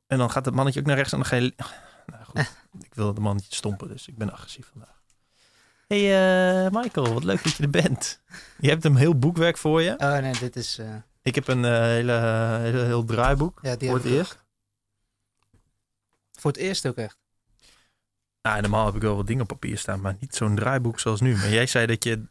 En dan gaat het mannetje ook naar rechts en dan ga je... Nou goed, ik wil het mannetje stompen, dus ik ben agressief vandaag. Hey Michael, wat leuk dat je er bent. Je hebt een heel boekwerk voor je. Oh nee, dit is... Ik heb een heel draaiboek Ja, die voor heb het ik eerst. Voor het eerst ook echt. Nou, normaal heb ik wel wat dingen op papier staan, maar niet zo'n draaiboek zoals nu. Maar jij zei dat je...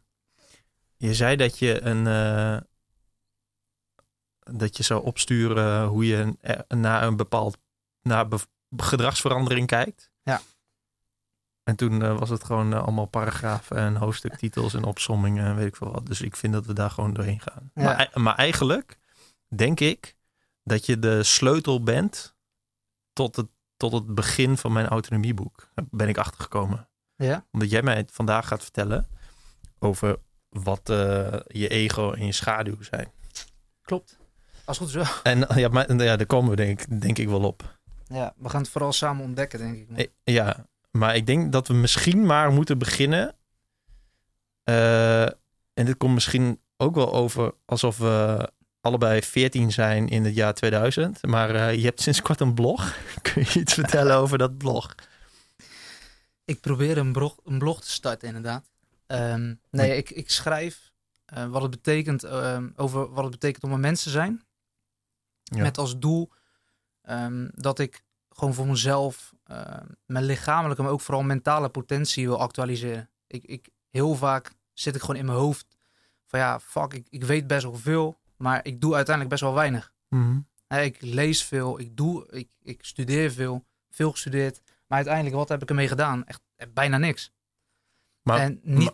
dat je zou opsturen hoe je naar een bepaald gedragsverandering kijkt. Ja. En toen was het gewoon allemaal paragrafen en hoofdstuktitels en opsommingen en weet ik veel wat. Dus ik vind dat we daar gewoon doorheen gaan. Ja. Maar eigenlijk denk ik dat je de sleutel bent tot het begin van mijn autonomieboek. Daar ben ik achtergekomen. Ja? Omdat jij mij vandaag gaat vertellen over wat je ego en je schaduw zijn. Klopt. Als het goed is wel. En daar komen we denk ik wel op. Ja, we gaan het vooral samen ontdekken, denk ik. Man. Ja, maar ik denk dat we misschien maar moeten beginnen. En dit komt misschien ook wel over alsof we allebei 14 zijn in het jaar 2000. Maar je hebt sinds kort een blog. Kun je iets vertellen over dat blog? Ik probeer een blog te starten, inderdaad. Ik schrijf wat het betekent over wat het betekent om een mens te zijn. Ja. Met als doel dat ik gewoon voor mezelf mijn lichamelijke, maar ook vooral mentale potentie wil actualiseren. Heel vaak zit ik gewoon in mijn hoofd van ja, fuck, ik weet best wel veel, maar ik doe uiteindelijk best wel weinig. Mm-hmm. Ik lees veel, ik studeer veel gestudeerd, maar uiteindelijk wat heb ik ermee gedaan? Echt bijna niks. Maar, En niet...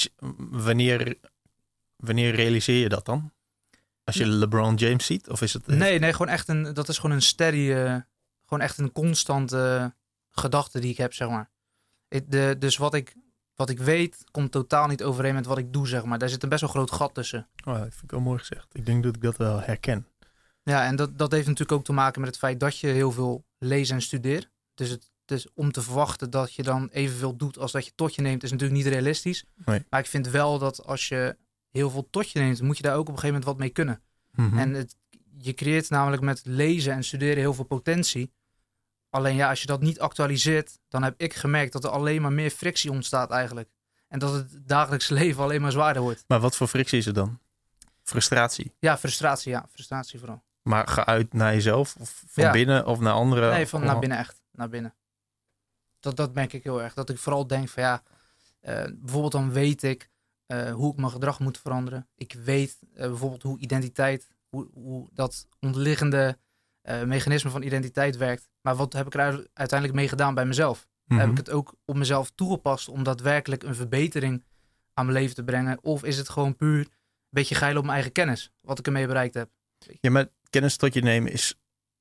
wanneer realiseer je dat dan? Als je LeBron James ziet? Of is het... Nee, gewoon echt dat is gewoon een steady, gewoon echt een constante gedachte die ik heb, zeg maar. Dus wat ik weet, komt totaal niet overeen met wat ik doe, zeg maar. Daar zit een best wel groot gat tussen. Oh, dat vind ik wel mooi gezegd. Ik denk dat ik dat wel herken. Ja, en dat heeft natuurlijk ook te maken met het feit dat je heel veel leest en studeert. Dus om te verwachten dat je dan evenveel doet als dat je tot je neemt, is natuurlijk niet realistisch. Nee. Maar ik vind wel dat als je heel veel tot je neemt, moet je daar ook op een gegeven moment wat mee kunnen. Mm-hmm. En je creëert namelijk met lezen en studeren heel veel potentie. Alleen ja, als je dat niet actualiseert, dan heb ik gemerkt dat er alleen maar meer frictie ontstaat eigenlijk. En dat het dagelijks leven alleen maar zwaarder wordt. Maar wat voor frictie is er dan? Frustratie? Ja, frustratie vooral. Maar geuit naar jezelf? Of van binnen of naar anderen? Nee, naar binnen echt. Naar binnen. Dat merk ik heel erg. Dat ik vooral denk van ja, bijvoorbeeld dan weet ik hoe ik mijn gedrag moet veranderen. Ik weet bijvoorbeeld hoe identiteit, hoe dat onderliggende mechanisme van identiteit werkt. Maar wat heb ik er uiteindelijk mee gedaan bij mezelf? Mm-hmm. Heb ik het ook op mezelf toegepast om daadwerkelijk een verbetering aan mijn leven te brengen? Of is het gewoon puur een beetje geil op mijn eigen kennis, wat ik ermee bereikt heb? Ja, maar kennis tot je nemen is...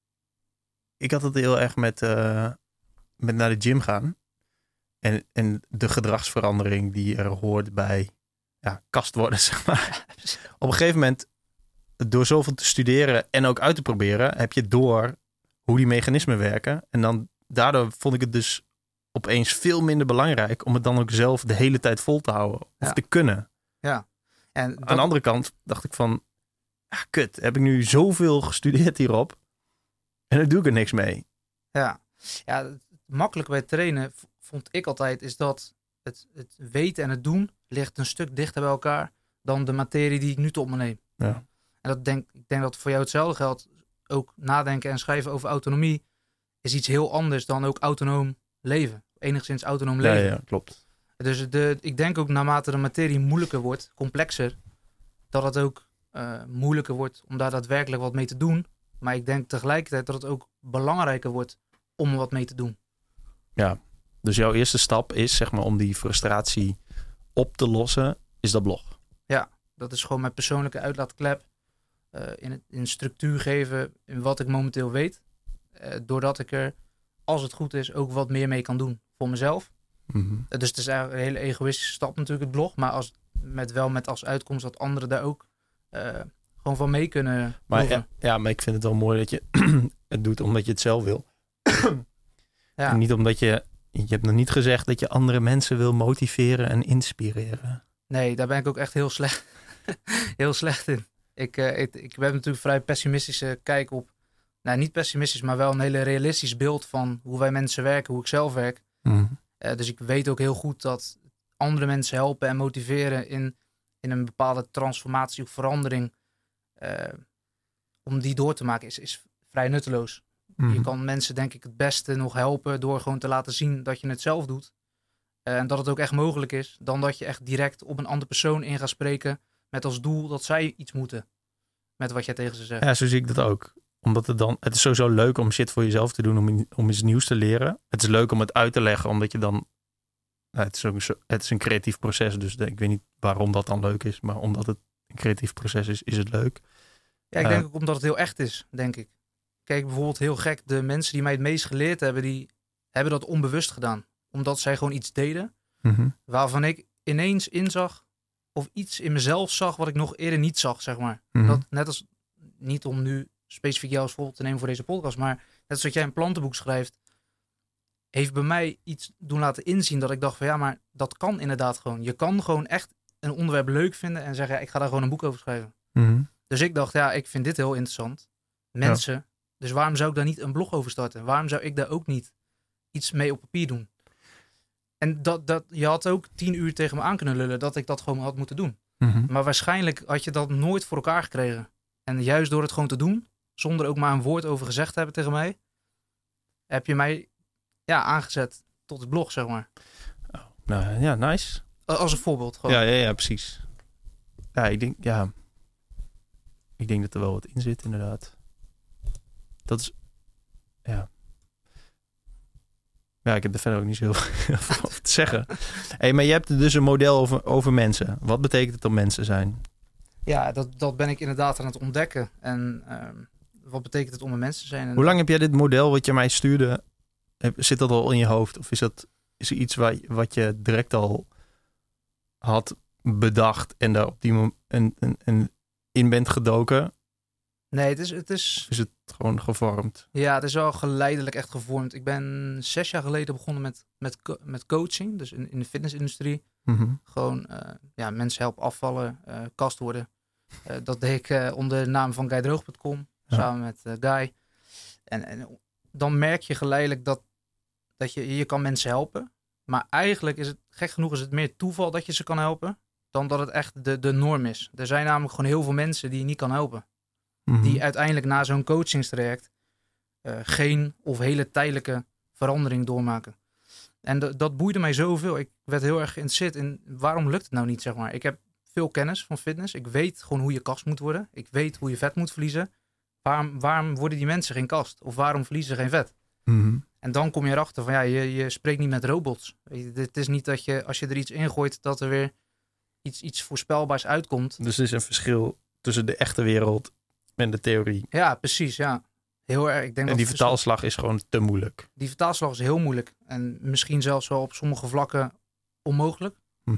Ik had het heel erg met naar de gym gaan. En de gedragsverandering die er hoort bij kast worden, zeg maar. Op een gegeven moment, door zoveel te studeren en ook uit te proberen, heb je door hoe die mechanismen werken. En dan daardoor vond ik het dus opeens veel minder belangrijk om het dan ook zelf de hele tijd vol te houden. Of te kunnen. Ja. En Aan de andere kant dacht ik van, kut, heb ik nu zoveel gestudeerd hierop en dan doe ik er niks mee. Ja, het makkelijk bij trainen vond ik altijd is dat het weten en het doen ligt een stuk dichter bij elkaar dan de materie die ik nu tot me neem. Ja. En ik denk dat voor jou hetzelfde geldt. Ook nadenken en schrijven over autonomie is iets heel anders dan ook autonoom leven. Enigszins autonoom leven. Ja, klopt. Dus ik denk ook naarmate de materie moeilijker wordt, complexer, dat het ook moeilijker wordt om daar daadwerkelijk wat mee te doen. Maar ik denk tegelijkertijd dat het ook belangrijker wordt om er wat mee te doen. Ja, dus jouw eerste stap is, zeg maar, om die frustratie op te lossen, is dat blog. Ja, dat is gewoon mijn persoonlijke uitlaatklep. In structuur geven in wat ik momenteel weet. Doordat ik er, als het goed is, ook wat meer mee kan doen voor mezelf. Mm-hmm. Dus het is eigenlijk een hele egoïstische stap natuurlijk, het blog. Maar met als uitkomst dat anderen daar ook gewoon van mee kunnen. Maar maar ik vind het wel mooi dat je het doet omdat je het zelf wil. Ja. En niet omdat je hebt nog niet gezegd dat je andere mensen wil motiveren en inspireren. Nee, daar ben ik ook echt heel slecht, heel slecht in. Ik heb natuurlijk een vrij pessimistische kijk nou, niet pessimistisch, maar wel een hele realistisch beeld van hoe wij mensen werken, hoe ik zelf werk. Dus ik weet ook heel goed dat andere mensen helpen en motiveren in een bepaalde transformatie of verandering. Om die door te maken is vrij nutteloos. Je kan mensen denk ik het beste nog helpen door gewoon te laten zien dat je het zelf doet. En dat het ook echt mogelijk is. Dan dat je echt direct op een andere persoon in gaat spreken met als doel dat zij iets moeten. Met wat jij tegen ze zegt. Ja, zo zie ik dat ook. Omdat het is sowieso leuk om shit voor jezelf te doen, om iets nieuws te leren. Het is leuk om het uit te leggen, omdat je dan... Nou, het is een creatief proces, dus ik weet niet waarom dat dan leuk is. Maar omdat het een creatief proces is het leuk. Ja, ik denk ook omdat het heel echt is, denk ik. Kijk, bijvoorbeeld heel gek, de mensen die mij het meest geleerd hebben, die hebben dat onbewust gedaan. Omdat zij gewoon iets deden, waarvan ik ineens inzag, of iets in mezelf zag, wat ik nog eerder niet zag, zeg maar. Dat, net als, niet om nu specifiek jou als voorbeeld te nemen voor deze podcast, maar net als dat jij een plantenboek schrijft, heeft bij mij iets doen laten inzien dat ik dacht van ja, maar dat kan inderdaad gewoon. Je kan gewoon echt een onderwerp leuk vinden en zeggen, ja, ik ga daar gewoon een boek over schrijven. Dus ik dacht, ja, ik vind dit heel interessant. Mensen, dus waarom zou ik daar niet een blog over starten? Waarom zou ik daar ook niet iets mee op papier doen? En je had ook 10 uur tegen me aan kunnen lullen dat ik dat gewoon had moeten doen. Maar waarschijnlijk had je dat nooit voor elkaar gekregen. En juist door het gewoon te doen, zonder ook maar een woord over gezegd te hebben tegen mij, heb je mij aangezet tot het blog, zeg maar. Oh, nou ja, nice. Als een voorbeeld gewoon. Ja, precies. Ja, ik denk dat er wel wat in zit, inderdaad. Dat is... Ja. Ja, ik heb er verder ook niet zo heel veel over te zeggen. Hey, maar je hebt dus een model over mensen. Wat betekent het om mensen te zijn? Ja, dat ben ik inderdaad aan het ontdekken. En wat betekent het om een mens te zijn? En hoe lang heb jij dit model wat je mij stuurde, zit dat al in je hoofd? Of is er iets wat je direct al had bedacht en daar op die moment in bent gedoken? Nee, het is... Of is het gewoon gevormd? Ja, het is wel geleidelijk echt gevormd. Ik ben 6 jaar geleden begonnen met coaching. Dus in de fitnessindustrie. Gewoon mensen helpen afvallen, kast worden. Dat deed ik onder de naam van GuyDroog.com. Samen met Guy. En dan merk je geleidelijk dat je kan mensen helpen. Maar eigenlijk is het, gek genoeg, is het meer toeval dat je ze kan helpen. Dan dat het echt de norm is. Er zijn namelijk gewoon heel veel mensen die je niet kan helpen. Die uiteindelijk na zo'n coachingstraject geen of hele tijdelijke verandering doormaken. En dat boeide mij zoveel. Ik werd heel erg geïnteresseerd in waarom lukt het nou niet, zeg maar. Ik heb veel kennis van fitness. Ik weet gewoon hoe je kast moet worden. Ik weet hoe je vet moet verliezen. Waarom worden die mensen geen kast? Of waarom verliezen ze geen vet? En dan kom je erachter van ja, je spreekt niet met robots. Het is niet dat je, als je er iets ingooit, dat er weer iets voorspelbaars uitkomt. Dus er is een verschil tussen de echte wereld en de theorie. Ja, precies, ja. Heel erg. Ik denk en die vertaalslag is gewoon te moeilijk. Die vertaalslag is heel moeilijk. En misschien zelfs wel op sommige vlakken onmogelijk.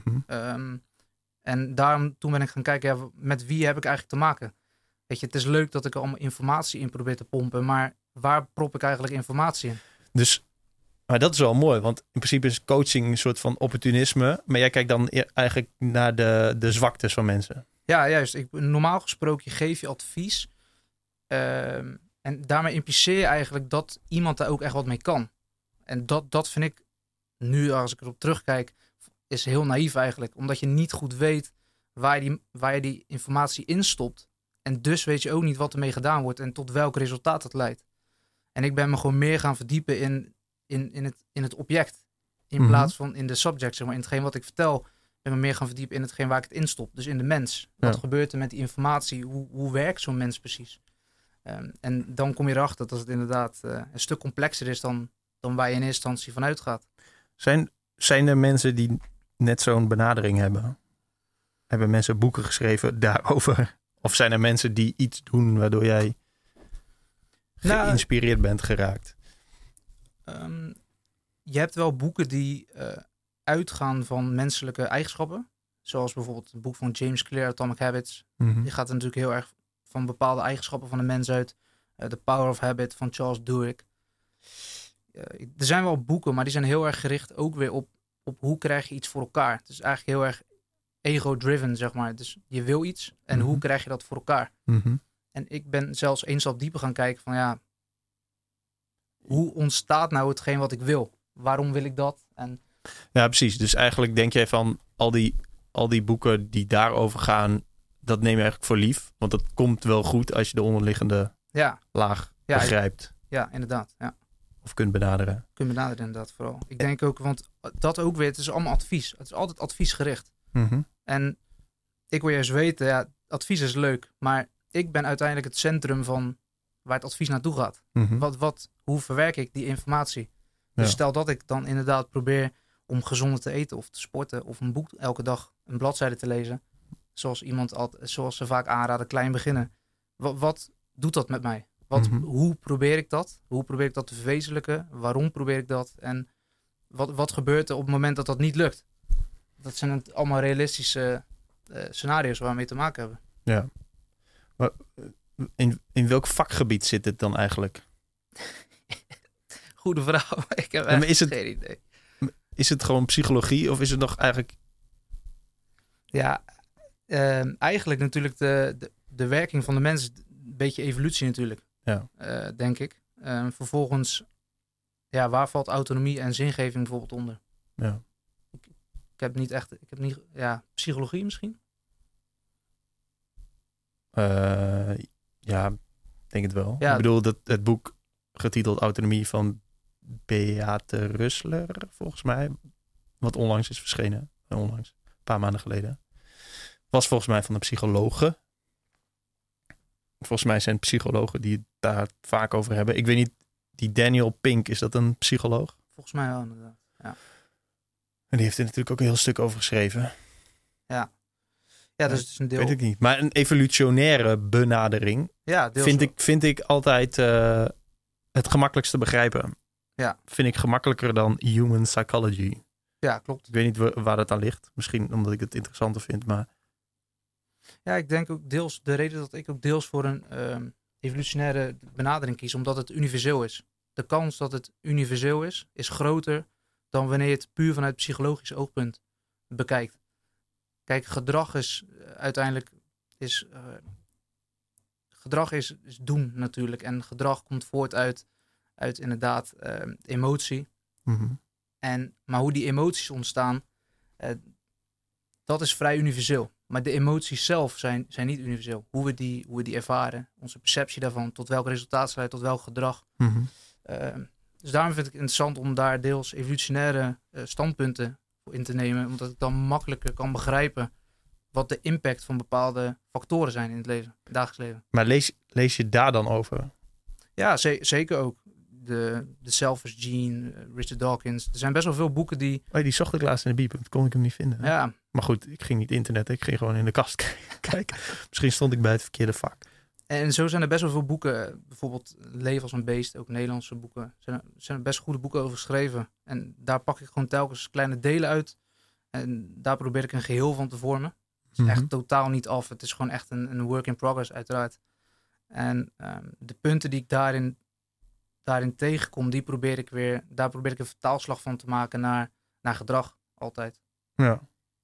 En daarom toen ben ik gaan kijken, ja, met wie heb ik eigenlijk te maken? Weet je, het is leuk dat ik er allemaal informatie in probeer te pompen. Maar waar prop ik eigenlijk informatie in? Dus, maar dat is wel mooi. Want in principe is coaching een soort van opportunisme. Maar jij kijkt dan eigenlijk naar de zwaktes van mensen. Ja, juist. Normaal gesproken geef je advies. En daarmee impliceer je eigenlijk dat iemand daar ook echt wat mee kan. En dat vind ik nu, als ik erop terugkijk, is heel naïef eigenlijk. Omdat je niet goed weet waar je die informatie instopt. En dus weet je ook niet wat ermee gedaan wordt en tot welk resultaat het leidt. En ik ben me gewoon meer gaan verdiepen in het object. In plaats van in de subject, zeg maar. In hetgeen wat ik vertel, ben me meer gaan verdiepen in hetgeen waar ik het instop. Dus in de mens. Wat gebeurt er met die informatie? Hoe werkt zo'n mens precies? En dan kom je erachter dat het inderdaad een stuk complexer is dan waar je in eerste instantie van uitgaat. Zijn er mensen die net zo'n benadering hebben? Hebben mensen boeken geschreven daarover? Of zijn er mensen die iets doen waardoor jij geïnspireerd bent geraakt? Je hebt wel boeken die uitgaan van menselijke eigenschappen. Zoals bijvoorbeeld het boek van James Clear, Atomic Habits. Die gaat er natuurlijk heel erg van bepaalde eigenschappen van de mens uit. The Power of Habit van Charles Duhigg. Er zijn wel boeken, maar die zijn heel erg gericht ook weer op hoe krijg je iets voor elkaar. Het is eigenlijk heel erg ego-driven, zeg maar. Dus je wil iets en hoe krijg je dat voor elkaar? En ik ben zelfs één stap dieper gaan kijken van ja, hoe ontstaat nou hetgeen wat ik wil? Waarom wil ik dat? En Ja, precies. Dus eigenlijk denk jij van al die boeken die daarover gaan, dat neem je eigenlijk voor lief. Want dat komt wel goed als je de onderliggende ja, laag Ja, begrijpt ja, inderdaad. Ja. of kunt benaderen. Kun je benaderen inderdaad vooral. Ik denk ook, want dat ook weer, het is allemaal advies. Het is altijd adviesgericht. Mhm. En ik wil juist weten, ja, advies is leuk, maar ik ben uiteindelijk het centrum van waar het advies naartoe gaat. Mhm. Hoe verwerk ik die informatie? Dus Ja. stel dat ik dan inderdaad probeer om gezonder te eten of te sporten of een boek elke dag een bladzijde te lezen. Zoals ze vaak aanraden, klein beginnen. Wat doet dat met mij? Mhm. Hoe probeer ik dat? Hoe probeer ik dat te verwezenlijken? Waarom probeer ik dat? En wat gebeurt er op het moment dat dat niet lukt? Dat zijn allemaal realistische scenario's waar we mee te maken hebben. Ja. Maar in welk vakgebied zit het dan eigenlijk? Goede vrouw. Ik heb maar echt geen idee. Is het gewoon psychologie of is het nog eigenlijk... Ja, eigenlijk natuurlijk de werking van de mens, een beetje evolutie natuurlijk, Ja. denk ik. Vervolgens, ja, waar valt autonomie en zingeving bijvoorbeeld onder? Ja. Psychologie misschien? Ja, denk het wel. Ja. Ik bedoel, het boek getiteld Autonomie van Beate Russler, volgens mij. Wat onlangs is verschenen. Onlangs, een paar maanden geleden. Was volgens mij van de psychologen. Volgens mij zijn psychologen die het daar vaak over hebben. Ik weet niet, die Daniel Pink, is dat een psycholoog? Volgens mij wel inderdaad. Ja, En die heeft er natuurlijk ook een heel stuk over geschreven. ja dus het is een deel. Weet ik niet. Maar een evolutionaire benadering Ja, deels vind ik altijd het gemakkelijkste begrijpen. Ja. Vind ik gemakkelijker dan human psychology. Ja, klopt. Ik weet niet waar dat aan ligt. Misschien omdat ik het interessanter vind, maar... Ja, ik denk ook deels, de reden dat ik ook deels voor een evolutionaire benadering kies, omdat het universeel is. De kans dat het universeel is groter dan wanneer je het puur vanuit psychologisch oogpunt bekijkt. Kijk, gedrag is uiteindelijk gedrag is doen natuurlijk. En gedrag komt voort uit inderdaad emotie. Mhm. Maar hoe die emoties ontstaan, dat is vrij universeel. Maar de emoties zelf zijn niet universeel. Hoe we die ervaren, onze perceptie daarvan, tot welk resultaat leidt, tot welk gedrag. Mhm. Dus daarom vind ik het interessant om daar deels evolutionaire standpunten voor in te nemen. Omdat ik dan makkelijker kan begrijpen wat de impact van bepaalde factoren zijn in het leven, het dagelijks leven. Maar lees je daar dan over? Ja, zeker ook. De Selfish Gene, Richard Dawkins. Er zijn best wel veel boeken die... Oh, die zocht ik laatst in de biep. Kon ik hem niet vinden. Ja, Maar goed, ik ging niet internet. Ik ging gewoon in de kast kijken. Misschien stond ik bij het verkeerde vak. en zo zijn er best wel veel boeken. Bijvoorbeeld Leven als een beest, ook Nederlandse boeken. Zijn er best goede boeken over geschreven. En daar pak ik gewoon telkens kleine delen uit. En daar probeer ik een geheel van te vormen. Het is echt totaal niet af. Het is gewoon echt een work in progress uiteraard. En de punten die ik daarin tegenkom, daar probeer ik een vertaalslag van te maken naar gedrag altijd. Ja.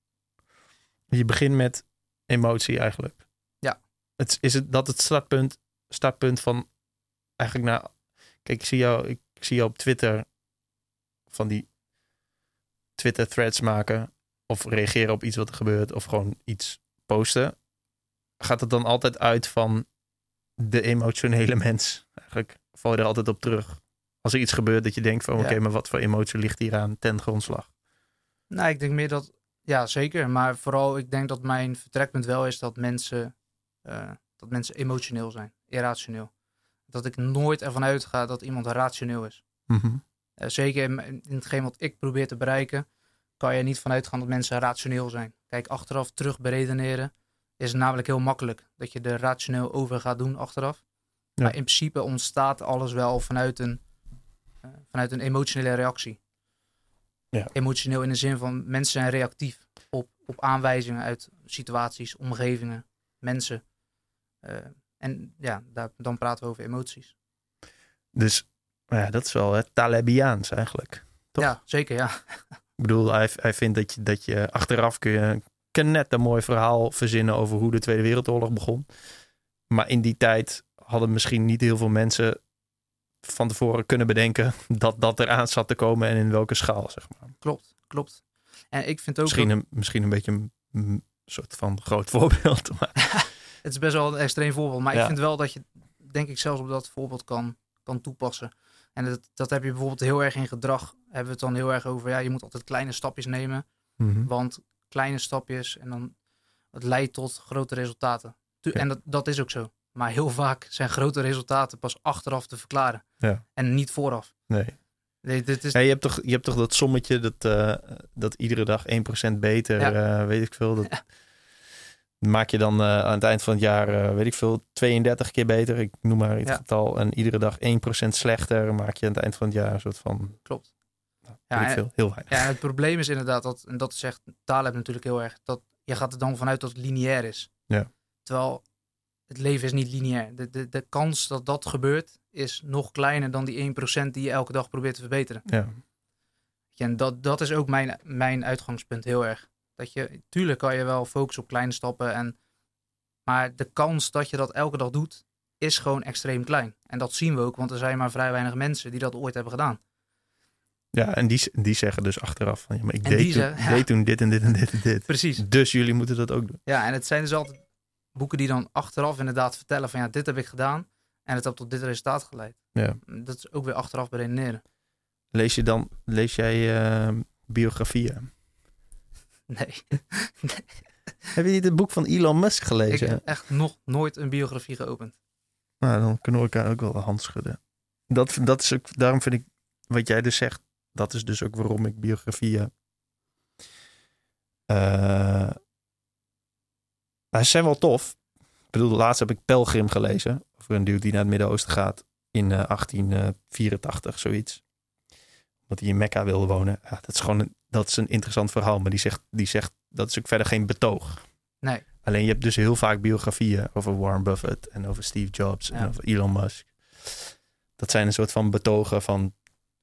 Je begint met emotie eigenlijk. Ja. Is het dat het startpunt van eigenlijk naar... Kijk, ik zie jou op Twitter van die Twitter threads maken of reageren op iets wat er gebeurt of gewoon iets posten. Gaat het dan altijd uit van de emotionele mens? Eigenlijk val je er altijd op terug. Als er iets gebeurt dat je denkt van oké, maar wat voor emotie ligt hier aan ten grondslag? Nou, ik denk meer dat... Ja, zeker. Maar vooral, ik denk dat mijn vertrekpunt wel is dat mensen emotioneel zijn. Irrationeel. Dat ik nooit ervan uitga dat iemand rationeel is. Mm-hmm. Zeker in hetgeen wat ik probeer te bereiken, kan je niet vanuit gaan dat mensen rationeel zijn. Kijk, achteraf terug beredeneren is namelijk heel makkelijk. Dat je er rationeel over gaat doen achteraf. Ja. Maar in principe ontstaat alles wel vanuit een emotionele reactie. Ja. Emotioneel in de zin van mensen zijn reactief op aanwijzingen uit situaties, omgevingen, mensen. En ja, dan praten we over emoties. Dus ja, dat is wel het Talebiaans eigenlijk. Toch? Ja, zeker, ja. Ik bedoel, hij vindt dat je achteraf kun je net een mooi verhaal verzinnen over hoe de Tweede Wereldoorlog begon. Maar in die tijd hadden misschien niet heel veel mensen van tevoren kunnen bedenken dat eraan zat te komen en in welke schaal, zeg maar. Klopt. En ik vind ook... Misschien een beetje een soort van groot voorbeeld. Maar... Het is best wel een extreem voorbeeld. Maar Ja. ik vind wel dat je, denk ik, zelfs op dat voorbeeld kan toepassen. En dat heb je bijvoorbeeld heel erg in gedrag. Hebben we het dan heel erg over, ja, je moet altijd kleine stapjes nemen. Mhm. Want kleine stapjes en dan het leidt tot grote resultaten. Ja. En dat is ook zo. Maar heel vaak zijn grote resultaten pas achteraf te verklaren. Ja. En niet vooraf. Nee. Dit is... Ja, je hebt toch dat sommetje dat iedere dag 1% beter, weet ik veel. Dat maak je dan aan het eind van het jaar, weet ik veel, 32 keer beter. Ik noem maar het getal. En iedere dag 1% slechter maak je aan het eind van het jaar een soort van... Klopt. Weet ik veel, heel weinig. Ja, het probleem is inderdaad, en dat zegt Taleb natuurlijk heel erg, dat je gaat er dan vanuit dat het lineair is. Ja. Terwijl het leven is niet lineair. De kans dat dat gebeurt is nog kleiner dan die 1% die je elke dag probeert te verbeteren. Ja. En dat is ook mijn uitgangspunt heel erg. Tuurlijk kan je wel focussen op kleine stappen. Maar de kans dat je dat elke dag doet, is gewoon extreem klein. En dat zien we ook, want er zijn maar vrij weinig mensen die dat ooit hebben gedaan. Ja, en die zeggen dus achteraf van, ja, maar ik deed toen dit en dit en dit en dit. Precies. Dus jullie moeten dat ook doen. Ja, en het zijn dus altijd boeken die dan achteraf inderdaad vertellen van, ja, dit heb ik gedaan en het heeft tot dit resultaat geleid. Ja. Dat is ook weer achteraf beredeneren. Lees jij biografieën? Nee. Heb je niet het boek van Elon Musk gelezen? Ik heb echt nog nooit een biografie geopend. Nou, dan kunnen we elkaar ook wel de hand schudden. Dat is ook, daarom vind ik, wat jij dus zegt, dat is dus ook waarom ik biografieën... Ze zijn wel tof. Ik bedoel, laatst heb ik Pelgrim gelezen. Over een dude die naar het Midden-Oosten gaat. In 1884, zoiets. Omdat hij in Mekka wilde wonen. Ja, dat is een interessant verhaal. Maar die zegt, dat is ook verder geen betoog. Nee. Alleen je hebt dus heel vaak biografieën over Warren Buffett en over Steve Jobs en over Elon Musk. Dat zijn een soort van betogen van...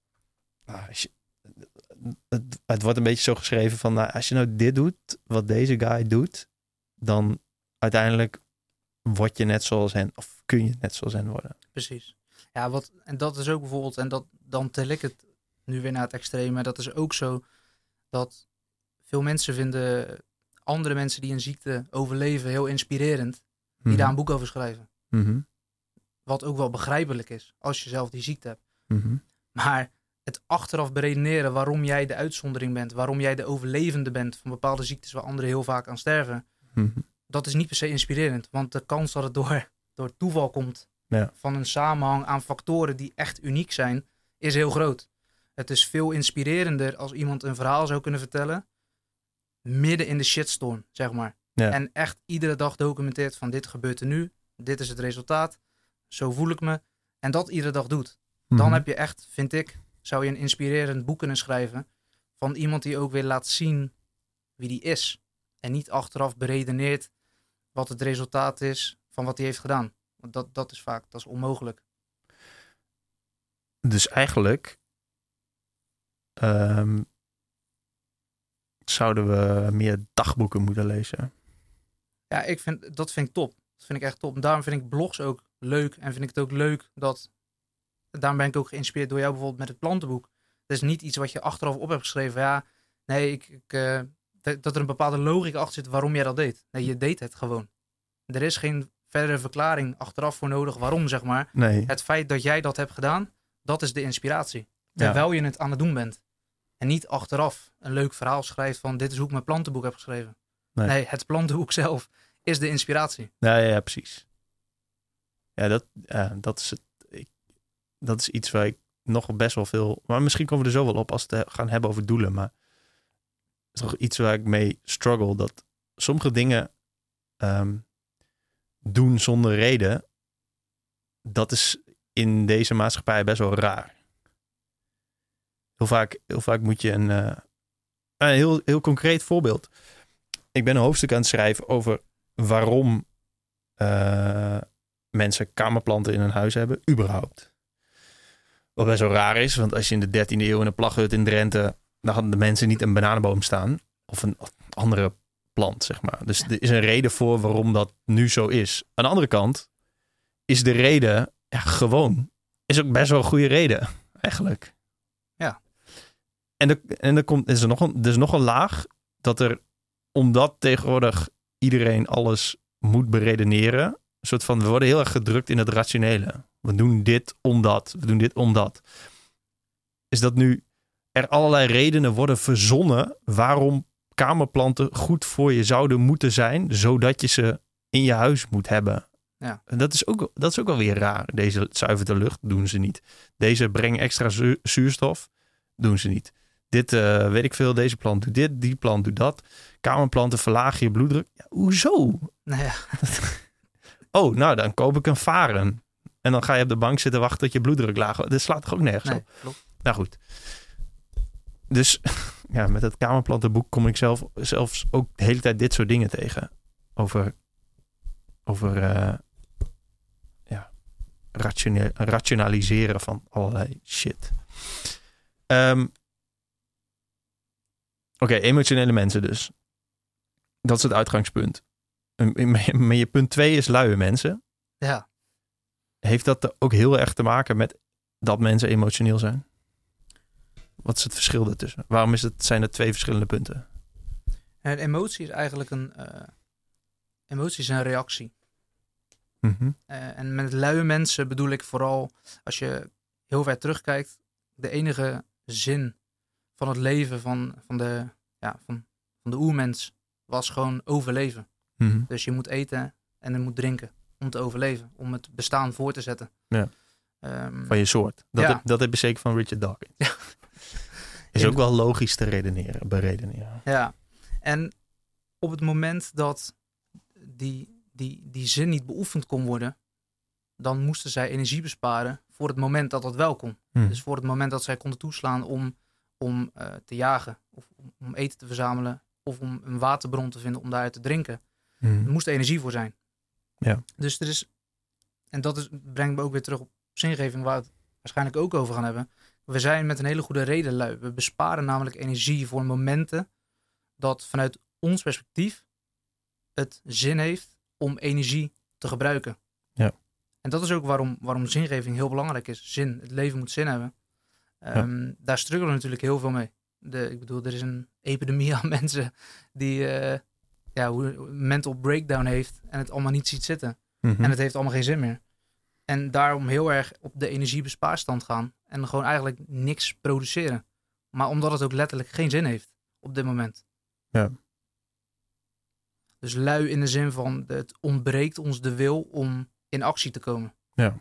Het wordt een beetje zo geschreven van... als je nou dit doet, wat deze guy doet... dan uiteindelijk word je net zoals hen... of kun je net zoals hen worden. Precies. Ja, en dat is ook bijvoorbeeld... en dan tel ik het nu weer naar het extreme... dat is ook zo dat veel mensen vinden... andere mensen die een ziekte overleven heel inspirerend... die daar een boek over schrijven. Mm-hmm. Wat ook wel begrijpelijk is... als je zelf die ziekte hebt. Mm-hmm. Maar... het achteraf beredeneren waarom jij de uitzondering bent, waarom jij de overlevende bent van bepaalde ziektes waar anderen heel vaak aan sterven, dat is niet per se inspirerend. Want de kans dat het door toeval komt van een samenhang aan factoren die echt uniek zijn, is heel groot. Het is veel inspirerender als iemand een verhaal zou kunnen vertellen, midden in de shitstorm, zeg maar. Ja. En echt iedere dag documenteert van dit gebeurt er nu, dit is het resultaat, zo voel ik me. En dat iedere dag doet. Dan heb je echt, vind ik, zou je een inspirerend boek kunnen schrijven van iemand die ook weer laat zien wie die is. En niet achteraf beredeneert wat het resultaat is van wat hij heeft gedaan. Want dat is vaak, dat is onmogelijk. Dus eigenlijk zouden we meer dagboeken moeten lezen. Ja, dat vind ik top. Dat vind ik echt top. En daarom vind ik blogs ook leuk. En vind ik het ook leuk dat... Daarom ben ik ook geïnspireerd door jou bijvoorbeeld met het plantenboek. Het is niet iets wat je achteraf op hebt geschreven. Ja, nee, dat er een bepaalde logica achter zit waarom jij dat deed. Nee, je deed het gewoon. Er is geen verdere verklaring achteraf voor nodig waarom, zeg maar. Nee. Het feit dat jij dat hebt gedaan, dat is de inspiratie. Terwijl je het aan het doen bent. En niet achteraf een leuk verhaal schrijft van dit is hoe ik mijn plantenboek heb geschreven. Nee, het plantenboek zelf is de inspiratie. Ja, precies. Ja, dat is het. Dat is iets waar ik nog best wel veel... Maar misschien komen we er zo wel op als we het gaan hebben over doelen. Maar het is toch iets waar ik mee struggle. Dat sommige dingen doen zonder reden. Dat is in deze maatschappij best wel raar. Heel vaak moet je een heel concreet voorbeeld. Ik ben een hoofdstuk aan het schrijven over waarom mensen kamerplanten in hun huis hebben. Überhaupt. Wat best wel raar is, want als je in de 13e eeuw in een plaghut in Drenthe, dan hadden de mensen niet een bananenboom staan. Of een andere plant, zeg maar. Dus er is een reden voor waarom dat nu zo is. Aan de andere kant is de reden gewoon is ook best wel een goede reden, eigenlijk. Ja. En is er nog een laag dat er, omdat tegenwoordig iedereen alles moet beredeneren, een soort van, we worden heel erg gedrukt in het rationele. We doen dit omdat, we doen dit omdat. Is dat nu er allerlei redenen worden verzonnen waarom kamerplanten goed voor je zouden moeten zijn, zodat je ze in je huis moet hebben. Ja. En dat is ook wel weer raar. Deze zuivert de lucht, doen ze niet. Deze brengen extra zuurstof, doen ze niet. Dit, weet ik veel, deze plant doet dit, die plant doet dat. Kamerplanten verlagen je bloeddruk. Ja, hoezo? Nou ja. Oh, nou dan koop ik een Varen. En dan ga je op de bank zitten wachten tot je bloeddruk laag wordt. Dat slaat toch ook nergens op? Klopt. Nou goed. Dus ja, met het kamerplantenboek kom ik zelfs ook de hele tijd dit soort dingen tegen. Over rationaliseren van allerlei shit. Oké, emotionele mensen dus. Dat is het uitgangspunt. Maar je punt 2 is luie mensen. Ja. Heeft dat ook heel erg te maken met dat mensen emotioneel zijn? Wat is het verschil daartussen? Waarom zijn er 2 verschillende punten? En emotie is eigenlijk een reactie. Mm-hmm. En met luie mensen bedoel ik vooral, als je heel ver terugkijkt, de enige zin van het leven van de oermens was gewoon overleven. Mm-hmm. Dus je moet eten en je moet drinken om te overleven, om het bestaan voor te zetten. Ja. Van je soort. Dat heb je zeker van Richard Dawkins. Ja. Is ook wel logisch te beredeneren. Ja, en op het moment dat die zin niet beoefend kon worden, dan moesten zij energie besparen voor het moment dat dat wel kon. Dus voor het moment dat zij konden toeslaan om te jagen, of om eten te verzamelen, of om een waterbron te vinden om daaruit te drinken. Er moest energie voor zijn. Ja. Dus er is, en dat brengt me ook weer terug op zingeving, waar we het waarschijnlijk ook over gaan hebben. We zijn met een hele goede reden lui. We besparen namelijk energie voor momenten dat vanuit ons perspectief het zin heeft om energie te gebruiken. Ja. En dat is ook waarom zingeving heel belangrijk is. Zin, het leven moet zin hebben. Daar struggelen we natuurlijk heel veel mee. Ik bedoel, er is een epidemie aan mensen die mental breakdown heeft en het allemaal niet ziet zitten. Mm-hmm. En het heeft allemaal geen zin meer. En daarom heel erg op de energiebespaarstand gaan en gewoon eigenlijk niks produceren. Maar omdat het ook letterlijk geen zin heeft op dit moment. Ja. Dus lui in de zin van, het ontbreekt ons de wil om in actie te komen. Ja.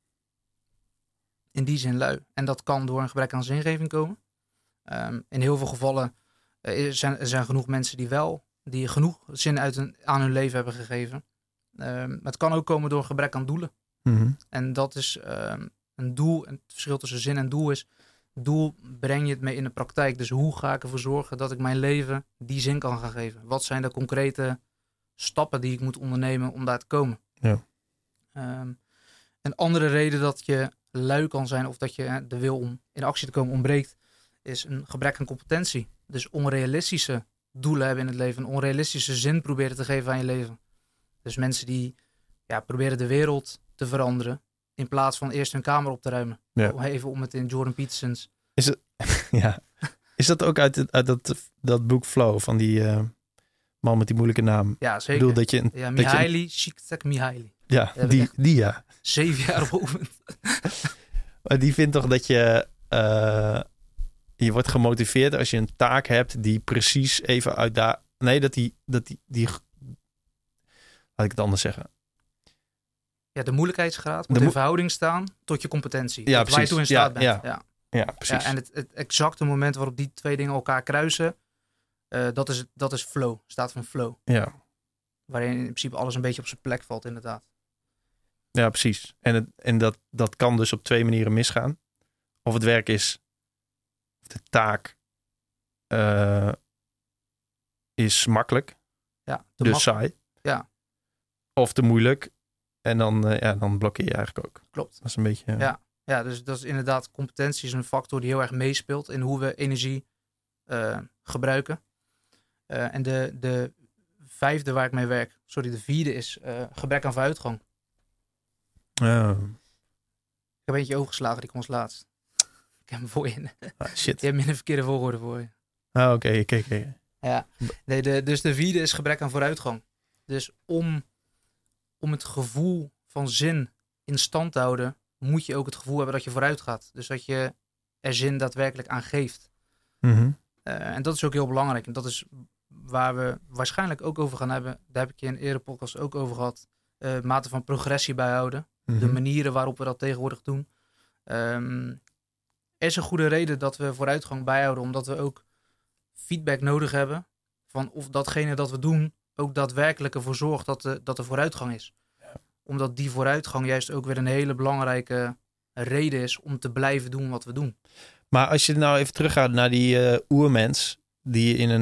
In die zin lui. En dat kan door een gebrek aan zingeving komen. In heel veel gevallen er zijn genoeg mensen die genoeg zin aan hun leven hebben gegeven. Maar het kan ook komen door een gebrek aan doelen. Mm-hmm. En dat is een doel. En het verschil tussen zin en doel is, doel breng je het mee in de praktijk. Dus hoe ga ik ervoor zorgen dat ik mijn leven die zin kan gaan geven? Wat zijn de concrete stappen die ik moet ondernemen om daar te komen? Ja. Een andere reden dat je lui kan zijn of dat je de wil om in actie te komen ontbreekt, is een gebrek aan competentie. Dus onrealistische doelen hebben in het leven. Een onrealistische zin proberen te geven aan je leven. Dus mensen die proberen de wereld te veranderen in plaats van eerst hun kamer op te ruimen. Ja. Even om het in Jordan Peterson's. Is dat ook uit dat boek Flow van die man met die moeilijke naam? Ja, zeker. Ik bedoel dat je Mihaly Csikszentmihalyi. Ja, die ja. 7 jaar geoefend. Maar die vindt toch dat je wordt gemotiveerd als je een taak hebt die precies even uit daar. Nee, dat die laat ik het anders zeggen. Ja, de moeilijkheidsgraad moet in verhouding staan tot je competentie. Ja, dat waar je toe in staat bent. Ja, precies. Ja, en het exacte moment waarop die 2 dingen elkaar kruisen, dat is flow. Staat van flow. Ja. Waarin in principe alles een beetje op zijn plek valt, inderdaad. Ja, precies. En dat kan dus op 2 manieren misgaan. Of het werk is, of de taak is makkelijk. Ja, dus saai. Ja. Of te moeilijk. En dan blokkeer je eigenlijk ook. Klopt. Dat is een beetje... Ja, dus dat is inderdaad, competentie is een factor die heel erg meespeelt in hoe we energie gebruiken. En de 5e waar ik mee werk, de 4e is gebrek aan vooruitgang. heb eentje overgeslagen, die kwam als laatst. Ik heb hem voor je. Shit. Je hebt hem in de verkeerde volgorde voor je. Oké. Ja. Nee, dus de vierde is gebrek aan vooruitgang. Dus om het gevoel van zin in stand te houden, moet je ook het gevoel hebben dat je vooruit gaat. Dus dat je er zin daadwerkelijk aan geeft. Mm-hmm. En dat is ook heel belangrijk. En dat is waar we waarschijnlijk ook over gaan hebben. Daar heb ik je in een eerdere podcast ook over gehad. Mate van progressie bijhouden. Mm-hmm. De manieren waarop we dat tegenwoordig doen. Er is een goede reden dat we vooruitgang bijhouden. Omdat we ook feedback nodig hebben. Van of datgene dat we doen ook daadwerkelijk ervoor zorgt dat er vooruitgang is. Ja. Omdat die vooruitgang juist ook weer een hele belangrijke reden is om te blijven doen wat we doen. Maar als je nou even teruggaat naar die oermens die in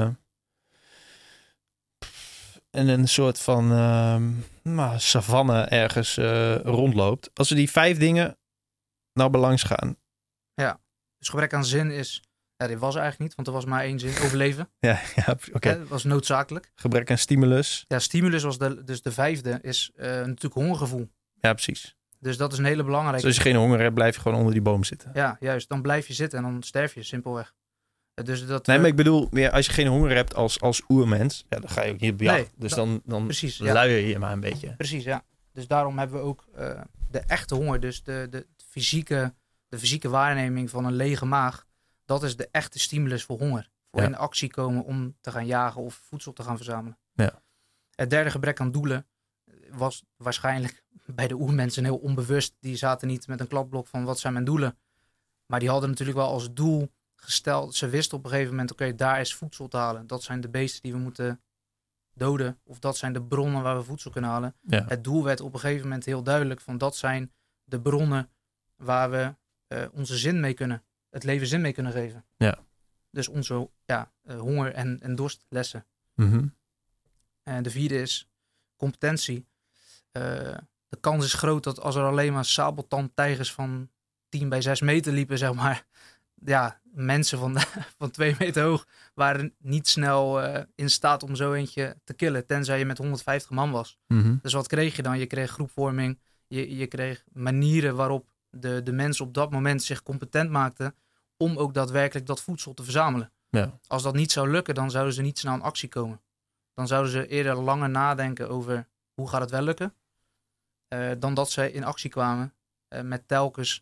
een soort van savanne ergens rondloopt. Als we die 5 dingen nou belangs gaan. Dus gebrek aan zin is... Ja, dit was er eigenlijk niet, want er was maar 1 zin. Overleven. Ja, oké. Dat was noodzakelijk. Gebrek aan stimulus. Ja, stimulus was dus de 5e is natuurlijk hongergevoel. Ja, precies. Dus dat is een hele belangrijke... Dus als je geen honger hebt, blijf je gewoon onder die boom zitten. Ja, juist. Dan blijf je zitten en dan sterf je simpelweg. Dus dat, Nee, maar ik bedoel, meer als je geen honger hebt als oermens, ja, dan ga je ook niet op jacht. Nee, dus dat- dan precies, ja. luier je maar een beetje. Precies, ja. Dus daarom hebben we ook de echte honger. Dus de fysieke waarneming van een lege maag. Dat is de echte stimulus voor honger. Voor Ja. in actie komen om te gaan jagen of voedsel te gaan verzamelen. Ja. Het derde gebrek aan doelen was waarschijnlijk bij de oermensen heel onbewust. Die zaten niet met een klapblok van wat zijn mijn doelen. Maar die hadden natuurlijk wel als doel gesteld. Ze wisten op een gegeven moment, oké, daar is voedsel te halen. Dat zijn de beesten die we moeten doden. Of dat zijn de bronnen waar we voedsel kunnen halen. Ja. Het doel werd op een gegeven moment heel duidelijk van dat zijn de bronnen waar we onze zin mee kunnen, het leven zin mee kunnen geven. Ja. Dus onze honger- en dorstlessen. Mhm. En de vierde is competentie. De kans is groot dat als er alleen maar sabeltandtijgers van 10 bij 6 meter liepen, zeg maar. Ja, mensen van 2 meter hoog waren niet snel in staat om zo eentje te killen. Tenzij je met 150 man was. Mhm. Dus wat kreeg je dan? Je kreeg groepvorming. Je kreeg manieren waarop de mensen op dat moment zich competent maakten om ook daadwerkelijk dat voedsel te verzamelen. Ja. Als dat niet zou lukken, dan zouden ze niet snel in actie komen. Dan zouden ze eerder langer nadenken over hoe gaat het wel lukken. Dan dat ze in actie kwamen met telkens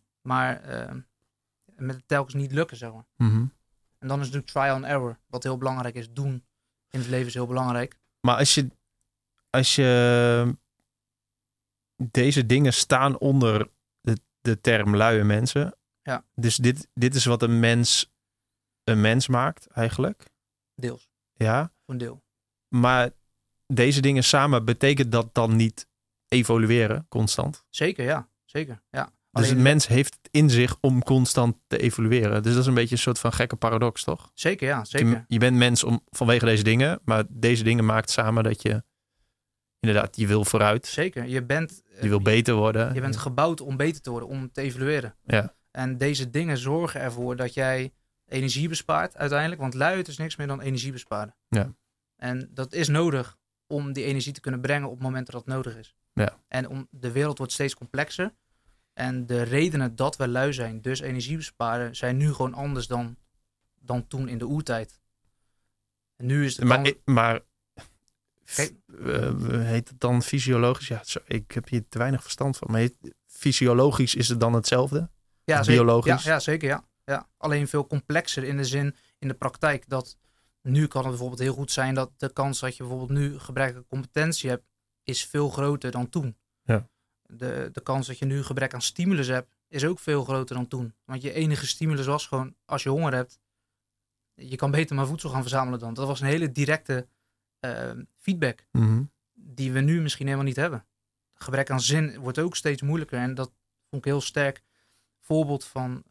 niet lukken, zeg maar. Mhm. En dan is natuurlijk trial and error, wat heel belangrijk is. Doen in het leven is heel belangrijk. Maar als je deze dingen staan onder de term luie mensen. Ja. Dus dit is wat een mens maakt eigenlijk. Deels, Ja. voor een deel. Maar deze dingen samen, betekent dat dan niet evolueren constant? Zeker, ja. Zeker, ja. Dus Alleen- een mens heeft het in zich om constant te evolueren. Dus dat is een beetje een soort van gekke paradox, toch? Zeker, ja. Zeker. Je bent mens vanwege deze dingen, maar deze dingen maakt samen dat je inderdaad, je wil vooruit. Zeker. Je wil beter worden. Je bent gebouwd om beter te worden, om te evolueren. Ja. En deze dingen zorgen ervoor dat jij energie bespaart uiteindelijk. Want luiheid is niks meer dan energie besparen. Ja. En dat is nodig om die energie te kunnen brengen op het moment dat dat nodig is. Ja. En de wereld wordt steeds complexer. En de redenen dat we lui zijn, dus energie besparen, zijn nu gewoon anders dan toen in de oertijd. En nu is het Maar Kijk. heet het dan fysiologisch? Ja, ik heb hier te weinig verstand van. Maar fysiologisch is het dan hetzelfde? Ja, biologisch? Ja, zeker, ja. Ja. Alleen veel complexer in de zin, in de praktijk, dat nu kan het bijvoorbeeld heel goed zijn dat de kans dat je bijvoorbeeld nu gebrek aan competentie hebt, is veel groter dan toen. Ja. De kans dat je nu gebrek aan stimulus hebt, is ook veel groter dan toen. Want je enige stimulus was gewoon, als je honger hebt, je kan beter maar voedsel gaan verzamelen dan. Dat was een hele directe feedback, Mhm. die we nu misschien helemaal niet hebben. Gebrek aan zin wordt ook steeds moeilijker. En dat vond ik heel sterk. Voorbeeld van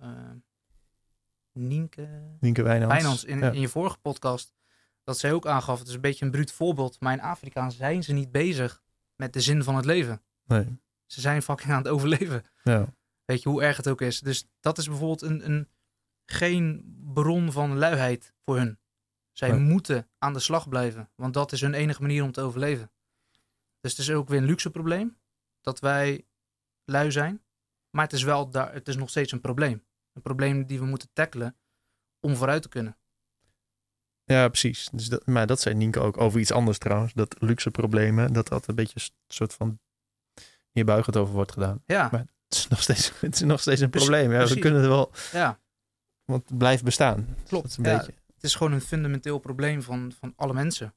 Nienke Wijnands in je vorige podcast. Dat zij ook aangaf, het is een beetje een bruut voorbeeld. Maar in Afrika zijn ze niet bezig met de zin van het leven. Nee. Ze zijn fucking aan het overleven. Ja. Weet je, hoe erg het ook is. Dus dat is bijvoorbeeld geen bron van luiheid voor hun. Zij moeten aan de slag blijven. Want dat is hun enige manier om te overleven. Dus het is ook weer een luxe probleem. Dat wij lui zijn. Maar het is nog steeds een probleem. Een probleem die we moeten tackelen om vooruit te kunnen. Ja, precies. Dus maar dat zei Nienke ook over iets anders trouwens. Dat luxe problemen, dat altijd een beetje een soort van neerbuigend over wordt gedaan. Ja. Maar het is nog steeds een probleem. Ja, we kunnen er wel... Ja. Want het blijft bestaan. Klopt. Dat is een beetje... Het is gewoon een fundamenteel probleem van alle mensen.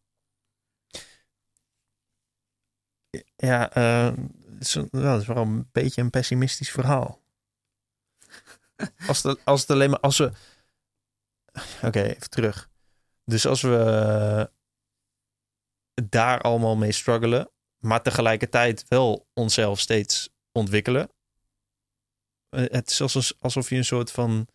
Ja, dat is wel een beetje een pessimistisch verhaal. Als we... Oké, even terug. Dus als we daar allemaal mee struggelen, maar tegelijkertijd wel onszelf steeds ontwikkelen. Het is alsof je een soort van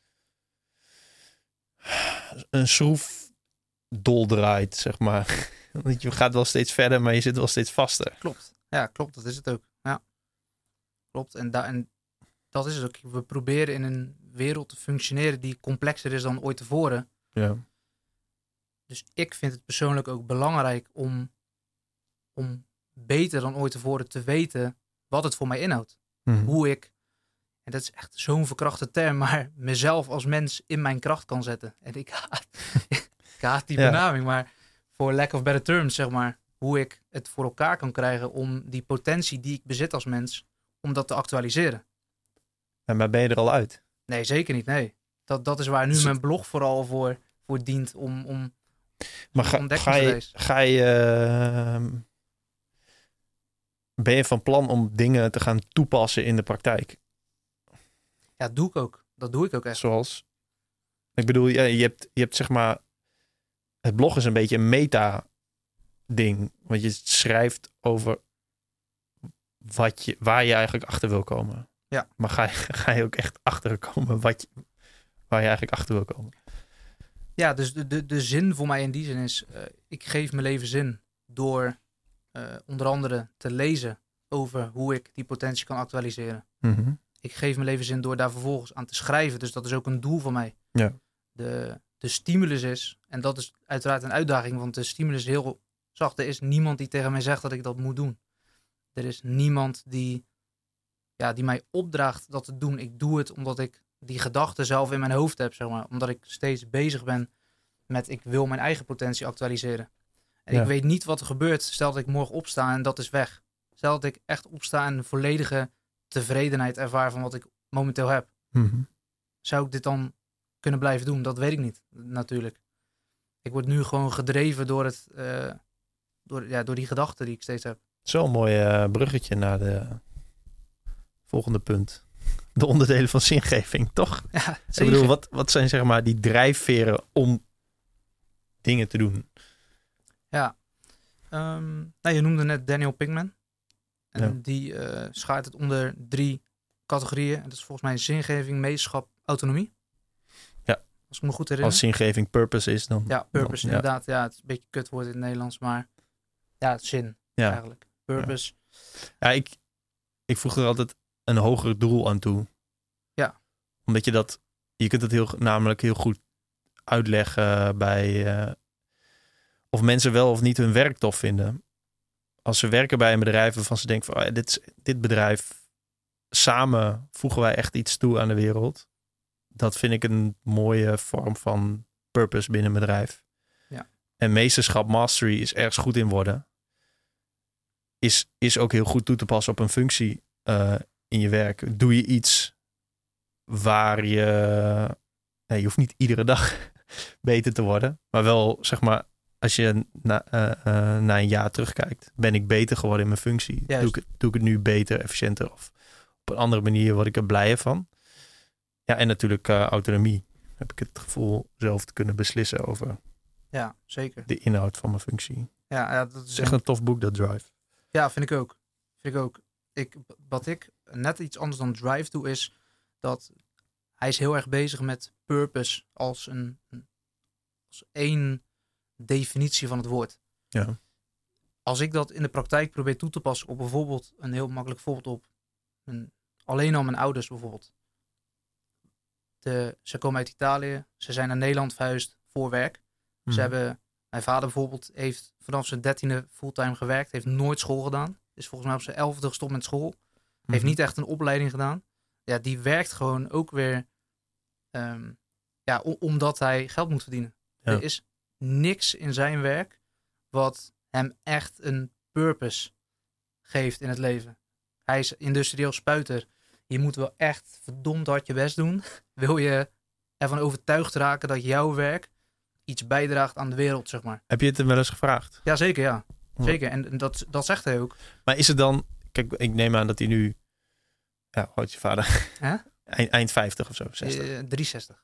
een schroef doldraait, zeg maar. Want je gaat wel steeds verder, maar je zit wel steeds vaster. Klopt. Ja, klopt. Dat is het ook. Ja. Klopt. En dat is het ook. We proberen in een wereld te functioneren die complexer is dan ooit tevoren. Ja. Dus ik vind het persoonlijk ook belangrijk om beter dan ooit tevoren te weten wat het voor mij inhoudt. Mm-hmm. Hoe ik, en dat is echt zo'n verkrachte term, maar mezelf als mens in mijn kracht kan zetten. En ik haat die benaming, maar voor lack of better terms, zeg maar. Hoe ik het voor elkaar kan krijgen om die potentie die ik bezit als mens, om dat te actualiseren. Ja, maar ben je er al uit? Nee, zeker niet. Nee. Dat is waar nu mijn blog vooral voor dient om maar ben je van plan om dingen te gaan toepassen in de praktijk? Ja, doe ik ook. Dat doe ik ook echt. Zoals? Ik bedoel, je hebt zeg maar... Het blog is een beetje een meta-ding. Want je schrijft over waar je eigenlijk achter wil komen. Ja. Maar ga je ook echt achter komen waar je eigenlijk achter wil komen? Ja, dus de zin voor mij in die zin is... ik geef mijn leven zin door onder andere te lezen over hoe ik die potentie kan actualiseren. Mm-hmm. Ik geef mijn leven zin door daar vervolgens aan te schrijven. Dus dat is ook een doel voor mij. Ja. De stimulus is, en dat is uiteraard een uitdaging, want de stimulus is heel zacht. Er is niemand die tegen mij zegt dat ik dat moet doen. Er is niemand die mij opdraagt dat te doen. Ik doe het omdat ik die gedachte zelf in mijn hoofd heb, zeg maar. Omdat ik steeds bezig ben met ik wil mijn eigen potentie actualiseren. En ik weet niet wat er gebeurt. Stel dat ik morgen opsta en dat is weg. Stel dat ik echt opsta en een volledige tevredenheid ervaar van wat ik momenteel heb. Mm-hmm. Zou ik dit dan kunnen blijven doen? Dat weet ik niet, natuurlijk. Ik word nu gewoon gedreven door die gedachten die ik steeds heb. Zo'n mooi bruggetje naar de volgende punt. De onderdelen van zingeving, toch? Ja, ik bedoel, wat zijn zeg maar die drijfveren om dingen te doen? Ja. Je noemde net Daniel Pink. En die schaart het onder 3 categorieën. En dat is volgens mij zingeving, meesterschap, autonomie. Ja. Als ik me goed herinner. Als zingeving purpose is dan... Ja, purpose inderdaad. Ja, het is een beetje een kutwoord in het Nederlands, maar ja, het zin eigenlijk. Purpose. Ja, ik voeg er altijd een hoger doel aan toe. Ja. Omdat je kunt het namelijk heel goed uitleggen bij of mensen wel of niet hun werk tof vinden. Als ze werken bij een bedrijf waarvan ze denken van dit bedrijf, samen voegen wij echt iets toe aan de wereld. Dat vind ik een mooie vorm van purpose binnen een bedrijf. Ja. En meesterschap, mastery is ergens goed in worden. Is ook heel goed toe te passen op een functie in je werk. Doe je iets waar je hoeft niet iedere dag beter te worden. Maar wel, zeg maar, als je na een jaar terugkijkt, ben ik beter geworden in mijn functie. Doe ik het nu beter, efficiënter of op een andere manier word ik er blijer van. Ja, en natuurlijk autonomie. Heb ik het gevoel zelf te kunnen beslissen over zeker. de inhoud van mijn functie. Ja, dat is echt een tof boek, dat Drive. Ja, vind ik ook. Wat ik net iets anders dan Drive doe, is dat hij is heel erg bezig met purpose als één definitie van het woord. Ja. Als ik dat in de praktijk probeer toe te passen op bijvoorbeeld, een heel makkelijk voorbeeld alleen al mijn ouders bijvoorbeeld. Ze komen uit Italië, ze zijn naar Nederland verhuisd voor werk. Mijn vader bijvoorbeeld heeft vanaf zijn 13e fulltime gewerkt, heeft nooit school gedaan. Is volgens mij op zijn 11e gestopt met school. Heeft niet echt een opleiding gedaan. die werkt gewoon ook weer omdat hij geld moet verdienen. Ja. Er is niks in zijn werk wat hem echt een purpose geeft in het leven. Hij is industrieel spuiter. Je moet wel echt verdomd hard je best doen. Wil je ervan overtuigd raken dat jouw werk iets bijdraagt aan de wereld, zeg maar. Heb je het hem wel eens gevraagd? Ja, zeker, ja. Zeker. En dat zegt hij ook. Maar is het dan... Kijk, ik neem aan dat hij nu... Ja, hoe oud is je vader? Huh? Eind 50 of zo, 60. 63.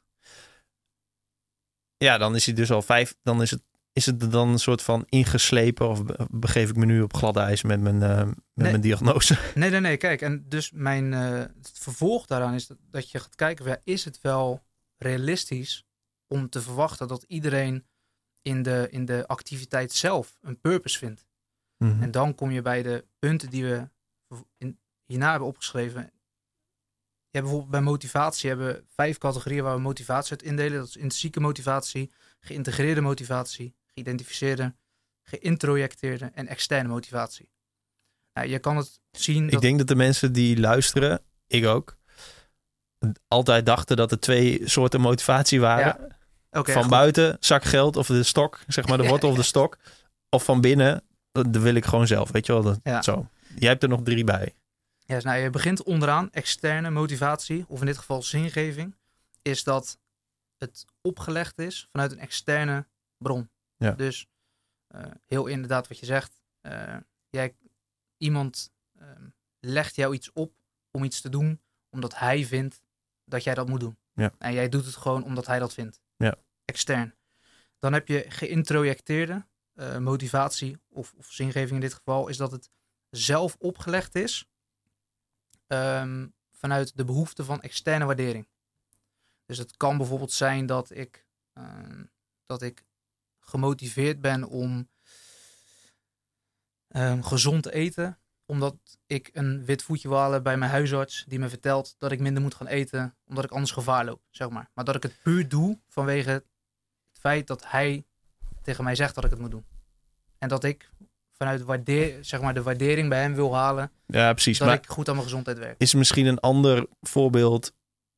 Ja, dan is hij dus al 5... Dan is het dan een soort van ingeslepen... Of begeef ik me nu op glad ijs met mijn diagnose? Nee. Kijk, en dus het vervolg daaraan is dat je gaat kijken... is het wel realistisch om te verwachten... dat iedereen in de activiteit zelf een purpose vindt? Mm-hmm. En dan kom je bij de punten die we hierna hebben opgeschreven. Je hebt bijvoorbeeld bij motivatie hebben we 5 categorieën waar we motivatie uit indelen. Dat is intrinsieke motivatie, geïntegreerde motivatie, geïdentificeerde, geïntrojecteerde en externe motivatie. Nou, je kan het zien. Ik denk dat de mensen die luisteren, ik ook, altijd dachten dat er 2 soorten motivatie waren. Ja. Okay, van goed. buiten, zakgeld of de stok, zeg maar de wortel of de stok. Of van binnen, dat wil ik gewoon zelf, weet je wel. Zo. Jij hebt er nog 3 bij. Ja, dus je begint onderaan, externe motivatie, of in dit geval zingeving, is dat het opgelegd is vanuit een externe bron. Ja. Dus heel inderdaad wat je zegt, iemand legt jou iets op om iets te doen, omdat hij vindt dat jij dat moet doen. Ja. En jij doet het gewoon omdat hij dat vindt. Ja. Extern. Dan heb je geïntrojecteerde motivatie, of zingeving in dit geval, is dat het zelf opgelegd is vanuit de behoefte van externe waardering. Dus het kan bijvoorbeeld zijn dat ik gemotiveerd ben om gezond te eten, omdat ik een wit voetje wil halen bij mijn huisarts die me vertelt dat ik minder moet gaan eten, omdat ik anders gevaar loop, zeg maar. Maar dat ik het puur doe vanwege het feit dat hij tegen mij zegt dat ik het moet doen. En dat ik vanuit de waardering bij hem wil halen. Ja, precies. Dat maar ik goed aan mijn gezondheid werk. Is er misschien een ander voorbeeld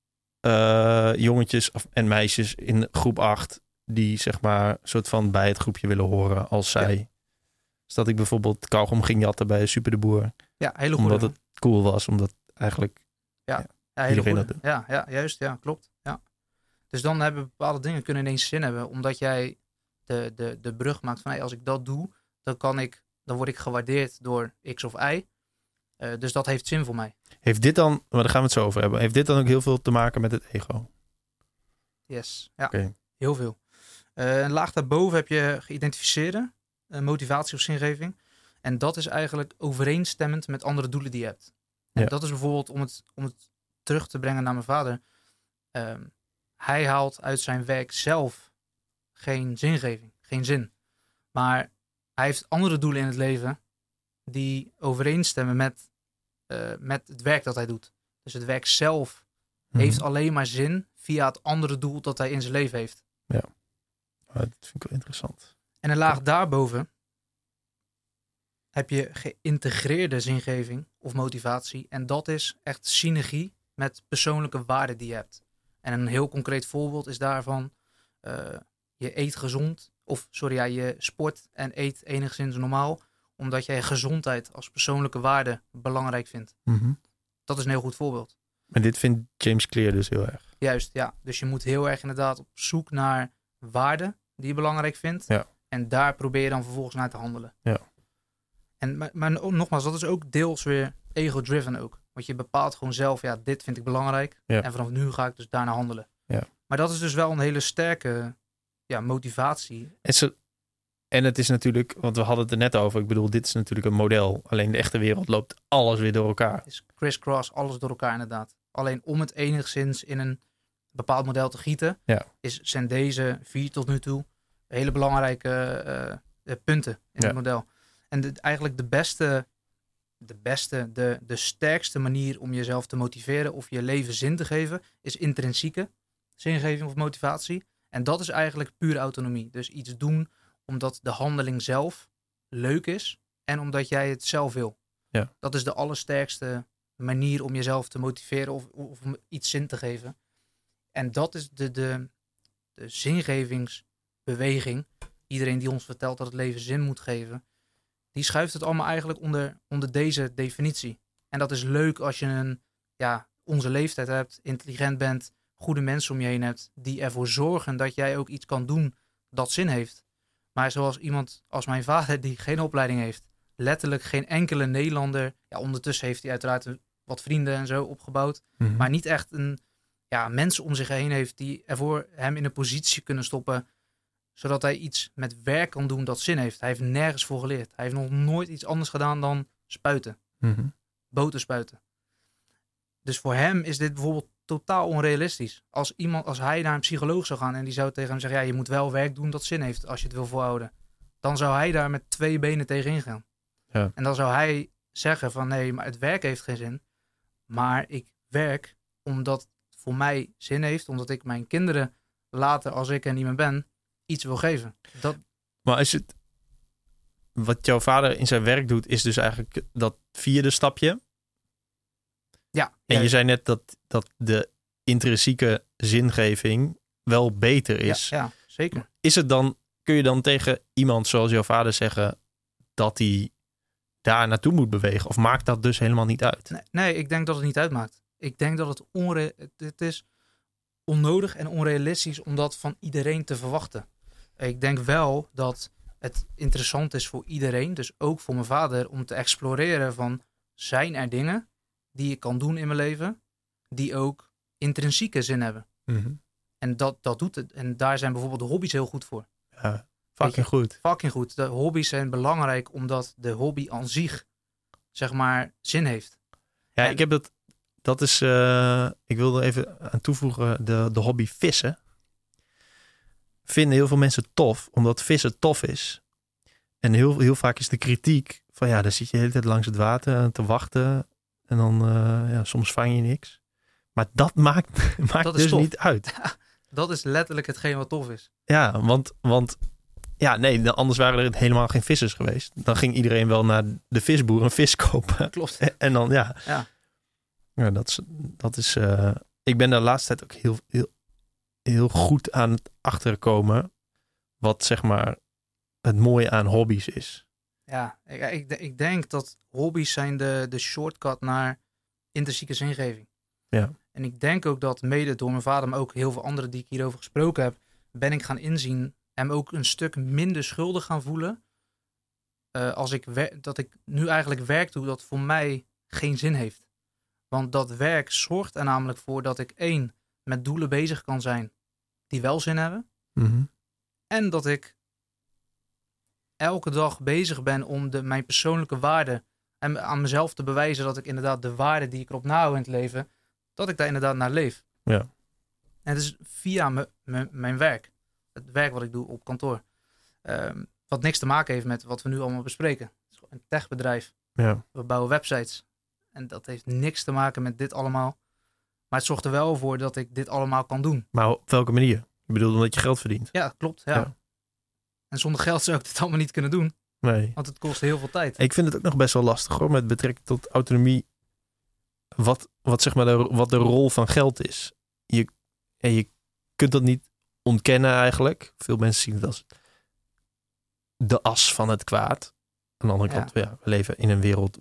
jongetjes en meisjes in groep 8 die zeg maar soort van bij het groepje willen horen als zij. Ja. Dus dat ik bijvoorbeeld kauwgom ging jatten bij Super de Boer. Ja, hele goede. Omdat het cool was, omdat eigenlijk hele goede. Ja, juist. Ja, klopt. Ja. Dus dan hebben bepaalde dingen kunnen ineens zin hebben, omdat jij de brug maakt van als ik dat doe, dan word ik gewaardeerd door X of Y. Dus dat heeft zin voor mij. Heeft dit dan, maar daar gaan we het zo over hebben. Heeft dit dan ook heel veel te maken met het ego? Yes, ja. Okay. Heel veel. Een laag daarboven heb je geïdentificeerde motivatie of zingeving. En dat is eigenlijk overeenstemmend met andere doelen die je hebt. En dat is bijvoorbeeld, om het terug te brengen naar mijn vader. Hij haalt uit zijn werk zelf geen zingeving, geen zin. Maar hij heeft andere doelen in het leven die overeenstemmen met het werk dat hij doet. Dus het werk zelf heeft alleen maar zin via het andere doel dat hij in zijn leven heeft. Ja, dat vind ik wel interessant. En een laag daarboven heb je geïntegreerde zingeving of motivatie. En dat is echt synergie met persoonlijke waarden die je hebt. En een heel concreet voorbeeld is daarvan, je eet gezond, je sport en eet enigszins normaal, omdat jij gezondheid als persoonlijke waarde belangrijk vindt. Mm-hmm. Dat is een heel goed voorbeeld. En dit vindt James Clear dus heel erg. Juist, ja. Dus je moet heel erg inderdaad op zoek naar waarden die je belangrijk vindt. Ja. En daar probeer je dan vervolgens naar te handelen. Ja. Maar nogmaals, dat is ook deels weer ego-driven ook. Want je bepaalt gewoon zelf, dit vind ik belangrijk. Ja. En vanaf nu ga ik dus daarna handelen. Ja. Maar dat is dus wel een hele sterke motivatie. En het is natuurlijk, want we hadden het er net over. Ik bedoel, dit is natuurlijk een model. Alleen de echte wereld loopt alles weer door elkaar. Het is crisscross, alles door elkaar inderdaad. Alleen om het enigszins in een bepaald model te gieten, zijn deze 4 tot nu toe hele belangrijke punten in het model. En eigenlijk de sterkste manier om jezelf te motiveren of je leven zin te geven, is intrinsieke zingeving of motivatie. En dat is eigenlijk pure autonomie. Dus iets doen omdat de handeling zelf leuk is en omdat jij het zelf wil. Ja. Dat is de allersterkste manier om jezelf te motiveren of om iets zin te geven. En dat is de zingevingsbeweging. Iedereen die ons vertelt dat het leven zin moet geven, die schuift het allemaal eigenlijk onder deze definitie. En dat is leuk als je onze leeftijd hebt, intelligent bent, goede mensen om je heen hebt, die ervoor zorgen dat jij ook iets kan doen dat zin heeft. Maar zoals iemand als mijn vader, die geen opleiding heeft, letterlijk geen enkele Nederlander, ondertussen heeft hij uiteraard wat vrienden en zo opgebouwd, maar niet echt mensen om zich heen heeft die ervoor hem in een positie kunnen stoppen, zodat hij iets met werk kan doen dat zin heeft. Hij heeft nergens voor geleerd. Hij heeft nog nooit iets anders gedaan dan spuiten. Boten spuiten. Dus voor hem is dit bijvoorbeeld totaal onrealistisch. Als hij naar een psycholoog zou gaan en die zou tegen hem zeggen, je moet wel werk doen dat zin heeft als je het wil volhouden. Dan zou hij daar met 2 benen tegenin gaan. Ja. En dan zou hij zeggen van nee, maar het werk heeft geen zin. Maar ik werk omdat het voor mij zin heeft. Omdat ik mijn kinderen later, als ik er niet meer ben, iets wil geven. Maar als het, wat jouw vader in zijn werk doet, is dus eigenlijk dat 4e stapje. Ja. En je zei net dat de intrinsieke zingeving wel beter is. Ja, zeker. Kun je dan tegen iemand zoals jouw vader zeggen dat hij daar naartoe moet bewegen? Of maakt dat dus helemaal niet uit? Nee, ik denk dat het niet uitmaakt. Ik denk dat het is onnodig en onrealistisch om dat van iedereen te verwachten. Ik denk wel dat het interessant is voor iedereen, dus ook voor mijn vader, om te exploreren van, zijn er dingen die ik kan doen in mijn leven die ook intrinsieke zin hebben? En dat doet het. En daar zijn bijvoorbeeld de hobby's heel goed voor. Ja, fucking goed. Fucking goed. De hobby's zijn belangrijk omdat de hobby aan zich, zeg maar, zin heeft. Ja, ik heb dat is, ik wil er even aan toevoegen, de hobby vissen. Vinden heel veel mensen tof, omdat vissen tof is. En heel vaak is de kritiek van, daar zit je de hele tijd langs het water te wachten. En dan, soms vang je niks. Maar dat maakt dat dus niet uit. Dat is letterlijk hetgeen wat tof is. Ja, want anders waren er helemaal geen vissers geweest. Dan ging iedereen wel naar de visboer een vis kopen. Klopt. En dan, ja, dat is ik ben de laatste tijd ook heel goed aan het achterkomen wat, zeg maar, het mooie aan hobby's is. Ja, ik denk dat hobby's zijn de shortcut naar intrinsieke zingeving. Ja. En ik denk ook dat mede door mijn vader, maar ook heel veel anderen die ik hierover gesproken heb, ben ik gaan inzien, hem ook een stuk minder schuldig gaan voelen. Dat ik nu eigenlijk werk doe dat voor mij geen zin heeft. Want dat werk zorgt er namelijk voor dat ik 1, met doelen bezig kan zijn die wel zin hebben. En dat ik elke dag bezig ben om mijn persoonlijke waarden en aan mezelf te bewijzen dat ik inderdaad de waarden die ik erop nahoud in het leven, dat ik daar inderdaad naar leef. Ja. En het is via mijn werk. Het werk wat ik doe op kantoor. Wat niks te maken heeft met wat we nu allemaal bespreken. Het is een techbedrijf. Ja. We bouwen websites. En dat heeft niks te maken met dit allemaal. Maar het zorgt er wel voor dat ik dit allemaal kan doen. Maar op welke manier? Je bedoelt omdat je geld verdient? Ja, klopt. Ja. En zonder geld zou ik dit allemaal niet kunnen doen. Nee. Want het kost heel veel tijd. Ik vind het ook nog best wel lastig hoor, met betrekking tot autonomie. Wat zeg maar wat de rol van geld is. Je kunt dat niet ontkennen eigenlijk. Veel mensen zien het als de as van het kwaad. Aan de andere kant, we leven in een wereld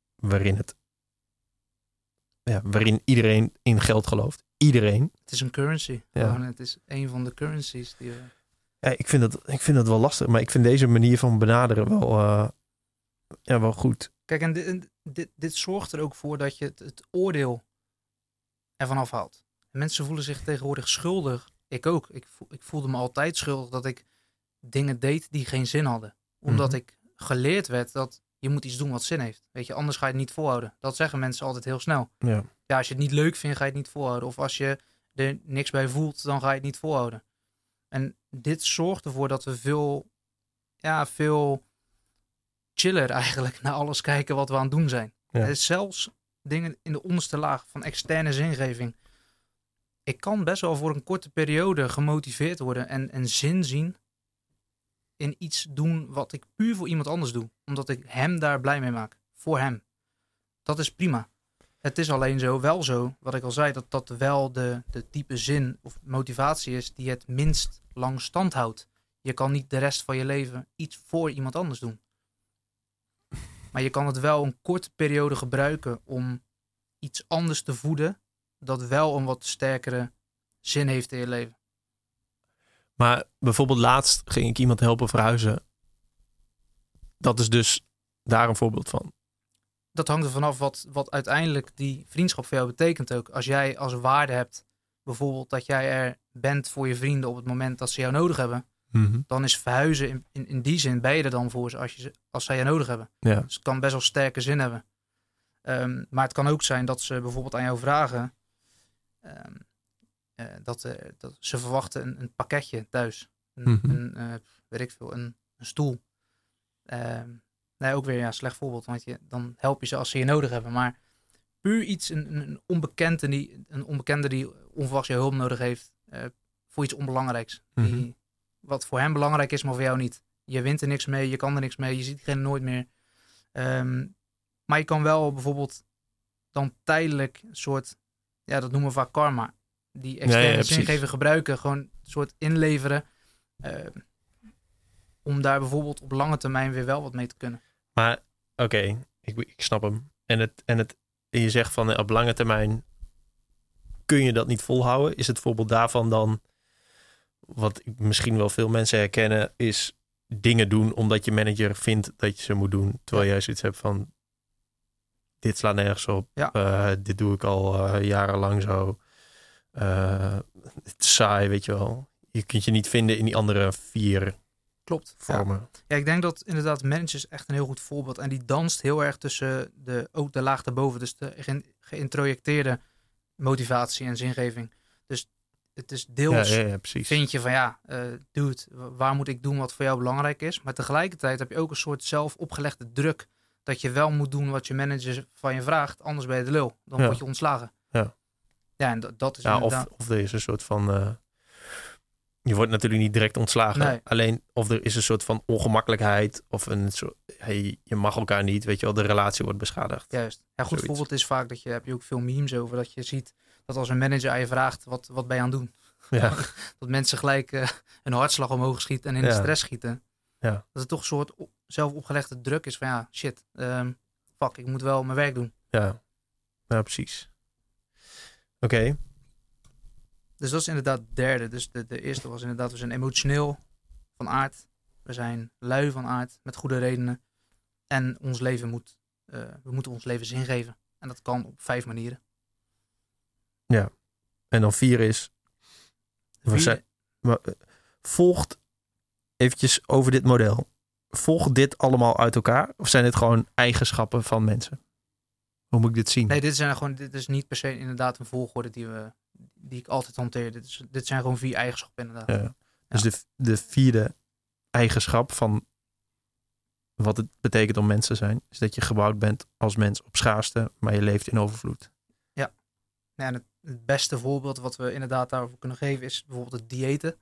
waarin iedereen in geld gelooft. Iedereen. Het is een currency. Ja. Het is een van de currencies die we... Ja, ik vind dat wel lastig. Maar ik vind deze manier van benaderen wel goed. Kijk, en dit zorgt er ook voor dat je het oordeel ervan afhaalt. Mensen voelen zich tegenwoordig schuldig. Ik ook. Ik voelde me altijd schuldig dat ik dingen deed die geen zin hadden. Omdat ik geleerd werd dat je moet iets doen wat zin heeft. Weet je, anders ga je het niet volhouden. Dat zeggen mensen altijd heel snel. Ja. Ja, als je het niet leuk vindt, ga je het niet volhouden. Of als je er niks bij voelt, dan ga je het niet volhouden. En dit zorgt ervoor dat we veel chiller eigenlijk naar alles kijken wat we aan het doen zijn. Ja. Zelfs dingen in de onderste laag van externe zingeving. Ik kan best wel voor een korte periode gemotiveerd worden en zin zien in iets doen wat ik puur voor iemand anders doe. Omdat ik hem daar blij mee maak. Voor hem. Dat is prima. Het is alleen wel zo, wat ik al zei, dat dat wel de type zin of motivatie is die het minst lang stand houdt. Je kan niet de rest van je leven iets voor iemand anders doen. Maar je kan het wel een korte periode gebruiken om iets anders te voeden dat wel een wat sterkere zin heeft in je leven. Maar bijvoorbeeld laatst ging ik iemand helpen verhuizen. Dat is dus daar een voorbeeld van. Dat hangt er vanaf wat uiteindelijk die vriendschap voor jou betekent ook. Als jij als waarde hebt, bijvoorbeeld dat jij er bent voor je vrienden op het moment dat ze jou nodig hebben, dan is verhuizen in die zin ben je er dan voor ze als zij je nodig hebben. Ja. Dus het kan best wel sterke zin hebben. Maar het kan ook zijn dat ze bijvoorbeeld aan jou vragen dat ze verwachten een pakketje thuis. Weet ik veel, een stoel. Nee, ook weer een slecht voorbeeld, want dan help je ze als ze je nodig hebben. Maar puur iets, een onbekende die onverwachts je hulp nodig heeft, voor iets onbelangrijks. Wat voor hem belangrijk is, maar voor jou niet. Je wint er niks mee, je kan er niks mee, je ziet diegene nooit meer. Maar je kan wel bijvoorbeeld dan tijdelijk een soort, ja, dat noemen we vaak karma, die externe zingeving gebruiken, gewoon een soort inleveren, om daar bijvoorbeeld op lange termijn weer wel wat mee te kunnen. Maar oké, ik snap hem. En je zegt van op lange termijn kun je dat niet volhouden. Is het voorbeeld daarvan dan, wat misschien wel veel mensen herkennen, is dingen doen omdat je manager vindt dat je ze moet doen. Terwijl jij zoiets hebt van, dit slaat nergens op. Ja. Dit doe ik al jarenlang zo. Het is saai, weet je wel. Je kunt je niet vinden in die andere 4 vormen. Ja, ik denk dat inderdaad managers echt een heel goed voorbeeld. En die danst heel erg tussen ook de laag daarboven. Dus de geïntrojecteerde motivatie en zingeving. Dus het is deels, vind je van dude, waar moet ik doen wat voor jou belangrijk is? Maar tegelijkertijd heb je ook een soort zelf opgelegde druk dat je wel moet doen wat je manager van je vraagt. Anders ben je de lul. Dan word je ontslagen. Ja, en dat is inderdaad... Of er is een soort van... je wordt natuurlijk niet direct ontslagen. Nee. Alleen of er is een soort van ongemakkelijkheid of een soort, je mag elkaar niet, weet je wel, de relatie wordt beschadigd. Juist. Ja, goed voorbeeld is vaak dat heb je ook veel memes over, dat je ziet dat als een manager aan je vraagt, wat ben je aan het doen? Ja. Dat mensen gelijk een hartslag omhoog schieten en in de stress schieten. Ja. Dat het toch een soort zelf opgelegde druk is van fuck, ik moet wel mijn werk doen. Ja, precies. Oké. Dus dat is inderdaad het derde. Dus de eerste was inderdaad, we zijn emotioneel van aard. We zijn lui van aard, met goede redenen. En ons leven we moeten ons leven zin geven. En dat kan op 5 manieren. Ja. En dan 4 is... volgt eventjes over dit model. Volgt dit allemaal uit elkaar? Of zijn dit gewoon eigenschappen van mensen? Hoe moet ik dit zien? Nee, dit is niet per se inderdaad een volgorde die ik altijd hanteer. Dit zijn gewoon 4 eigenschappen inderdaad. Ja. Dus de 4e eigenschap van wat het betekent om mens te zijn, is dat je gebouwd bent als mens op schaarste, maar je leeft in overvloed. Ja. En het beste voorbeeld wat we inderdaad daarover kunnen geven is bijvoorbeeld het diëten.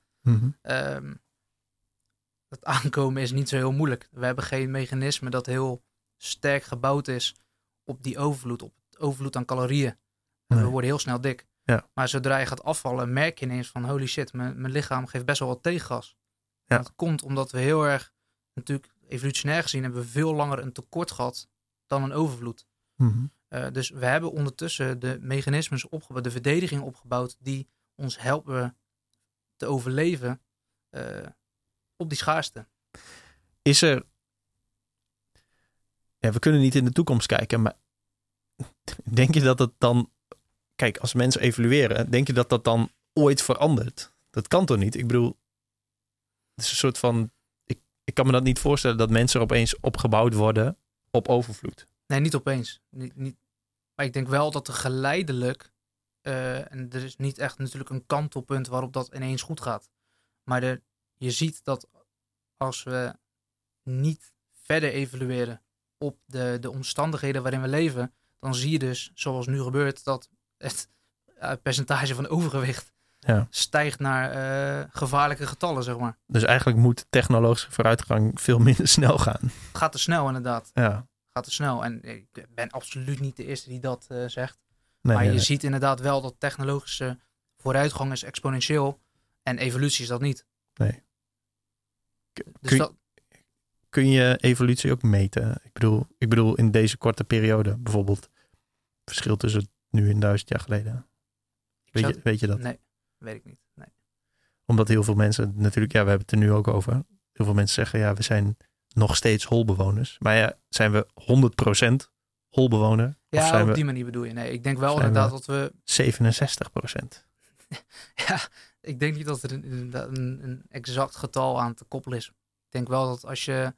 Het aankomen is niet zo heel moeilijk. We hebben geen mechanisme dat heel sterk gebouwd is op die overvloed, op het overvloed aan calorieën. Nee. We worden heel snel dik. Ja. Maar zodra je gaat afvallen, merk je ineens van holy shit, mijn lichaam geeft best wel wat tegengas. Ja. Dat komt omdat we heel erg, natuurlijk evolutionair gezien, hebben we veel langer een tekort gehad dan een overvloed. Dus we hebben ondertussen de mechanismes opgebouwd, de verdediging opgebouwd die ons helpen te overleven op die schaarste. Is er... Ja, we kunnen niet in de toekomst kijken, maar denk je dat het dan... Kijk, als mensen evolueren, denk je dat dat dan ooit verandert? Dat kan toch niet? Ik bedoel, het is een soort van... Ik kan me dat niet voorstellen dat mensen er opeens opgebouwd worden op overvloed. Nee, niet opeens. Niet. Maar ik denk wel dat er geleidelijk... en er is niet echt natuurlijk een kantelpunt waarop dat ineens goed gaat. Maar je ziet dat als we niet verder evolueren op de omstandigheden waarin we leven, dan zie je dus, zoals nu gebeurt, dat het percentage van overgewicht stijgt naar gevaarlijke getallen, zeg maar. Dus eigenlijk moet technologische vooruitgang veel minder snel gaan. Het gaat te snel, inderdaad. Ja. gaat te snel. En ik ben absoluut niet de eerste die dat zegt. Nee, Maar je nee. ziet inderdaad wel dat technologische vooruitgang is exponentieel. En evolutie is dat niet. Nee. Dus Kun je evolutie ook meten? Ik bedoel in deze korte periode bijvoorbeeld. Het verschil tussen nu en 1000 jaar geleden. Weet je dat? Nee, weet ik niet. Nee. Omdat heel veel mensen natuurlijk, we hebben het er nu ook over. Heel veel mensen zeggen, we zijn nog steeds holbewoners. Maar zijn we 100% holbewoner? Of Ja, zijn op we die manier bedoel je. Nee, ik denk wel zijn inderdaad we dat we... 67%? Ja, ik denk niet dat er een exact getal aan te koppelen is. Ik denk wel dat als je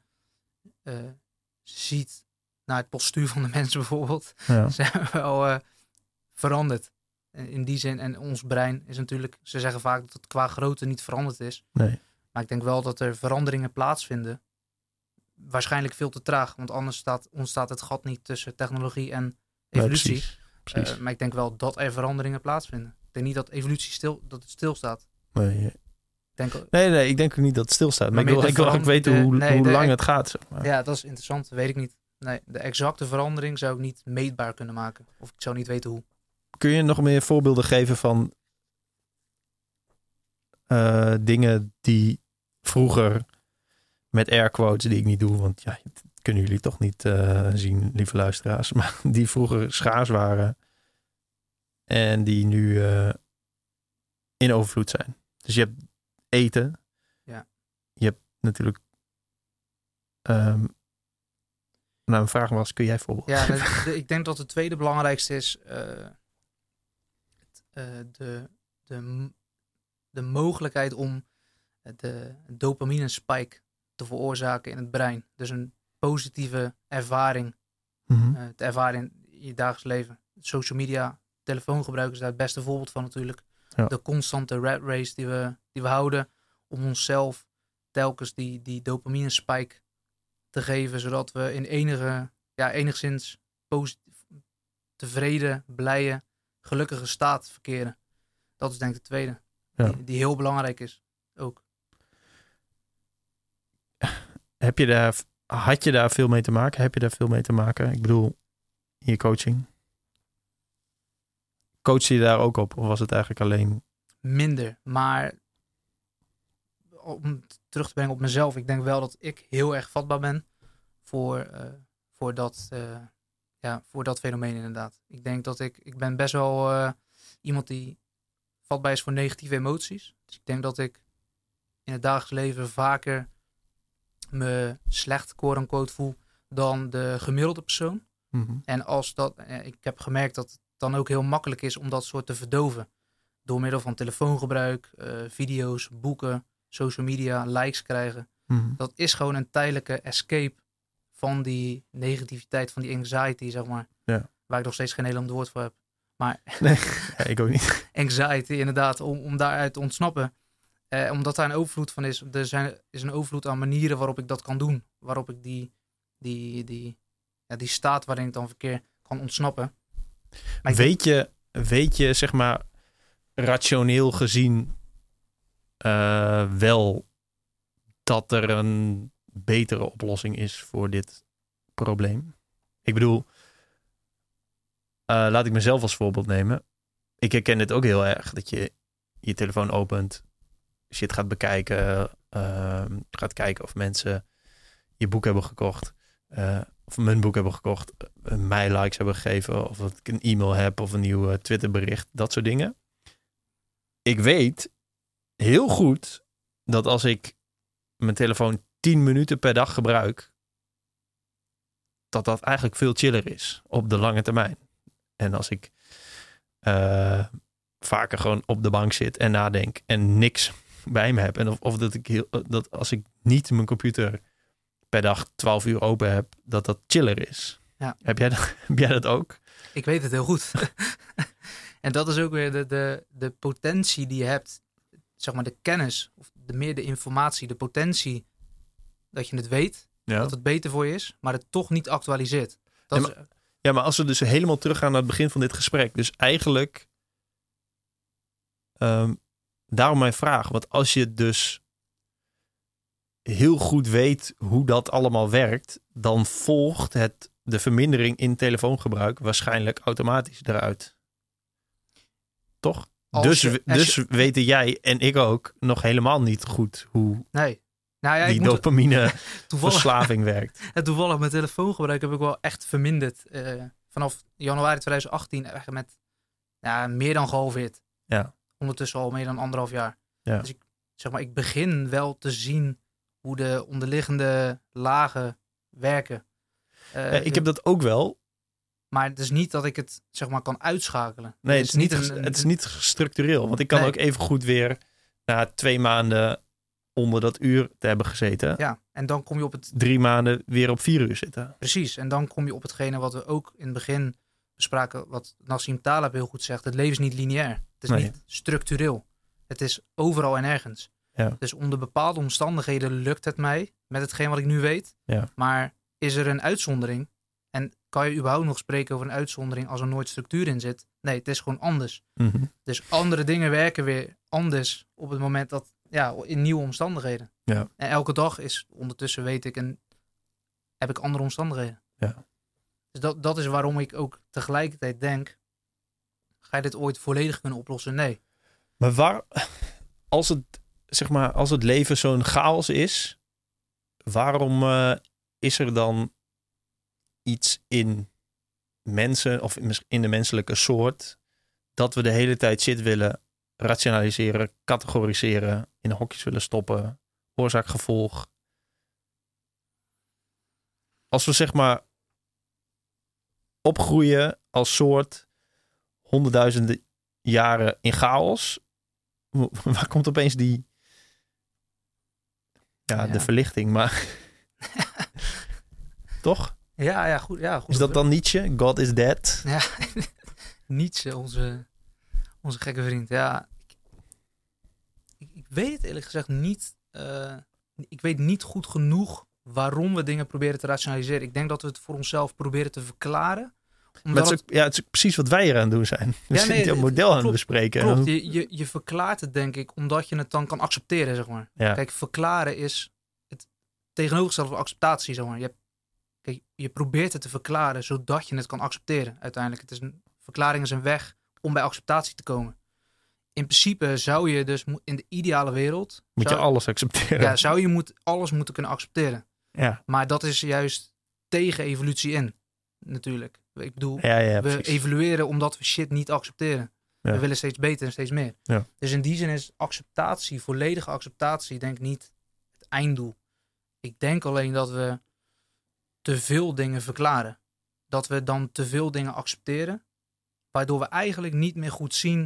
ziet naar het postuur van de mensen bijvoorbeeld, Ja. zijn we wel veranderd. In die zin, en ons brein is natuurlijk, ze zeggen vaak dat het qua grootte niet veranderd is. Nee. Maar ik denk wel dat er veranderingen plaatsvinden. Waarschijnlijk veel te traag, want anders ontstaat het gat niet tussen technologie en evolutie. Nee, precies. Maar ik denk wel dat er veranderingen plaatsvinden. Ik denk niet dat evolutie stilstaat. Nee, ik denk ook niet dat het stilstaat. Maar Maar ik wil ook weten hoe lang het gaat. Zeg maar. Ja, dat is interessant. Weet ik niet. Nee, de exacte verandering zou ik niet meetbaar kunnen maken. Of ik zou niet weten hoe. Kun je nog meer voorbeelden geven van dingen die vroeger met air quotes, die ik niet doe, want dat kunnen jullie toch niet zien, lieve luisteraars, maar die vroeger schaars waren en die nu in overvloed zijn. Dus je hebt eten. Ja. Je hebt natuurlijk mijn vraag was, kun jij voorbeeld? Ja, ik denk dat het tweede belangrijkste is de mogelijkheid om de dopamine spike te veroorzaken in het brein. Dus een positieve ervaring te ervaren in je dagelijks leven. Social media, telefoongebruik is daar het beste voorbeeld van natuurlijk. Ja. De constante rat race die we houden om onszelf telkens die dopamine spike te geven, zodat we in enigszins tevreden, blije, gelukkige staat verkeren. Dat is denk ik de tweede. Ja. Die heel belangrijk is ook. Had je daar veel mee te maken? Heb je daar veel mee te maken? Ik bedoel, in je coaching. Coach je daar ook op? Of was het eigenlijk alleen... Minder, maar om terug te brengen op mezelf. Ik denk wel dat ik heel erg vatbaar ben voor dat fenomeen inderdaad. Ik denk dat ik ben best wel iemand die vatbaar is voor negatieve emoties. Dus ik denk dat ik in het dagelijks leven vaker me slecht quote-unquote voel dan de gemiddelde persoon. Mm-hmm. En ik heb gemerkt dat het dan ook heel makkelijk is om dat soort te verdoven. Door middel van telefoongebruik, video's, boeken, social media, likes krijgen. Mm-hmm. Dat is gewoon een tijdelijke escape van die negativiteit, van die anxiety, zeg maar. Ja. Waar ik nog steeds geen Nederlands woord voor heb. Maar Nee, ik ook niet. anxiety inderdaad, om daaruit te ontsnappen. Omdat daar een overvloed van is. Er is een overvloed aan manieren waarop ik dat kan doen. Waarop ik die staat waarin ik dan verkeer kan ontsnappen. Maar Weet je, zeg maar, rationeel gezien wel dat er een betere oplossing is voor dit probleem? Ik bedoel, laat ik mezelf als voorbeeld nemen. Ik herken dit ook heel erg, dat je je telefoon opent, shit gaat bekijken, gaat kijken of mensen je boek hebben gekocht, of mijn boek hebben gekocht, mij likes hebben gegeven, of dat ik een e-mail heb of een nieuw Twitterbericht, dat soort dingen. Ik weet heel goed dat als ik mijn telefoon 10 minuten per dag gebruik, dat eigenlijk veel chiller is op de lange termijn. En als ik vaker gewoon op de bank zit en nadenk en niks bij me heb, en of dat als ik niet mijn computer per dag 12 uur open heb, dat chiller is. Ja. Heb jij dat ook? Ik weet het heel goed. En dat is ook weer de potentie die je hebt, zeg maar de kennis, of meer de informatie, de potentie dat je het weet, dat het beter voor je is, maar het toch niet actualiseert. Maar als we dus helemaal teruggaan naar het begin van dit gesprek, dus eigenlijk daarom mijn vraag, want als je dus heel goed weet hoe dat allemaal werkt, dan volgt het de vermindering in telefoongebruik waarschijnlijk automatisch eruit. Toch? Dus weten jij en ik ook nog helemaal niet goed hoe Nee. Nou ja, die dopamine toevallig verslaving werkt. Toevallig mijn telefoongebruik heb ik wel echt verminderd. Vanaf januari 2018 echt met meer dan gehalveerd. Ja. Ondertussen al meer dan 1,5 jaar. Ja. Dus ik begin wel te zien hoe de onderliggende lagen werken. Ik heb dat ook wel. Maar het is niet dat ik het kan uitschakelen. Nee, het is niet structureel. Want ik kan ook even goed weer na 2 maanden onder dat uur te hebben gezeten. Ja, en dan kom je op het 3 maanden weer op 4 uur zitten. Precies, en dan kom je op hetgene wat we ook in het begin bespraken, wat Nassim Taleb heel goed zegt. Het leven is niet lineair. Het is niet structureel. Het is overal en ergens. Ja. Dus onder bepaalde omstandigheden lukt het mij met hetgeen wat ik nu weet. Ja. Maar is er een uitzondering? En kan je überhaupt nog spreken over een uitzondering als er nooit structuur in zit? Nee, het is gewoon anders. Mm-hmm. Dus andere dingen werken weer anders op het moment dat, in nieuwe omstandigheden. Ja. En elke dag is, ondertussen weet ik, heb ik andere omstandigheden. Ja. Dus dat is waarom ik ook tegelijkertijd denk, ga je dit ooit volledig kunnen oplossen? Nee. Maar als het leven zo'n chaos is, waarom is er dan iets in mensen of in de menselijke soort dat we de hele tijd shit willen rationaliseren, categoriseren, in hokjes willen stoppen, oorzaak-gevolg? Als we opgroeien als soort 100.000 jaren in chaos, waar komt opeens de verlichting, maar toch? Ja, goed. Is dat dan Nietzsche? God is dead? Ja, Nietzsche, onze gekke vriend. Ja, ik weet het eerlijk gezegd niet. Ik weet niet goed genoeg waarom we dingen proberen te rationaliseren. Ik denk dat we het voor onszelf proberen te verklaren. Maar het is ook precies wat wij hier aan het doen zijn. We zijn een model aan het bespreken. Klopt, je verklaart het denk ik omdat je het dan kan accepteren, zeg maar. Ja. Kijk, verklaren is het tegenovergestelde van acceptatie, zeg maar. Je probeert het te verklaren zodat je het kan accepteren uiteindelijk. Verklaring is een weg om bij acceptatie te komen. In principe zou je dus in de ideale wereld... Moet je alles accepteren. Ja, zou je alles moeten kunnen accepteren. Ja. Maar dat is juist tegen evolutie in, natuurlijk. Ik bedoel, we precies. Evolueren omdat we shit niet accepteren. Ja. We willen steeds beter en steeds meer. Ja. Dus in die zin is acceptatie, volledige acceptatie, denk ik niet het einddoel. Ik denk alleen dat we te veel dingen verklaren. Dat we dan te veel dingen accepteren. Waardoor we eigenlijk niet meer goed zien...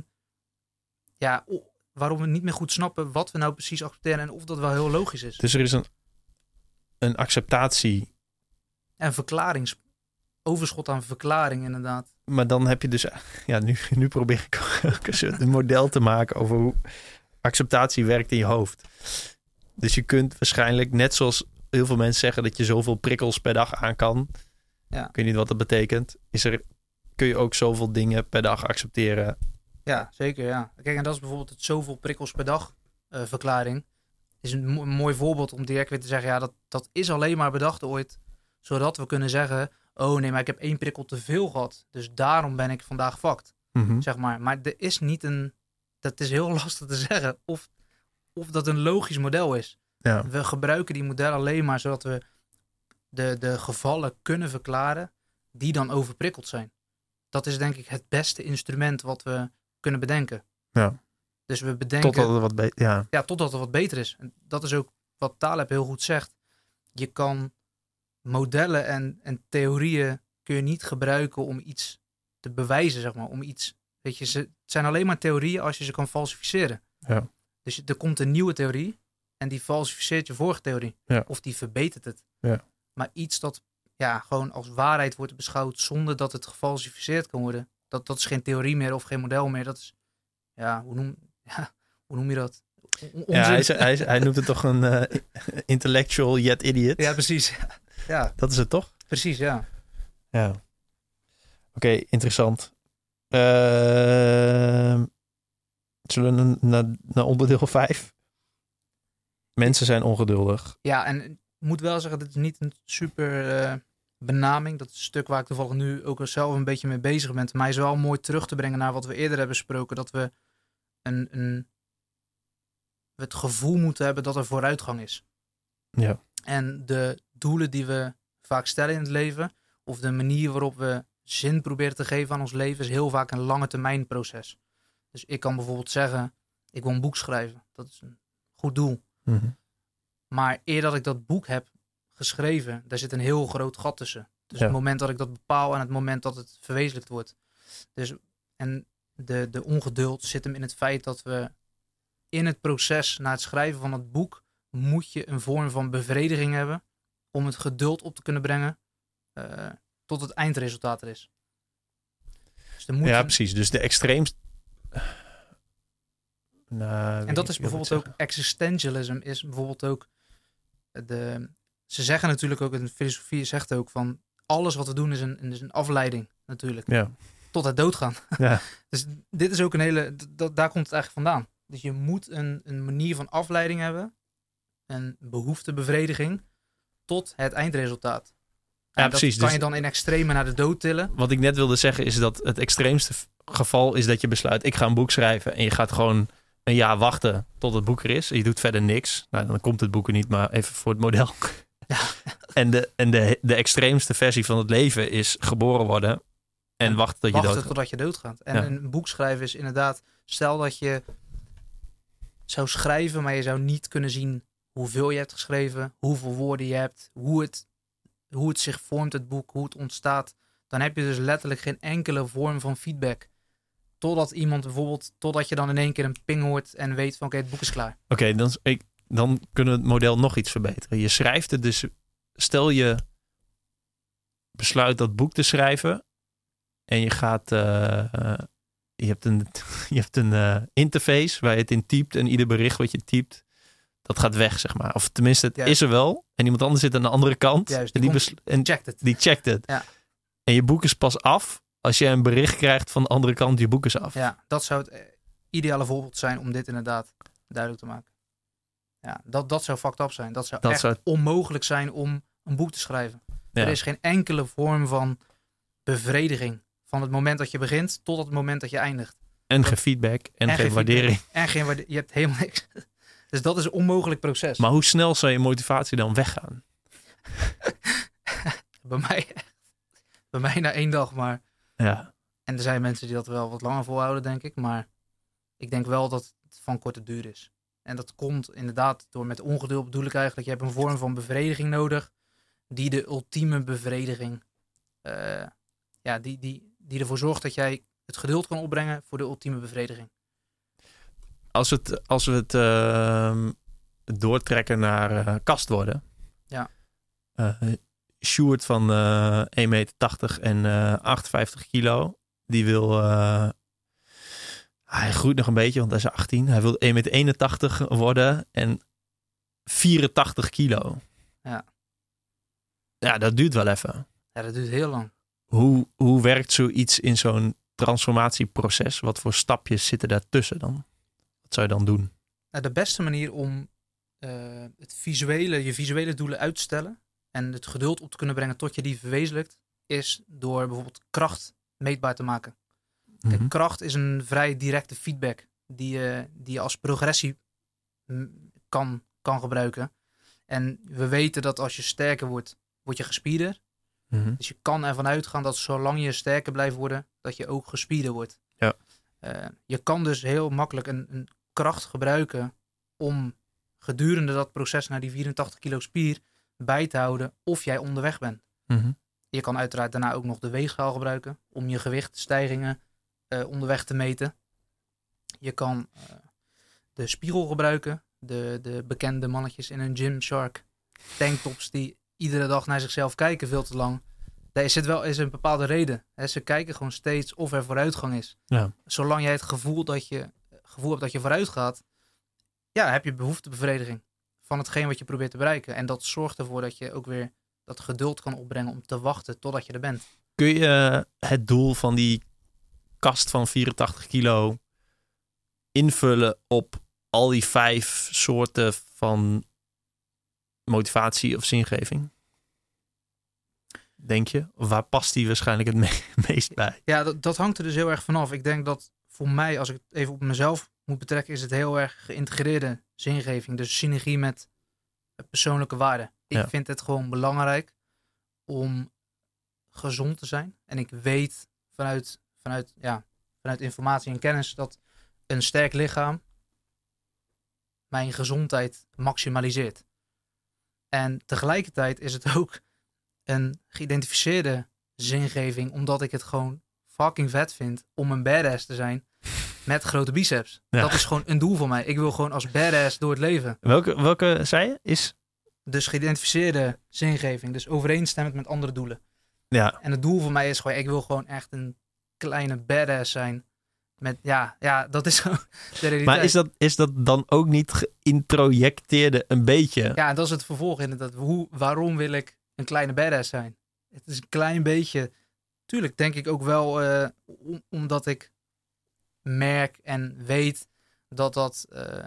waarom we niet meer goed snappen wat we nou precies accepteren en of dat wel heel logisch is. Dus er is een acceptatie... En overschot aan verklaring inderdaad. Maar dan heb je dus... Ja, nu probeer ik ook een model te maken over hoe acceptatie werkt in je hoofd. Dus je kunt waarschijnlijk, net zoals heel veel mensen zeggen dat je zoveel prikkels per dag aan kan. Ja. Ik weet niet wat dat betekent. Kun je ook zoveel dingen per dag accepteren? Ja, zeker, ja. Kijk, en dat is bijvoorbeeld het zoveel prikkels per dag verklaring. Is een mooi voorbeeld om direct weer te zeggen, dat is alleen maar bedacht ooit, zodat we kunnen zeggen, oh nee, maar ik heb 1 prikkel te veel gehad, dus daarom ben ik vandaag fucked, zeg maar. Maar er is niet dat is heel lastig te zeggen of dat een logisch model is. Ja. We gebruiken die modellen alleen maar zodat we de gevallen kunnen verklaren die dan overprikkeld zijn. Dat is denk ik het beste instrument wat we kunnen bedenken. Ja. Dus we bedenken... Totdat het wat beter is. En dat is ook wat Taleb heel goed zegt. Je kan modellen en theorieën kun je niet gebruiken om iets te bewijzen, zeg maar. Om iets... Weet je, het zijn alleen maar theorieën als je ze kan falsificeren. Ja. Dus er komt een nieuwe theorie en die falsificeert je vorige theorie. Ja. Of die verbetert het. Ja. Maar iets dat gewoon als waarheid wordt beschouwd zonder dat het gefalsificeerd kan worden. Dat is geen theorie meer of geen model meer. Dat is, hoe noem je dat? Hij noemt het toch een intellectual yet idiot. Ja, precies. Ja. Dat is het toch? Precies, ja. Ja. Oké, interessant. Zullen we naar onderdeel 5? Mensen zijn ongeduldig. Ja, en ik moet wel zeggen, dit is niet een super benaming. Dat is een stuk waar ik toevallig nu ook zelf een beetje mee bezig ben. Maar is wel mooi terug te brengen naar wat we eerder hebben besproken. Dat we het gevoel moeten hebben dat er vooruitgang is. Ja. En de doelen die we vaak stellen in het leven, of de manier waarop we zin proberen te geven aan ons leven, is heel vaak een lange termijn proces. Dus ik kan bijvoorbeeld zeggen, ik wil een boek schrijven. Dat is een goed doel. Mm-hmm. Maar eer dat ik dat boek heb geschreven, daar zit een heel groot gat tussen. Dus het moment dat ik dat bepaal en het moment dat het verwezenlijkt wordt. Dus, en de ongeduld zit hem in het feit dat we in het proces na het schrijven van het boek moet je een vorm van bevrediging hebben om het geduld op te kunnen brengen tot het eindresultaat er is. Dus precies. Dus de extreemst... en dat is bijvoorbeeld ook existentialism, is bijvoorbeeld ook ze zeggen natuurlijk ook, in de filosofie zegt ook van alles wat we doen is een afleiding natuurlijk. Ja. Tot het doodgaan. Ja. Dus dit is ook een hele, daar komt het eigenlijk vandaan. Dus je moet een manier van afleiding hebben, een behoeftebevrediging tot het eindresultaat. Ja, precies. Dat kan je dan in extreme naar de dood tillen. Wat ik net wilde zeggen is dat het extreemste geval is dat je besluit, ik ga een boek schrijven en je gaat gewoon een jaar wachten tot het boek er is. En je doet verder niks. Nou, dan komt het boek er niet, maar even voor het model. Ja. En de extreemste versie van het leven is geboren worden en wachten tot je doodgaat. Totdat je doodgaat. En een boek schrijven is inderdaad, stel dat je zou schrijven, maar je zou niet kunnen zien hoeveel je hebt geschreven, hoeveel woorden je hebt, hoe het zich vormt, het boek, hoe het ontstaat. Dan heb je dus letterlijk geen enkele vorm van feedback. Totdat je dan in één keer een ping hoort en weet van oké, het boek is klaar. Oké, dan kunnen we het model nog iets verbeteren. Je schrijft het dus, stel je besluit dat boek te schrijven en je gaat, je hebt een interface waar je het in typt en ieder bericht wat je typt, dat gaat weg, zeg maar. Of tenminste, het is er wel en iemand anders zit aan de andere kant. Juist, en die checkt het. Ja. En je boek is pas af als je een bericht krijgt van de andere kant, je boek is af. Ja, dat zou het ideale voorbeeld zijn om dit inderdaad duidelijk te maken. Ja, dat zou fucked up zijn. Dat zou onmogelijk zijn om een boek te schrijven. Ja. Er is geen enkele vorm van bevrediging van het moment dat je begint tot het moment dat je eindigt. En geen feedback en geen waardering. En geen waardering. Je hebt helemaal niks. Dus dat is een onmogelijk proces. Maar hoe snel zou je motivatie dan weggaan? Bij mij na 1 dag, maar... Ja. En er zijn mensen die dat wel wat langer volhouden, denk ik. Maar ik denk wel dat het van korte duur is. En dat komt inderdaad door met ongeduld bedoel ik eigenlijk. Je hebt een vorm van bevrediging nodig. Die de ultieme bevrediging... die ervoor zorgt dat jij het geduld kan opbrengen voor de ultieme bevrediging. Als we het doortrekken naar kast worden. Ja. Sjoerd van 1,80 meter en 58 kilo. Die wil... hij groeit nog een beetje, want hij is 18. Hij wil 1,81 meter worden en 84 kilo. Ja. Ja, dat duurt wel even. Ja, dat duurt heel lang. Hoe werkt zoiets in zo'n transformatieproces? Wat voor stapjes zitten daartussen dan? Wat zou je dan doen? Nou, de beste manier om je visuele doelen uit te stellen en het geduld op te kunnen brengen tot je die verwezenlijkt, is door bijvoorbeeld kracht meetbaar te maken. Mm-hmm. Kijk, kracht is een vrij directe feedback die je als progressie kan gebruiken. En we weten dat als je sterker wordt, word je gespierder. Mm-hmm. Dus je kan ervan uitgaan dat zolang je sterker blijft worden, dat je ook gespierder wordt. Ja. Je kan dus heel makkelijk een kracht gebruiken om gedurende dat proces naar die 84 kilo spier bij te houden of jij onderweg bent. Mm-hmm. Je kan uiteraard daarna ook nog de weegschaal gebruiken om je gewichtstijgingen onderweg te meten. Je kan de spiegel gebruiken, de bekende mannetjes in een Gymshark tanktops die iedere dag naar zichzelf kijken veel te lang. Daar is een bepaalde reden. Ze kijken gewoon steeds of er vooruitgang is. Ja. Zolang jij het gevoel hebt dat je vooruit gaat, ja, heb je behoeftebevrediging van hetgeen wat je probeert te bereiken. En dat zorgt ervoor dat je ook weer dat geduld kan opbrengen om te wachten totdat je er bent. Kun je het doel van die kast van 84 kilo invullen op al die 5 soorten van motivatie of zingeving? denk je? Of waar past die waarschijnlijk het meest bij? Ja, dat hangt er dus heel erg vanaf. Ik denk dat voor mij, als ik het even op mezelf moet betrekken, is het heel erg geïntegreerde zingeving. Dus synergie met persoonlijke waarden. Ik vind het gewoon belangrijk om gezond te zijn. En ik weet vanuit informatie en kennis dat een sterk lichaam mijn gezondheid maximaliseert. En tegelijkertijd is het ook een geïdentificeerde zingeving, omdat ik het gewoon fucking vet vind om een badass te zijn met grote biceps. Ja. Dat is gewoon een doel voor mij. Ik wil gewoon als badass door het leven. Welke zei je? Is... Dus geïdentificeerde zingeving. Dus overeenstemmend met andere doelen. Ja. En het doel voor mij is gewoon, ik wil gewoon echt een kleine badass zijn. Met, dat is gewoon de realiteit. Maar is dat dan ook niet geïntrojecteerde een beetje? Ja, dat is het vervolg inderdaad. Waarom wil ik een kleine badass zijn? Het is een klein beetje... Tuurlijk denk ik ook wel omdat ik merk en weet dat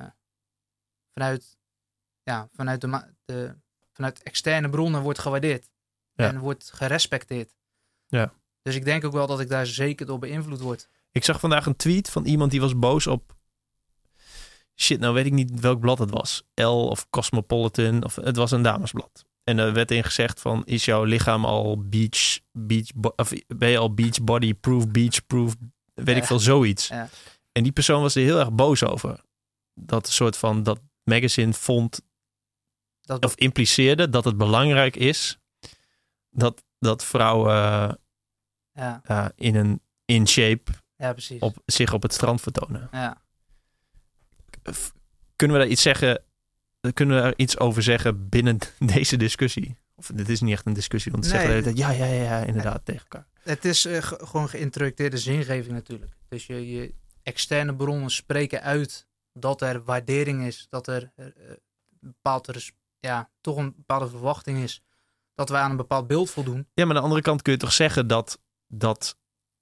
vanuit externe bronnen wordt gewaardeerd. Ja. En wordt gerespecteerd. Ja. Dus ik denk ook wel dat ik daar zeker door beïnvloed word. Ik zag vandaag een tweet van iemand die was boos op... Shit, nou weet ik niet welk blad het was. Elle of Cosmopolitan. Of het was een damesblad. En er werd in gezegd van... Is jouw lichaam al ben je al beach body proof, beach proof? Weet ik veel, zoiets. Ja. En die persoon was er heel erg boos over. Dat soort van... Dat magazine vond... Of impliceerde dat het belangrijk is... Dat vrouwen... in shape... Ja, precies. Zich op het strand vertonen. Ja. Kunnen we daar iets zeggen? Kunnen we er iets over zeggen binnen deze discussie? Of dit is niet echt een discussie om te zeggen dat ja, inderdaad, tegen elkaar. Het is gewoon geïntrojecteerde zingeving natuurlijk. Dus je externe bronnen spreken uit dat er waardering is, dat er toch een bepaalde verwachting is, dat wij aan een bepaald beeld voldoen. Ja, maar aan de andere kant kun je toch zeggen dat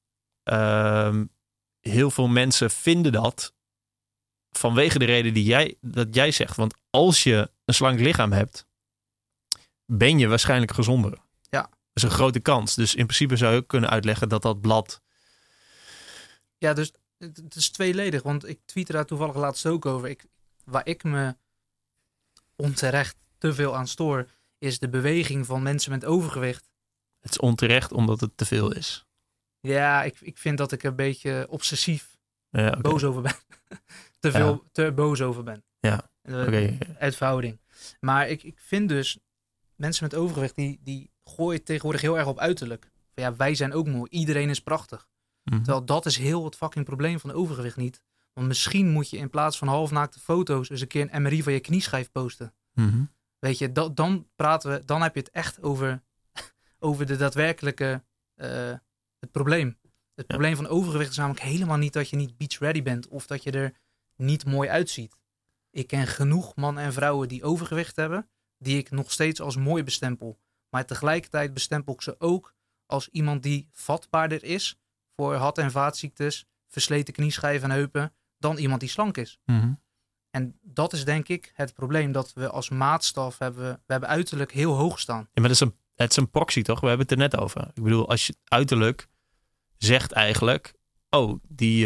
heel veel mensen vinden dat vanwege de reden dat jij zegt. Want als je een slank lichaam hebt, ben je waarschijnlijk gezonder. Ja. Dat is een grote kans. Dus in principe zou je ook kunnen uitleggen dat blad... Ja, dus het is tweeledig. Want ik tweette daar toevallig laatst ook over. Waar ik me onterecht te veel aan stoor, is de beweging van mensen met overgewicht. Het is onterecht omdat het te veel is. Ja, ik vind dat ik een beetje obsessief boos over ben. te boos over ben. Ja, uit verhouding. Maar ik vind dus, mensen met overgewicht, die gooien tegenwoordig heel erg op uiterlijk. Van, ja, wij zijn ook mooi. Iedereen is prachtig. Mm-hmm. Terwijl dat is heel het fucking probleem van overgewicht niet. Want misschien moet je in plaats van halfnaakte foto's eens een keer een MRI van je knieschijf posten. Mm-hmm. Weet je, dan heb je het echt over de daadwerkelijke... Het probleem. Het probleem van overgewicht is namelijk helemaal niet dat je niet beach ready bent of dat je er niet mooi uitziet. Ik ken genoeg mannen en vrouwen die overgewicht hebben, die ik nog steeds als mooi bestempel. Maar tegelijkertijd bestempel ik ze ook als iemand die vatbaarder is voor hart- en vaatziektes, versleten knieschijven en heupen, dan iemand die slank is. Mm-hmm. En dat is denk ik het probleem, dat we als maatstaf we hebben uiterlijk heel hoog staan. Ja, maar het is een proxy, toch? We hebben het er net over. Ik bedoel, als je uiterlijk zegt eigenlijk... die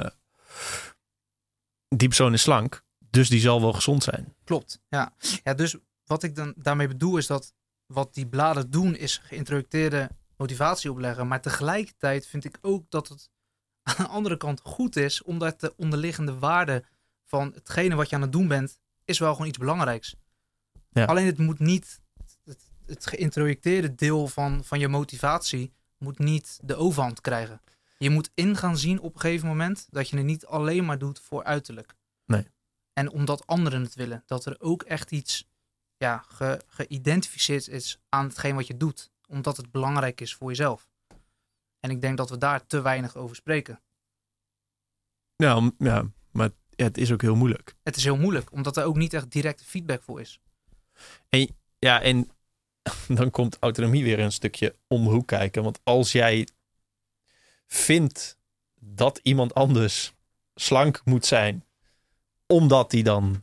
persoon is slank, dus die zal wel gezond zijn. Klopt, ja. Dus wat ik dan daarmee bedoel is dat wat die bladen doen is geïntrojecteerde motivatie opleggen. Maar tegelijkertijd vind ik ook dat het aan de andere kant goed is, omdat de onderliggende waarde van hetgene wat je aan het doen bent, is wel gewoon iets belangrijks. Ja. Alleen het moet niet... Het geïntrojecteerde deel van je motivatie moet niet de overhand krijgen. Je moet in gaan zien op een gegeven moment dat je het niet alleen maar doet voor uiterlijk. Nee. En omdat anderen het willen. Dat er ook echt iets geïdentificeerd is aan hetgeen wat je doet. Omdat het belangrijk is voor jezelf. En ik denk dat we daar te weinig over spreken. Ja, maar het is ook heel moeilijk. Het is heel moeilijk, omdat er ook niet echt directe feedback voor is. En dan komt autonomie weer een stukje om de hoek kijken. Want als jij vindt dat iemand anders slank moet zijn, omdat die dan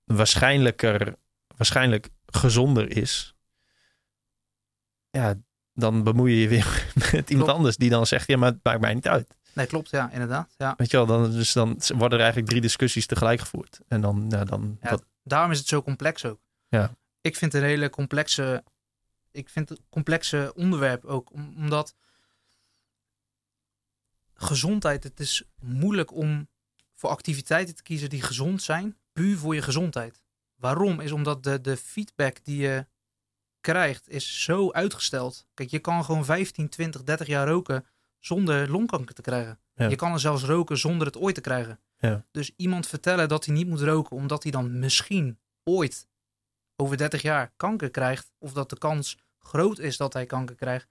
waarschijnlijk gezonder is, ja, dan bemoei je je weer met iemand anders die dan zegt, ja, maar het maakt mij niet uit. Nee, klopt, ja, inderdaad. Ja. Weet je wel, dan worden er eigenlijk 3 discussies tegelijk gevoerd. En dan Ja, daarom is het zo complex ook. Ja. Ik vind het een hele complexe onderwerp ook. Omdat gezondheid, het is moeilijk om voor activiteiten te kiezen die gezond zijn. Puur voor je gezondheid. Waarom? Is omdat de feedback die je krijgt is zo uitgesteld. Kijk, je kan gewoon 15, 20, 30 jaar roken zonder longkanker te krijgen. Ja. Je kan er zelfs roken zonder het ooit te krijgen. Ja. Dus iemand vertellen dat hij niet moet roken omdat hij dan misschien ooit over 30 jaar kanker krijgt, of dat de kans groot is dat hij kanker krijgt,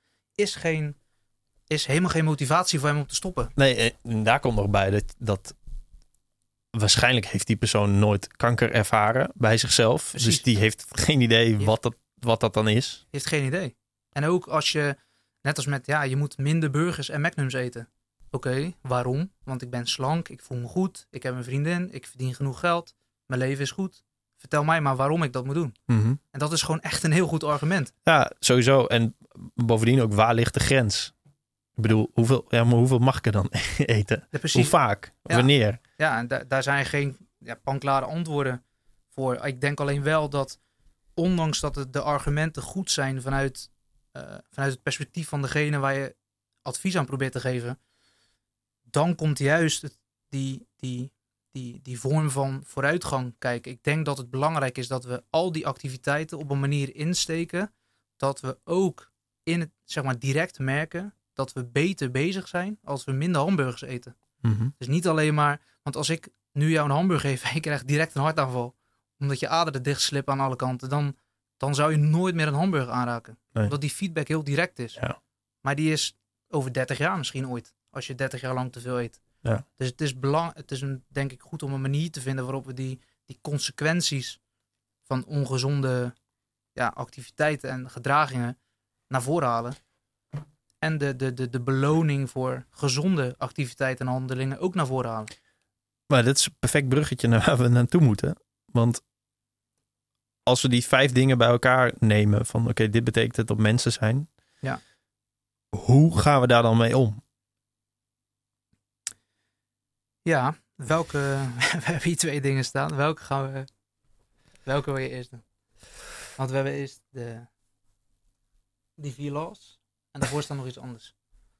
is helemaal geen motivatie voor hem om te stoppen. Nee, en daar komt nog bij dat waarschijnlijk heeft die persoon nooit kanker ervaren bij zichzelf. Precies. Dus die heeft geen idee wat dat dan is. Je heeft geen idee. En ook als je, net als met, je moet minder burgers en magnums eten. Oké, waarom? Want ik ben slank, ik voel me goed, ik heb een vriendin, ik verdien genoeg geld, mijn leven is goed. Vertel mij maar waarom ik dat moet doen. Mm-hmm. En dat is gewoon echt een heel goed argument. Ja, sowieso. En bovendien ook, waar ligt de grens? Ik bedoel, hoeveel mag ik er dan eten? Ja, precies. Hoe vaak? Ja. Wanneer? Ja, en daar zijn geen panklare antwoorden voor. Ik denk alleen wel dat, ondanks dat de argumenten goed zijn vanuit het perspectief van degene waar je advies aan probeert te geven, dan komt juist die vorm van vooruitgang. Kijk, ik denk dat het belangrijk is dat we al die activiteiten op een manier insteken dat we ook in het, direct merken dat we beter bezig zijn als we minder hamburgers eten. Mm-hmm. Dus niet alleen maar, want als ik nu jou een hamburger geef en je krijgt direct een hartaanval, omdat je aderen dichtslippen aan alle kanten, dan zou je nooit meer een hamburger aanraken. Nee. Omdat die feedback heel direct is. Ja. Maar die is over 30 jaar misschien ooit, als je 30 jaar lang te veel eet. Ja. Dus het is denk ik goed om een manier te vinden waarop we die consequenties van ongezonde activiteiten en gedragingen naar voren halen. En de beloning voor gezonde activiteiten en handelingen ook naar voren halen. Maar dit is een perfect bruggetje naar waar we naartoe moeten. Want als we die 5 dingen bij elkaar nemen van oké, dit betekent het op mensen zijn. Ja. Hoe gaan we daar dan mee om? Ja, we hebben hier 2 dingen staan. Welke wil je eerst doen? Want we hebben eerst die 4 laws. En daarvoor staat nog iets anders.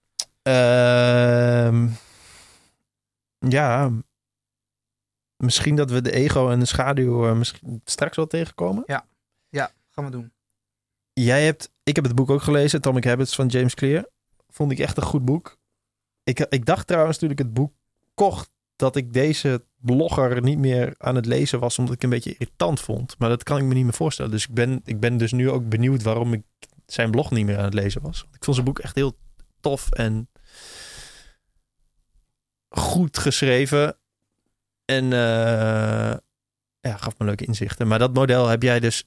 Ja, misschien dat we de ego en de schaduw misschien straks wel tegenkomen. Ja, gaan we doen. Ik heb het boek ook gelezen, Atomic Habits van James Clear. Vond ik echt een goed boek. Ik dacht trouwens toen ik het boek kocht dat ik deze blogger niet meer aan het lezen was omdat ik een beetje irritant vond. Maar dat kan ik me niet meer voorstellen. Dus ik ben dus nu ook benieuwd waarom ik zijn blog niet meer aan het lezen was. Ik vond zijn boek echt heel tof en goed geschreven. En gaf me leuke inzichten. Maar dat model heb jij dus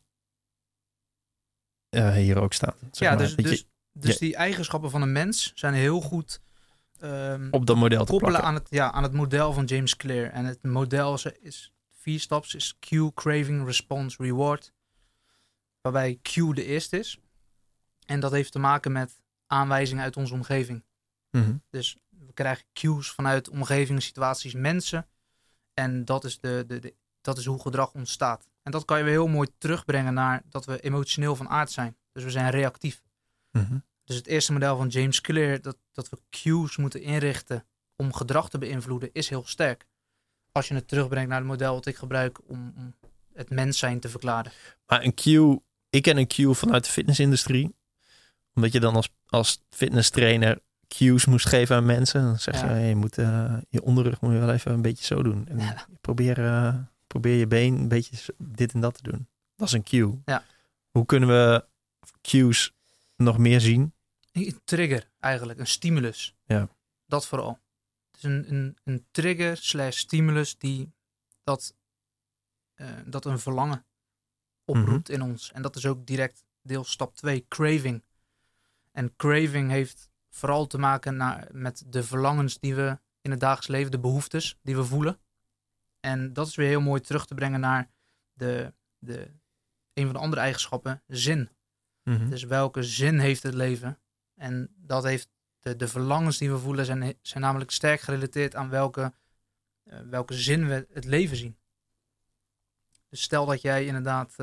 hier ook staan. Dus die eigenschappen van een mens zijn heel goed op dat model te koppelen plakken. aan het model van James Clear. En het model is 4 staps. Is cue, craving, response, reward. Waarbij cue de eerste is. En dat heeft te maken met aanwijzingen uit onze omgeving. Mm-hmm. Dus we krijgen cues vanuit omgevingen, situaties, mensen. En dat is, dat is hoe gedrag ontstaat. En dat kan je weer heel mooi terugbrengen naar dat we emotioneel van aard zijn. Dus we zijn reactief. Mm-hmm. Dus het eerste model van James Clear, dat we cues moeten inrichten om gedrag te beïnvloeden, is heel sterk. Als je het terugbrengt naar het model wat ik gebruik om het mens zijn te verklaren. Maar ik ken een cue vanuit de fitnessindustrie. Omdat je dan als fitnesstrainer cues moest geven aan mensen. Dan zeg je, je moet je onderrug moet je wel even een beetje zo doen. En probeer je been een beetje dit en dat te doen. Dat is een cue. Ja. Hoe kunnen we cues nog meer zien? Een trigger eigenlijk, een stimulus. Ja. Dat vooral. Het is een trigger / stimulus dat een verlangen oproept in ons. En dat is ook direct deel stap 2, craving. En craving heeft vooral te maken met de verlangens die we in het dagelijks leven, de behoeftes die we voelen. En dat is weer heel mooi terug te brengen naar een van de andere eigenschappen, zin. Mm-hmm. Dus welke zin heeft het leven? En dat heeft de verlangens die we voelen zijn namelijk sterk gerelateerd aan welke zin we het leven zien. Dus stel dat jij inderdaad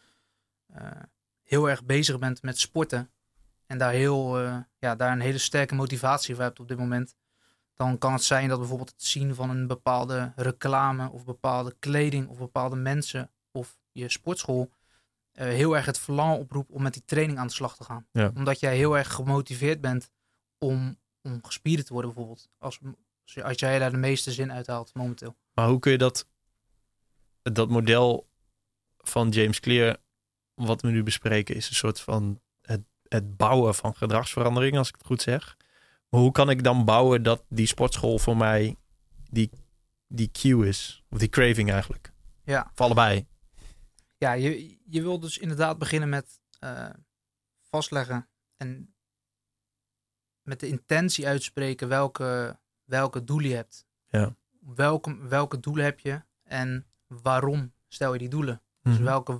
heel erg bezig bent met sporten en daar een hele sterke motivatie voor hebt op dit moment, dan kan het zijn dat bijvoorbeeld het zien van een bepaalde reclame of bepaalde kleding of bepaalde mensen of je sportschool heel erg het verlangen oproept om met die training aan de slag te gaan. Ja. Omdat jij heel erg gemotiveerd bent om gespierd te worden bijvoorbeeld. Als jij daar de meeste zin uit haalt momenteel. Maar hoe kun je dat model van James Clear, wat we nu bespreken, is een soort van het bouwen van gedragsverandering, als ik het goed zeg. Maar hoe kan ik dan bouwen dat die sportschool voor mij die cue is? Of die craving eigenlijk? Ja. Voor allebei. Ja, je wil dus inderdaad beginnen met vastleggen en met de intentie uitspreken welke doelen je hebt. Ja. Welke doelen heb je en waarom stel je die doelen? Dus welke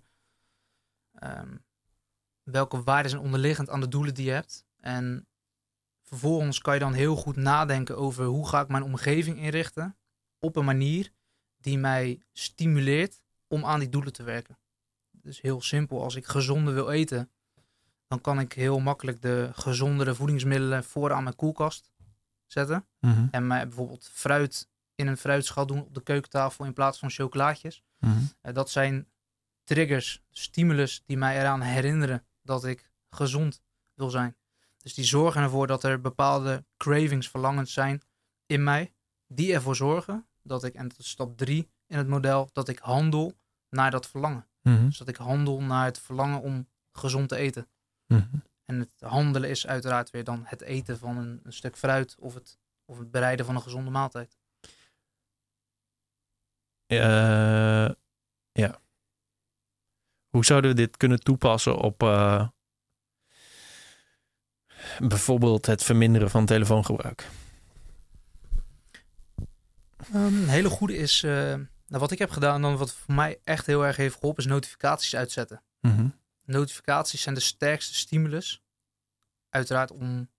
waarden zijn onderliggend aan de doelen die je hebt? En vervolgens kan je dan heel goed nadenken over hoe ga ik mijn omgeving inrichten op een manier die mij stimuleert om aan die doelen te werken. Dus heel simpel, als ik gezonder wil eten, dan kan ik heel makkelijk de gezondere voedingsmiddelen vooraan mijn koelkast zetten. En mij bijvoorbeeld fruit in een fruitschaal doen op de keukentafel in plaats van chocolaatjes. Dat zijn triggers, stimulus die mij eraan herinneren dat ik gezond wil zijn. Dus die zorgen ervoor dat er bepaalde cravings, verlangens zijn in mij, die ervoor zorgen dat ik, en dat is stap 3 in het model, dat ik handel naar dat verlangen. Dus dat ik handel naar het verlangen om gezond te eten. En het handelen is uiteraard weer dan het eten van een stuk fruit of het bereiden van een gezonde maaltijd. Ja. Hoe zouden we dit kunnen toepassen op bijvoorbeeld het verminderen van telefoongebruik? Een hele goede is, wat ik heb gedaan, dan wat voor mij echt heel erg heeft geholpen, is notificaties uitzetten. Notificaties zijn de sterkste stimulus. Uiteraard om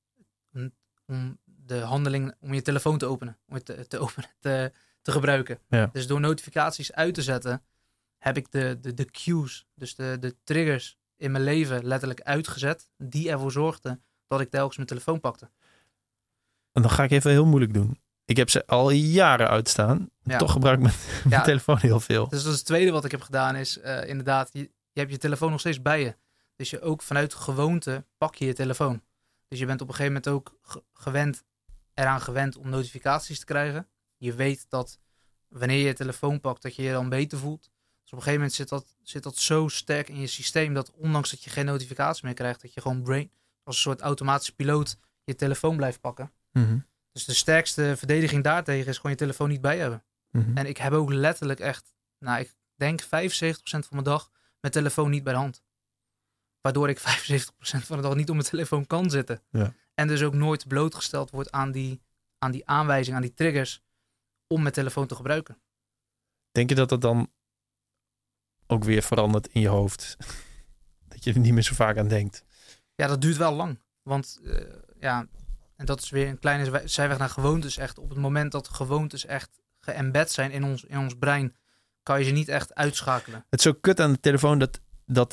de handeling, om je telefoon te openen. Om het te gebruiken. Ja. Dus door notificaties uit te zetten, heb ik de cues, dus de triggers in mijn leven letterlijk uitgezet. Die ervoor zorgden dat ik telkens mijn telefoon pakte. En dan ga ik even heel moeilijk doen. Ik heb ze al jaren uitstaan. Ja. Toch gebruik ik mijn telefoon heel veel. Dus dat is het tweede wat ik heb gedaan is inderdaad, je hebt je telefoon nog steeds bij je. Dus je ook vanuit gewoonte pak je telefoon. Dus je bent op een gegeven moment ook eraan gewend om notificaties te krijgen. Je weet dat wanneer je je telefoon pakt, dat je je dan beter voelt. Dus op een gegeven moment zit dat zo sterk in je systeem dat ondanks dat je geen notificatie meer krijgt, dat je gewoon als een soort automatische piloot je telefoon blijft pakken. Dus de sterkste verdediging daartegen is gewoon je telefoon niet bij hebben. En ik heb ook letterlijk echt, ik denk 75% van mijn dag mijn telefoon niet bij de hand. Waardoor ik 75% van de dag niet op mijn telefoon kan zitten. Ja. En dus ook nooit blootgesteld wordt aan die aanwijzing, aan die triggers om mijn telefoon te gebruiken. Denk je dat dat dan ook weer verandert in je hoofd? Dat je er niet meer zo vaak aan denkt? Ja, dat duurt wel lang. Want en dat is weer een kleine zijweg naar gewoontes echt. Op het moment dat gewoontes echt geëmbed zijn in ons brein, kan je ze niet echt uitschakelen. Het is zo kut aan de telefoon dat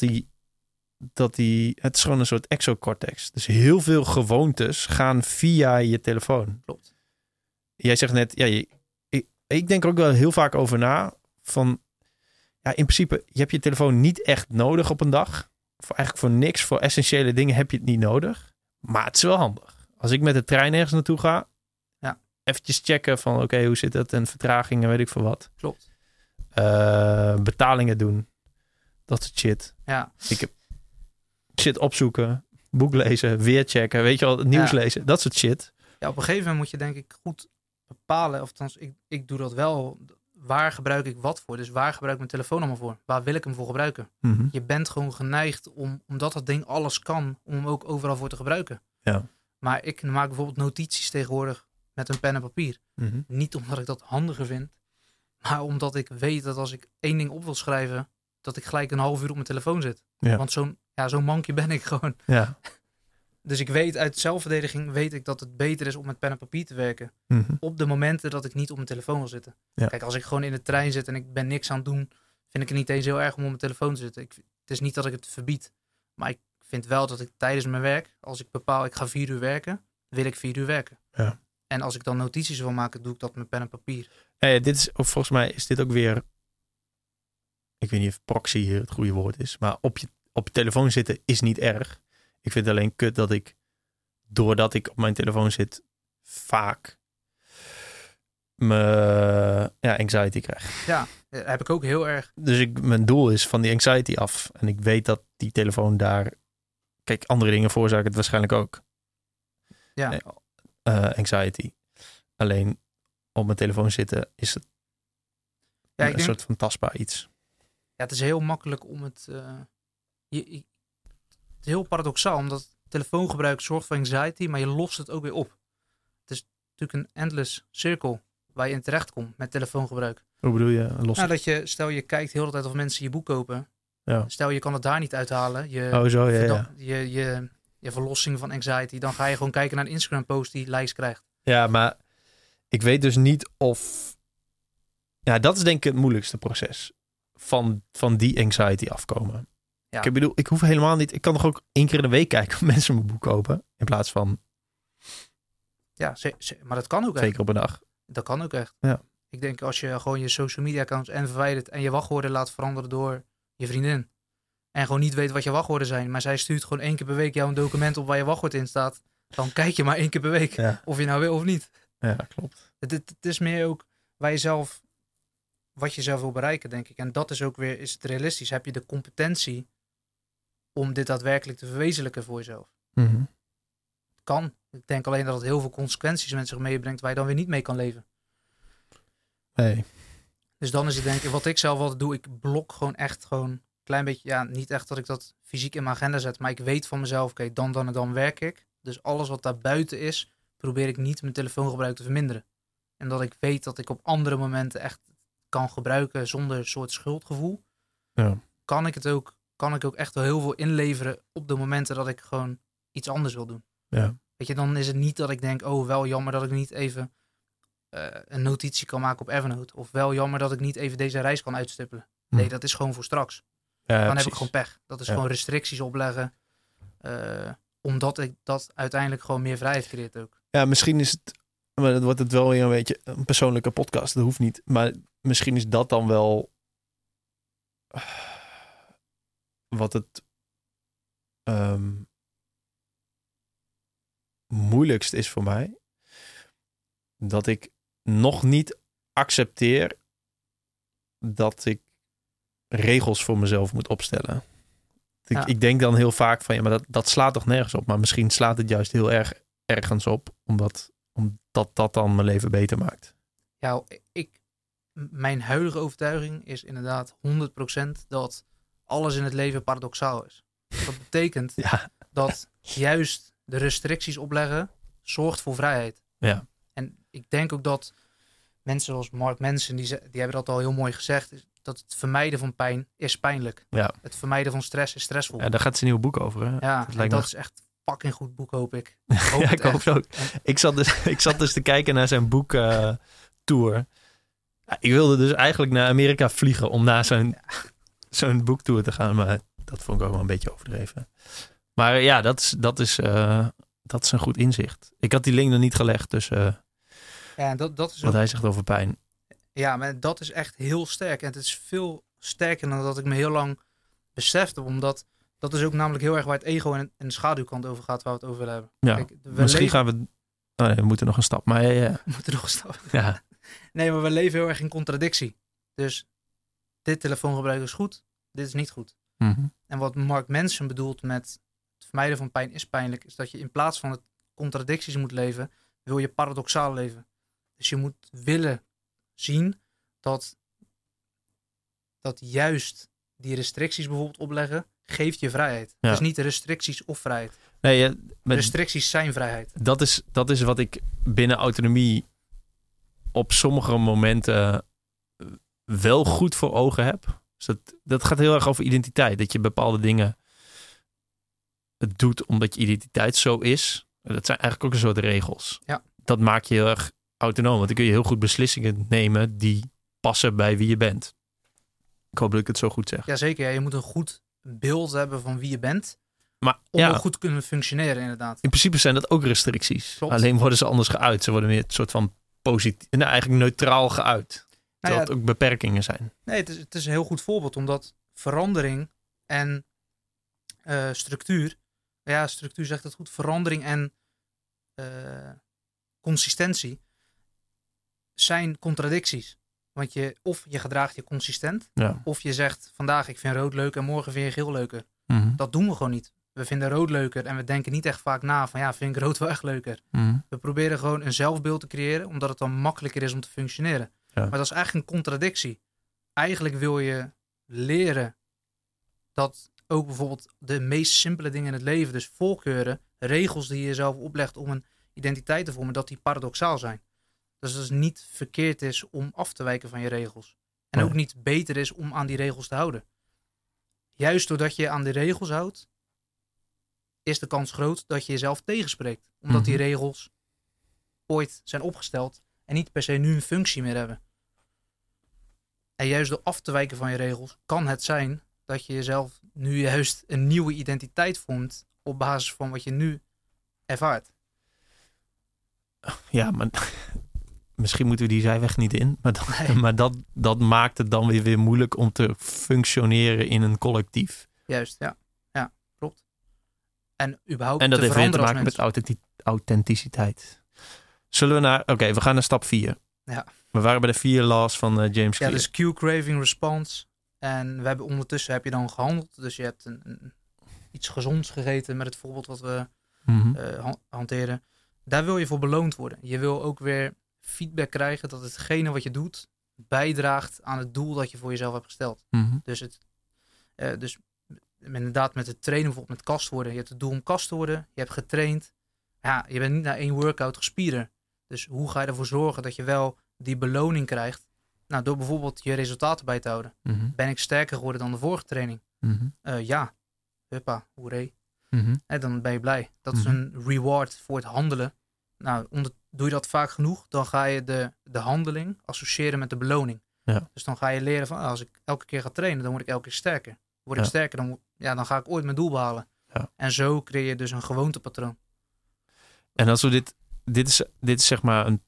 die het is gewoon een soort exocortex. Dus heel veel gewoontes gaan via je telefoon. Klopt. Jij zegt net, ik denk er ook wel heel vaak over na. Van, in principe, je hebt je telefoon niet echt nodig op een dag. Eigenlijk voor niks. Voor essentiële dingen heb je het niet nodig. Maar het is wel handig. Als ik met de trein ergens naartoe ga, eventjes checken van oké, hoe zit dat? En vertragingen, weet ik veel wat. Klopt. Betalingen doen. Dat soort shit. Ja. Ik heb shit opzoeken, boek lezen, weer checken, weet je wel, het nieuws lezen. Dat soort shit. Ja, op een gegeven moment moet je denk ik goed bepalen, of althans, ik doe dat wel. Waar gebruik ik wat voor? Dus waar gebruik ik mijn telefoon allemaal voor? Waar wil ik hem voor gebruiken? Je bent gewoon geneigd omdat dat ding alles kan, om hem ook overal voor te gebruiken. Ja. Maar ik maak bijvoorbeeld notities tegenwoordig met een pen en papier. Niet omdat ik dat handiger vind, maar omdat ik weet dat als ik 1 ding op wil schrijven, dat ik gelijk een half uur op mijn telefoon zit. Ja. Want zo'n mankje ben ik gewoon. Ja. Dus ik weet uit zelfverdediging weet ik dat het beter is om met pen en papier te werken. Mhm. Op de momenten dat ik niet op mijn telefoon wil zitten. Ja. Kijk, als ik gewoon in de trein zit en ik ben niks aan het doen, vind ik het niet eens heel erg om op mijn telefoon te zitten. Het is niet dat ik het verbied. Maar ik vind wel dat ik tijdens mijn werk, als ik bepaal ik ga 4 uur werken, wil ik 4 uur werken. Ja. En als ik dan notities wil maken, doe ik dat met pen en papier. Dit is, of volgens mij is dit ook weer... Ik weet niet of proxy hier het goede woord is. Maar op je telefoon zitten is niet erg. Ik vind het alleen kut dat ik... Doordat ik op mijn telefoon zit... Vaak... anxiety krijg. Ja, dat heb ik ook heel erg. Dus mijn doel is van die anxiety af. En ik weet dat die telefoon daar... Kijk, andere dingen veroorzaken het waarschijnlijk ook. Ja. Anxiety. Alleen op mijn telefoon zitten is het een soort van tastbaar iets. Ja, het is heel makkelijk om het... het is heel paradoxaal, omdat telefoongebruik zorgt voor anxiety, maar je lost het ook weer op. Het is natuurlijk een endless circle waar je in terecht komt met telefoongebruik. Hoe bedoel je? Stel je kijkt heel de tijd of mensen je boek kopen. Ja. Stel je kan het daar niet uithalen. Je verlossing van anxiety. Dan ga je gewoon kijken naar een Instagram post die likes krijgt. Ja, maar ik weet dus niet of... Ja, dat is denk ik het moeilijkste proces. Van die anxiety afkomen. Ja. Ik bedoel, ik hoef helemaal niet... Ik kan nog ook 1 keer in de week kijken of mensen mijn boek kopen. In plaats van... Ja, maar dat kan ook 2 keer op een dag. Dat kan ook echt. Ja. Ik denk als je gewoon je social media accounts verwijdert en je wachtwoorden laat veranderen door je vriendin. En gewoon niet weet wat je wachtwoorden zijn. Maar zij stuurt gewoon 1 keer per week jou een document op waar je wachtwoord in staat. Dan kijk je maar 1 keer per week. Ja. Of je nou wil of niet. Ja, klopt. Het is meer ook wat je zelf wil bereiken, denk ik. En dat is ook weer, is het realistisch? Heb je de competentie om dit daadwerkelijk te verwezenlijken voor jezelf? Mhm. Kan. Ik denk alleen dat het heel veel consequenties met zich meebrengt waar je dan weer niet mee kan leven. Nee. Dus dan is het denk ik, wat ik zelf altijd doe, ik blok gewoon een klein beetje, ja, niet echt dat ik dat fysiek in mijn agenda zet, maar ik weet van mezelf, oké, dan werk ik. Dus alles wat daar buiten is, probeer ik niet mijn telefoongebruik te verminderen. En dat ik weet dat ik op andere momenten echt kan gebruiken zonder een soort schuldgevoel. Ja. Kan ik ook echt wel heel veel inleveren op de momenten dat ik gewoon iets anders wil doen. Ja. Weet je, dan is het niet dat ik denk, oh, wel jammer dat ik niet even een notitie kan maken op Evernote. Of wel jammer dat ik niet even deze reis kan uitstippelen. Nee, dat is gewoon voor straks. Ja, dan precies. heb ik gewoon pech. Dat is gewoon restricties opleggen. Omdat ik dat uiteindelijk gewoon meer vrijheid creëert ook. Ja, misschien is het... Maar dan wordt het wel weer een beetje een persoonlijke podcast. Dat hoeft niet. Maar misschien is dat dan wel... Wat het... moeilijkst is voor mij. Dat ik nog niet accepteer dat ik regels voor mezelf moet opstellen. Ik denk dan heel vaak van, ja, maar dat slaat toch nergens op. Maar misschien slaat het juist heel erg ergens op. Omdat dat dan mijn leven beter maakt. Ja, mijn huidige overtuiging is inderdaad 100% dat alles in het leven paradoxaal is. Dat betekent dat juist de restricties opleggen zorgt voor vrijheid. Ja. En ik denk ook dat mensen zoals Mark Manson, die hebben dat al heel mooi gezegd, dat het vermijden van pijn is pijnlijk. Ja. Het vermijden van stress is stressvol. Ja, daar gaat zijn nieuwe boek over. Hè? Ja, dat is echt fucking goed boek, hoop ik. Ik hoop het ook. Ik zat dus te kijken naar zijn boek tour. Ik wilde dus eigenlijk naar Amerika vliegen om naar zo'n boektour te gaan. Maar dat vond ik ook wel een beetje overdreven. Maar ja, dat is een goed inzicht. Ik had die link nog niet gelegd tussen dat is wat hij zegt over pijn. Ja, maar dat is echt heel sterk. En het is veel sterker dan dat ik me heel lang besefte. Omdat dat is ook namelijk heel erg waar het ego en de schaduwkant over gaat, waar we het over willen hebben. Ja, kijk, misschien gaan we... Oh nee, we moeten nog een stap. Maar We moeten nog een stap. Ja. Nee, maar we leven heel erg in contradictie. Dus dit telefoongebruik is goed, dit is niet goed. Mm-hmm. En wat Mark Manson bedoelt met het vermijden van pijn is pijnlijk, is dat je in plaats van het contradicties moet leven, wil je paradoxaal leven. Dus je moet willen zien dat juist die restricties bijvoorbeeld opleggen, geeft je vrijheid. Ja. Dus niet restricties of vrijheid. Nee, restricties zijn vrijheid. Dat is wat ik binnen autonomie op sommige momenten wel goed voor ogen heb. Dus dat gaat heel erg over identiteit. Dat je bepaalde dingen het doet omdat je identiteit zo is. Dat zijn eigenlijk ook een soort regels. Ja. Dat maakt je heel erg autonoom. Want dan kun je heel goed beslissingen nemen die passen bij wie je bent. Ik hoop dat ik het zo goed zeg. Jazeker, ja, je moet een goed beeld hebben van wie je bent. Maar Om ja, ook goed te kunnen functioneren, inderdaad. in principe zijn dat ook restricties. Klopt. Alleen worden ze anders geuit. Ze worden meer een soort van positief, eigenlijk neutraal geuit. Terwijl het ook beperkingen zijn. Nee, het is een heel goed voorbeeld, omdat verandering en structuur... Ja, structuur zegt het goed. Verandering en consistentie zijn contradicties. Want of je gedraagt je consistent, Ja. of je zegt vandaag ik vind rood leuk en morgen vind je geel leuker. Mhm. Dat doen we gewoon niet. We vinden rood leuker en we denken niet echt vaak na van ja, vind ik rood wel echt leuker. Mhm. We proberen gewoon een zelfbeeld te creëren, omdat het dan makkelijker is om te functioneren. Ja. Maar dat is eigenlijk een contradictie. Eigenlijk wil je leren dat ook bijvoorbeeld de meest simpele dingen in het leven, dus voorkeuren, regels die je jezelf oplegt om een identiteit te vormen, dat die paradoxaal zijn. Dus dat het niet verkeerd is om af te wijken van je regels. En Nee. ook niet beter is om aan die regels te houden. Juist doordat je aan die regels houdt, is de kans groot dat je jezelf tegenspreekt. Omdat die Mhm. regels ooit zijn opgesteld en niet per se nu een functie meer hebben. En juist door af te wijken van je regels kan het zijn dat je jezelf nu juist een nieuwe identiteit vormt op basis van wat je nu ervaart. Ja, maar misschien moeten we die zijweg niet in. Maar, Nee. maar dat maakt het dan weer moeilijk om te functioneren in een collectief. Juist, ja. Ja, klopt. En überhaupt En dat te heeft weer te veranderen als maken met mens. authenticiteit. Zullen we naar... Oké, we gaan naar stap 4. Ja. We waren bij de 4 laws van James Ja, Clear. dus cue, craving, response. En we hebben ondertussen heb je dan gehandeld. Dus je hebt iets gezonds gegeten met het voorbeeld wat we Mhm. hanteren. Daar wil je voor beloond worden. Je wil ook weer feedback krijgen dat hetgene wat je doet bijdraagt aan het doel dat je voor jezelf hebt gesteld. Mhm. Dus inderdaad met het trainen, bijvoorbeeld met kast worden. Je hebt het doel om kast te worden. Je hebt getraind. Ja, je bent niet na 1 workout gespieren. Dus hoe ga je ervoor zorgen dat je wel die beloning krijgt? Nou, door bijvoorbeeld je resultaten bij te houden. Mhm. Ben ik sterker geworden dan de vorige training? Mhm. Ja. Huppa, hoeré. Mhm. Dan ben je blij. Dat is een reward voor het handelen. Nou, doe je dat vaak genoeg, dan ga je de handeling associëren met de beloning. Ja. Dus dan ga je leren van, als ik elke keer ga trainen, dan word ik elke keer sterker. Word ik Ja. sterker, dan ga ik ooit mijn doel behalen. Ja. En zo creëer je dus een gewoontepatroon. En als we dit is zeg maar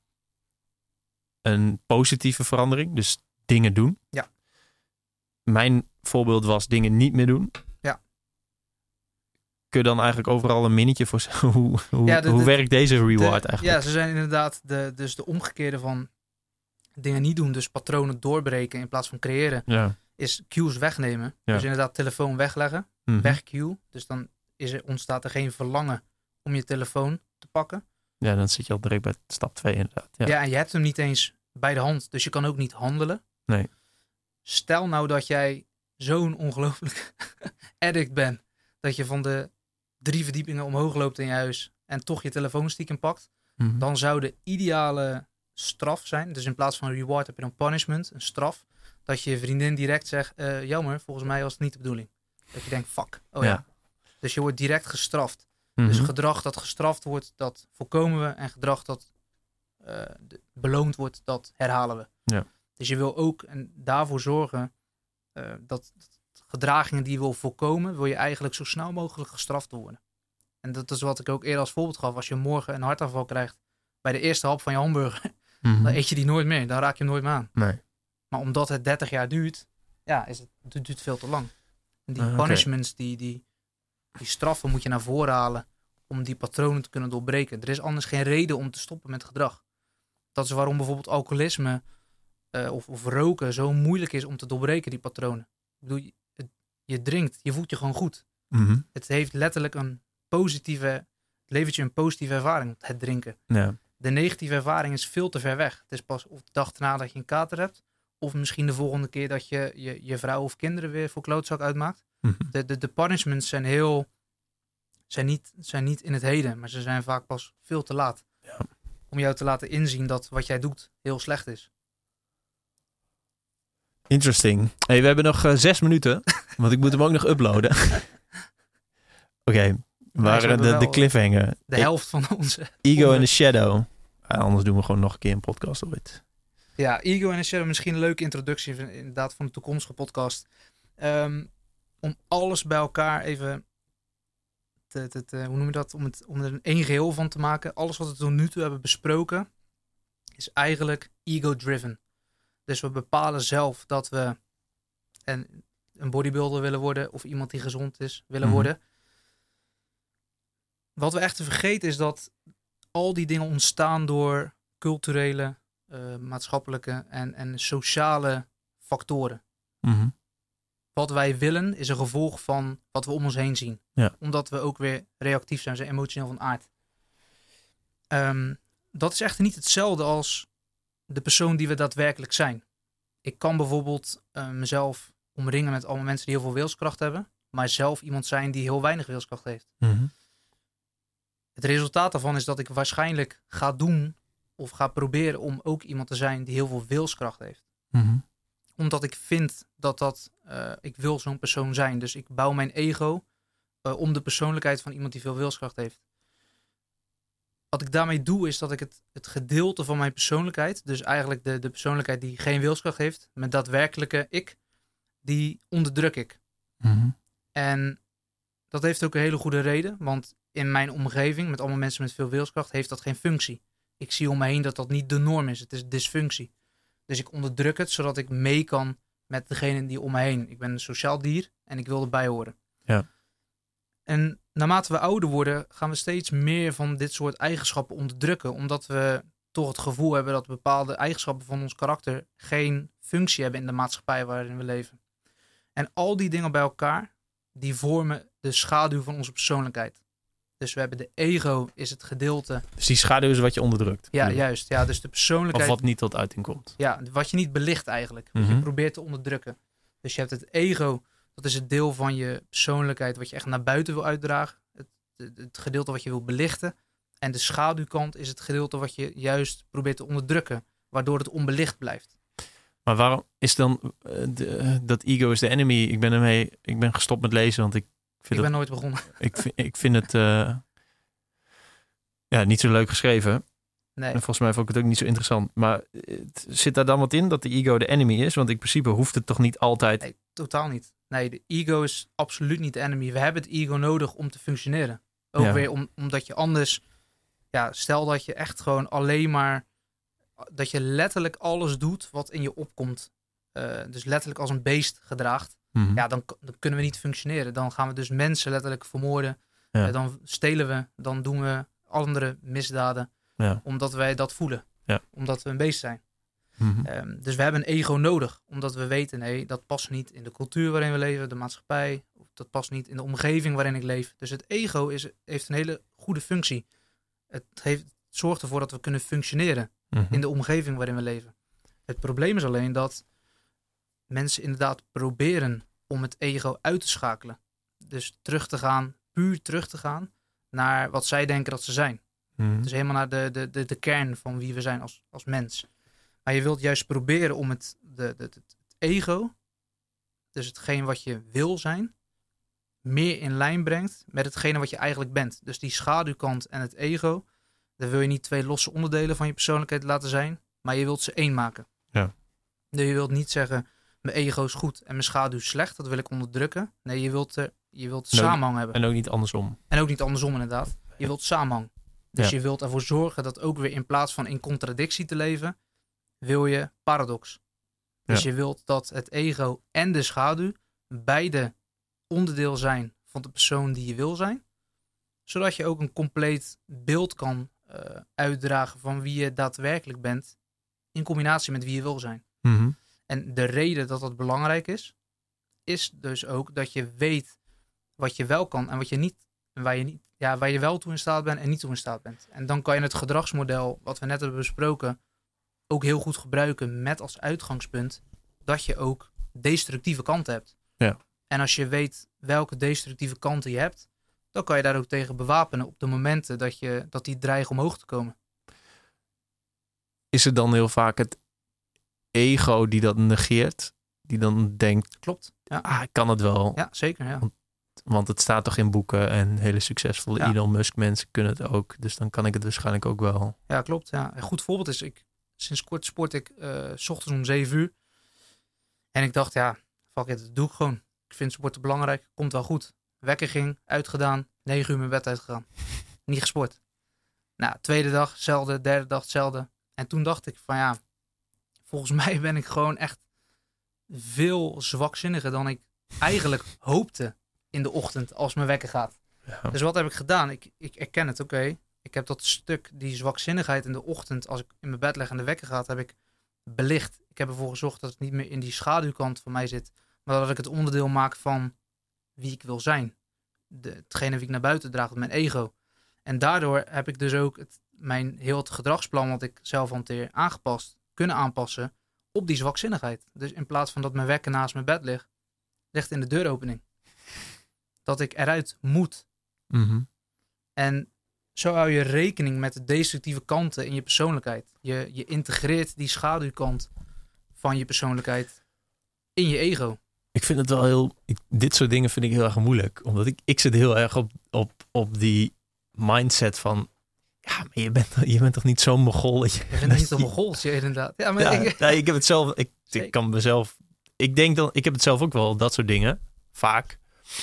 een positieve verandering. Dus dingen doen. Ja. Mijn voorbeeld was dingen niet meer doen. Ja. Kun je dan eigenlijk overal een minnetje voor... Hoe Ja, hoe werkt deze reward eigenlijk? Ja, ze zijn inderdaad dus de omgekeerde van dingen niet doen. Dus patronen doorbreken in plaats van creëren. Ja. Is cues wegnemen. Ja. Dus inderdaad telefoon wegleggen. Mhm. Wegcue. Dus dan ontstaat er geen verlangen om je telefoon te pakken. Ja, dan zit je al direct bij stap 2 inderdaad. Ja. Ja, en je hebt hem niet eens bij de hand. Dus je kan ook niet handelen. Nee. Stel nou dat jij zo'n ongelooflijk addict bent. Dat je van de 3 verdiepingen omhoog loopt in je huis. En toch je telefoon stiekem pakt. Mhm. Dan zou de ideale straf zijn. Dus in plaats van reward heb je dan punishment. Een straf. Dat je vriendin direct zegt. Jammer, volgens mij was het niet de bedoeling. Dat je denkt, fuck. Oh ja. Ja. Dus je wordt direct gestraft. Mhm. Dus gedrag dat gestraft wordt, dat voorkomen we. En gedrag dat beloond wordt, dat herhalen we. Ja. Dus je wil ook daarvoor zorgen dat gedragingen die je wil voorkomen, wil je eigenlijk zo snel mogelijk gestraft worden. En dat is wat ik ook eerder als voorbeeld gaf. Als je morgen een hartaanval krijgt bij de eerste hap van je hamburger, Mhm. dan eet je die nooit meer. Dan raak je hem nooit meer aan. Nee. Maar omdat het 30 jaar duurt, ja, het duurt veel te lang. En die Oké. punishments, die straffen moet je naar voren halen om die patronen te kunnen doorbreken. Er is anders geen reden om te stoppen met gedrag. Dat is waarom bijvoorbeeld alcoholisme of roken zo moeilijk is om te doorbreken, die patronen. Ik bedoel, je drinkt, je voelt je gewoon goed. Mhm. Het heeft letterlijk het levert je een positieve ervaring, het drinken. Ja. De negatieve ervaring is veel te ver weg. Het is pas of de dag erna dat je een kater hebt, of misschien de volgende keer dat je vrouw of kinderen weer voor klootzak uitmaakt. Mhm. De punishments zijn niet in het heden, maar ze zijn vaak pas veel te laat. Ja. Om jou te laten inzien dat wat jij doet heel slecht is. Interesting. Hey, we hebben nog 6 minuten, want ik moet hem ook nog uploaden. Oké, waren hebben de wel cliffhanger. De helft van onze... Ego in the Shadow. Anders doen we gewoon nog een keer een podcast ooit. Ja, Ego in the Shadow, misschien een leuke introductie inderdaad van de toekomstige podcast. Om alles bij elkaar even hoe noem je dat? Om er een één geheel van te maken. Alles wat we tot nu toe hebben besproken is eigenlijk ego-driven. Dus we bepalen zelf dat we een bodybuilder willen worden of iemand die gezond is willen worden. Wat we echt te vergeten is dat al die dingen ontstaan door culturele, maatschappelijke en sociale factoren. Mm-hmm. Wat wij willen is een gevolg van wat we om ons heen zien. Ja. Omdat we ook weer reactief zijn, zijn emotioneel van aard. Dat is echter niet hetzelfde als de persoon die we daadwerkelijk zijn. Ik kan bijvoorbeeld mezelf omringen met allemaal mensen die heel veel wilskracht hebben, maar zelf iemand zijn die heel weinig wilskracht heeft. Mm-hmm. Het resultaat daarvan is dat ik waarschijnlijk ga doen of ga proberen om ook iemand te zijn die heel veel wilskracht heeft. Mm-hmm. Omdat ik vind dat ik wil zo'n persoon zijn. Dus ik bouw mijn ego om de persoonlijkheid van iemand die veel wilskracht heeft. Wat ik daarmee doe is dat ik het gedeelte van mijn persoonlijkheid, dus eigenlijk de persoonlijkheid die geen wilskracht heeft, mijn daadwerkelijke ik, die onderdruk ik. Mm-hmm. En dat heeft ook een hele goede reden, want in mijn omgeving, met allemaal mensen met veel wilskracht, heeft dat geen functie. Ik zie om me heen dat dat niet de norm is. Het is dysfunctie. Dus ik onderdruk het, zodat ik mee kan met degene die om me heen. Ik ben een sociaal dier en ik wil erbij horen. Ja. En naarmate we ouder worden, gaan we steeds meer van dit soort eigenschappen onderdrukken. Omdat we toch het gevoel hebben dat bepaalde eigenschappen van ons karakter geen functie hebben in de maatschappij waarin we leven. En al die dingen bij elkaar, die vormen de schaduw van onze persoonlijkheid. Dus we hebben de ego, is het gedeelte. Dus die schaduw is wat je onderdrukt. Ja, juist. Ja, dus de persoonlijkheid. Of wat niet tot uiting komt. Ja, wat je niet belicht eigenlijk. Wat je probeert te onderdrukken. Dus je hebt het ego, dat is het deel van je persoonlijkheid wat je echt naar buiten wil uitdragen. Het gedeelte wat je wil belichten. En de schaduwkant is het gedeelte wat je juist probeert te onderdrukken. Waardoor het onbelicht blijft. Maar waarom is dan dat ego is the enemy? Ik ben gestopt met lezen, want ik ben nooit begonnen. Ik vind het niet zo leuk geschreven. Nee. En volgens mij vond ik het ook niet zo interessant. Maar zit daar dan wat in dat de ego de enemy is? Want in principe hoeft het toch niet altijd... Nee, totaal niet. Nee, de ego is absoluut niet de enemy. We hebben het ego nodig om te functioneren. Ook weer omdat je anders... Ja, stel dat je echt gewoon alleen maar... Dat je letterlijk alles doet wat in je opkomt. Dus letterlijk als een beest gedraagt. Mm-hmm. Ja, dan kunnen we niet functioneren. Dan gaan we dus mensen letterlijk vermoorden. Ja. Dan stelen we. Dan doen we andere misdaden. Ja. Omdat wij dat voelen. Ja. Omdat we een beest zijn. Mm-hmm. Dus we hebben een ego nodig. Omdat we weten, nee, dat past niet in de cultuur waarin we leven. De maatschappij. Dat past niet in de omgeving waarin ik leef. Dus het ego heeft een hele goede functie. Het zorgt ervoor dat we kunnen functioneren. Mm-hmm. In de omgeving waarin we leven. Het probleem is alleen dat mensen inderdaad proberen om het ego uit te schakelen. Dus puur terug te gaan naar wat zij denken dat ze zijn. Mm-hmm. Dus helemaal naar de kern van wie we zijn als mens. Maar je wilt juist proberen om het ego, dus hetgeen wat je wil zijn, meer in lijn brengt met hetgene wat je eigenlijk bent. Dus die schaduwkant en het ego, daar wil je niet twee losse onderdelen van je persoonlijkheid laten zijn, maar je wilt ze één maken. Ja. Dus je wilt niet zeggen, mijn ego is goed en mijn schaduw is slecht, dat wil ik onderdrukken. Nee, je wilt samenhang hebben. En ook niet andersom. En ook niet andersom inderdaad. Je wilt samenhang. Dus Ja. je wilt ervoor zorgen dat ook weer in plaats van in contradictie te leven, wil je paradox. Dus je wilt dat het ego en de schaduw beide onderdeel zijn van de persoon die je wil zijn. Zodat je ook een compleet beeld kan uitdragen van wie je daadwerkelijk bent. In combinatie met wie je wil zijn. Mm-hmm. En de reden dat dat belangrijk is dus ook dat je weet wat je wel kan en wat je niet. En waar je wel toe in staat bent en niet toe in staat bent. En dan kan je het gedragsmodel wat we net hebben besproken ook heel goed gebruiken met als uitgangspunt dat je ook destructieve kanten hebt. Ja. En als je weet welke destructieve kanten je hebt, dan kan je daar ook tegen bewapenen op de momenten dat die dreigen omhoog te komen. Is het dan heel vaak het ego die dat negeert? Die dan denkt, Klopt. Ja, ik kan het wel. ja zeker. Ja. Want het staat toch in boeken en hele succesvolle Ja. Elon Musk mensen kunnen het ook. Dus dan kan ik het waarschijnlijk ook wel. Ja, klopt. Ja. Een goed voorbeeld is, sinds kort sport ik 's ochtends om 7 uur. En ik dacht, ja, fuck it, dat doe ik gewoon. Ik vind sporten belangrijk, komt wel goed. Wekker ging, uitgedaan, 9 uur mijn bed uitgegaan. Niet gesport. Nou, tweede dag hetzelfde, derde dag hetzelfde. En toen dacht ik van ja, volgens mij ben ik gewoon echt veel zwakzinniger dan ik eigenlijk hoopte in de ochtend als mijn wekker gaat. Ja. Dus wat heb ik gedaan? Ik erken het, oké. Ik heb dat stuk, die zwakzinnigheid in de ochtend, als ik in mijn bed leg en de wekker gaat, heb ik belicht. Ik heb ervoor gezorgd dat het niet meer in die schaduwkant van mij zit, maar dat ik het onderdeel maak van wie ik wil zijn. Hetgene wie ik naar buiten draag, mijn ego. En daardoor heb ik dus ook mijn heel het gedragsplan wat ik zelf hanteer kunnen aanpassen op die zwakzinnigheid. Dus in plaats van dat mijn wekker naast mijn bed ligt in de deuropening. Dat ik eruit moet. Mhm. En zo hou je rekening met de destructieve kanten in je persoonlijkheid. Je integreert die schaduwkant van je persoonlijkheid in je ego. Ik vind het wel heel... dit soort dingen vind ik heel erg moeilijk. Omdat ik zit heel erg op die mindset van... Ja, maar je bent toch niet zo'n mogol? Je bent niet een mogoltje, inderdaad. Ja, maar ik heb het zelf... Ik kan mezelf... Ik denk dan... Ik heb het zelf ook wel, dat soort dingen. Vaak.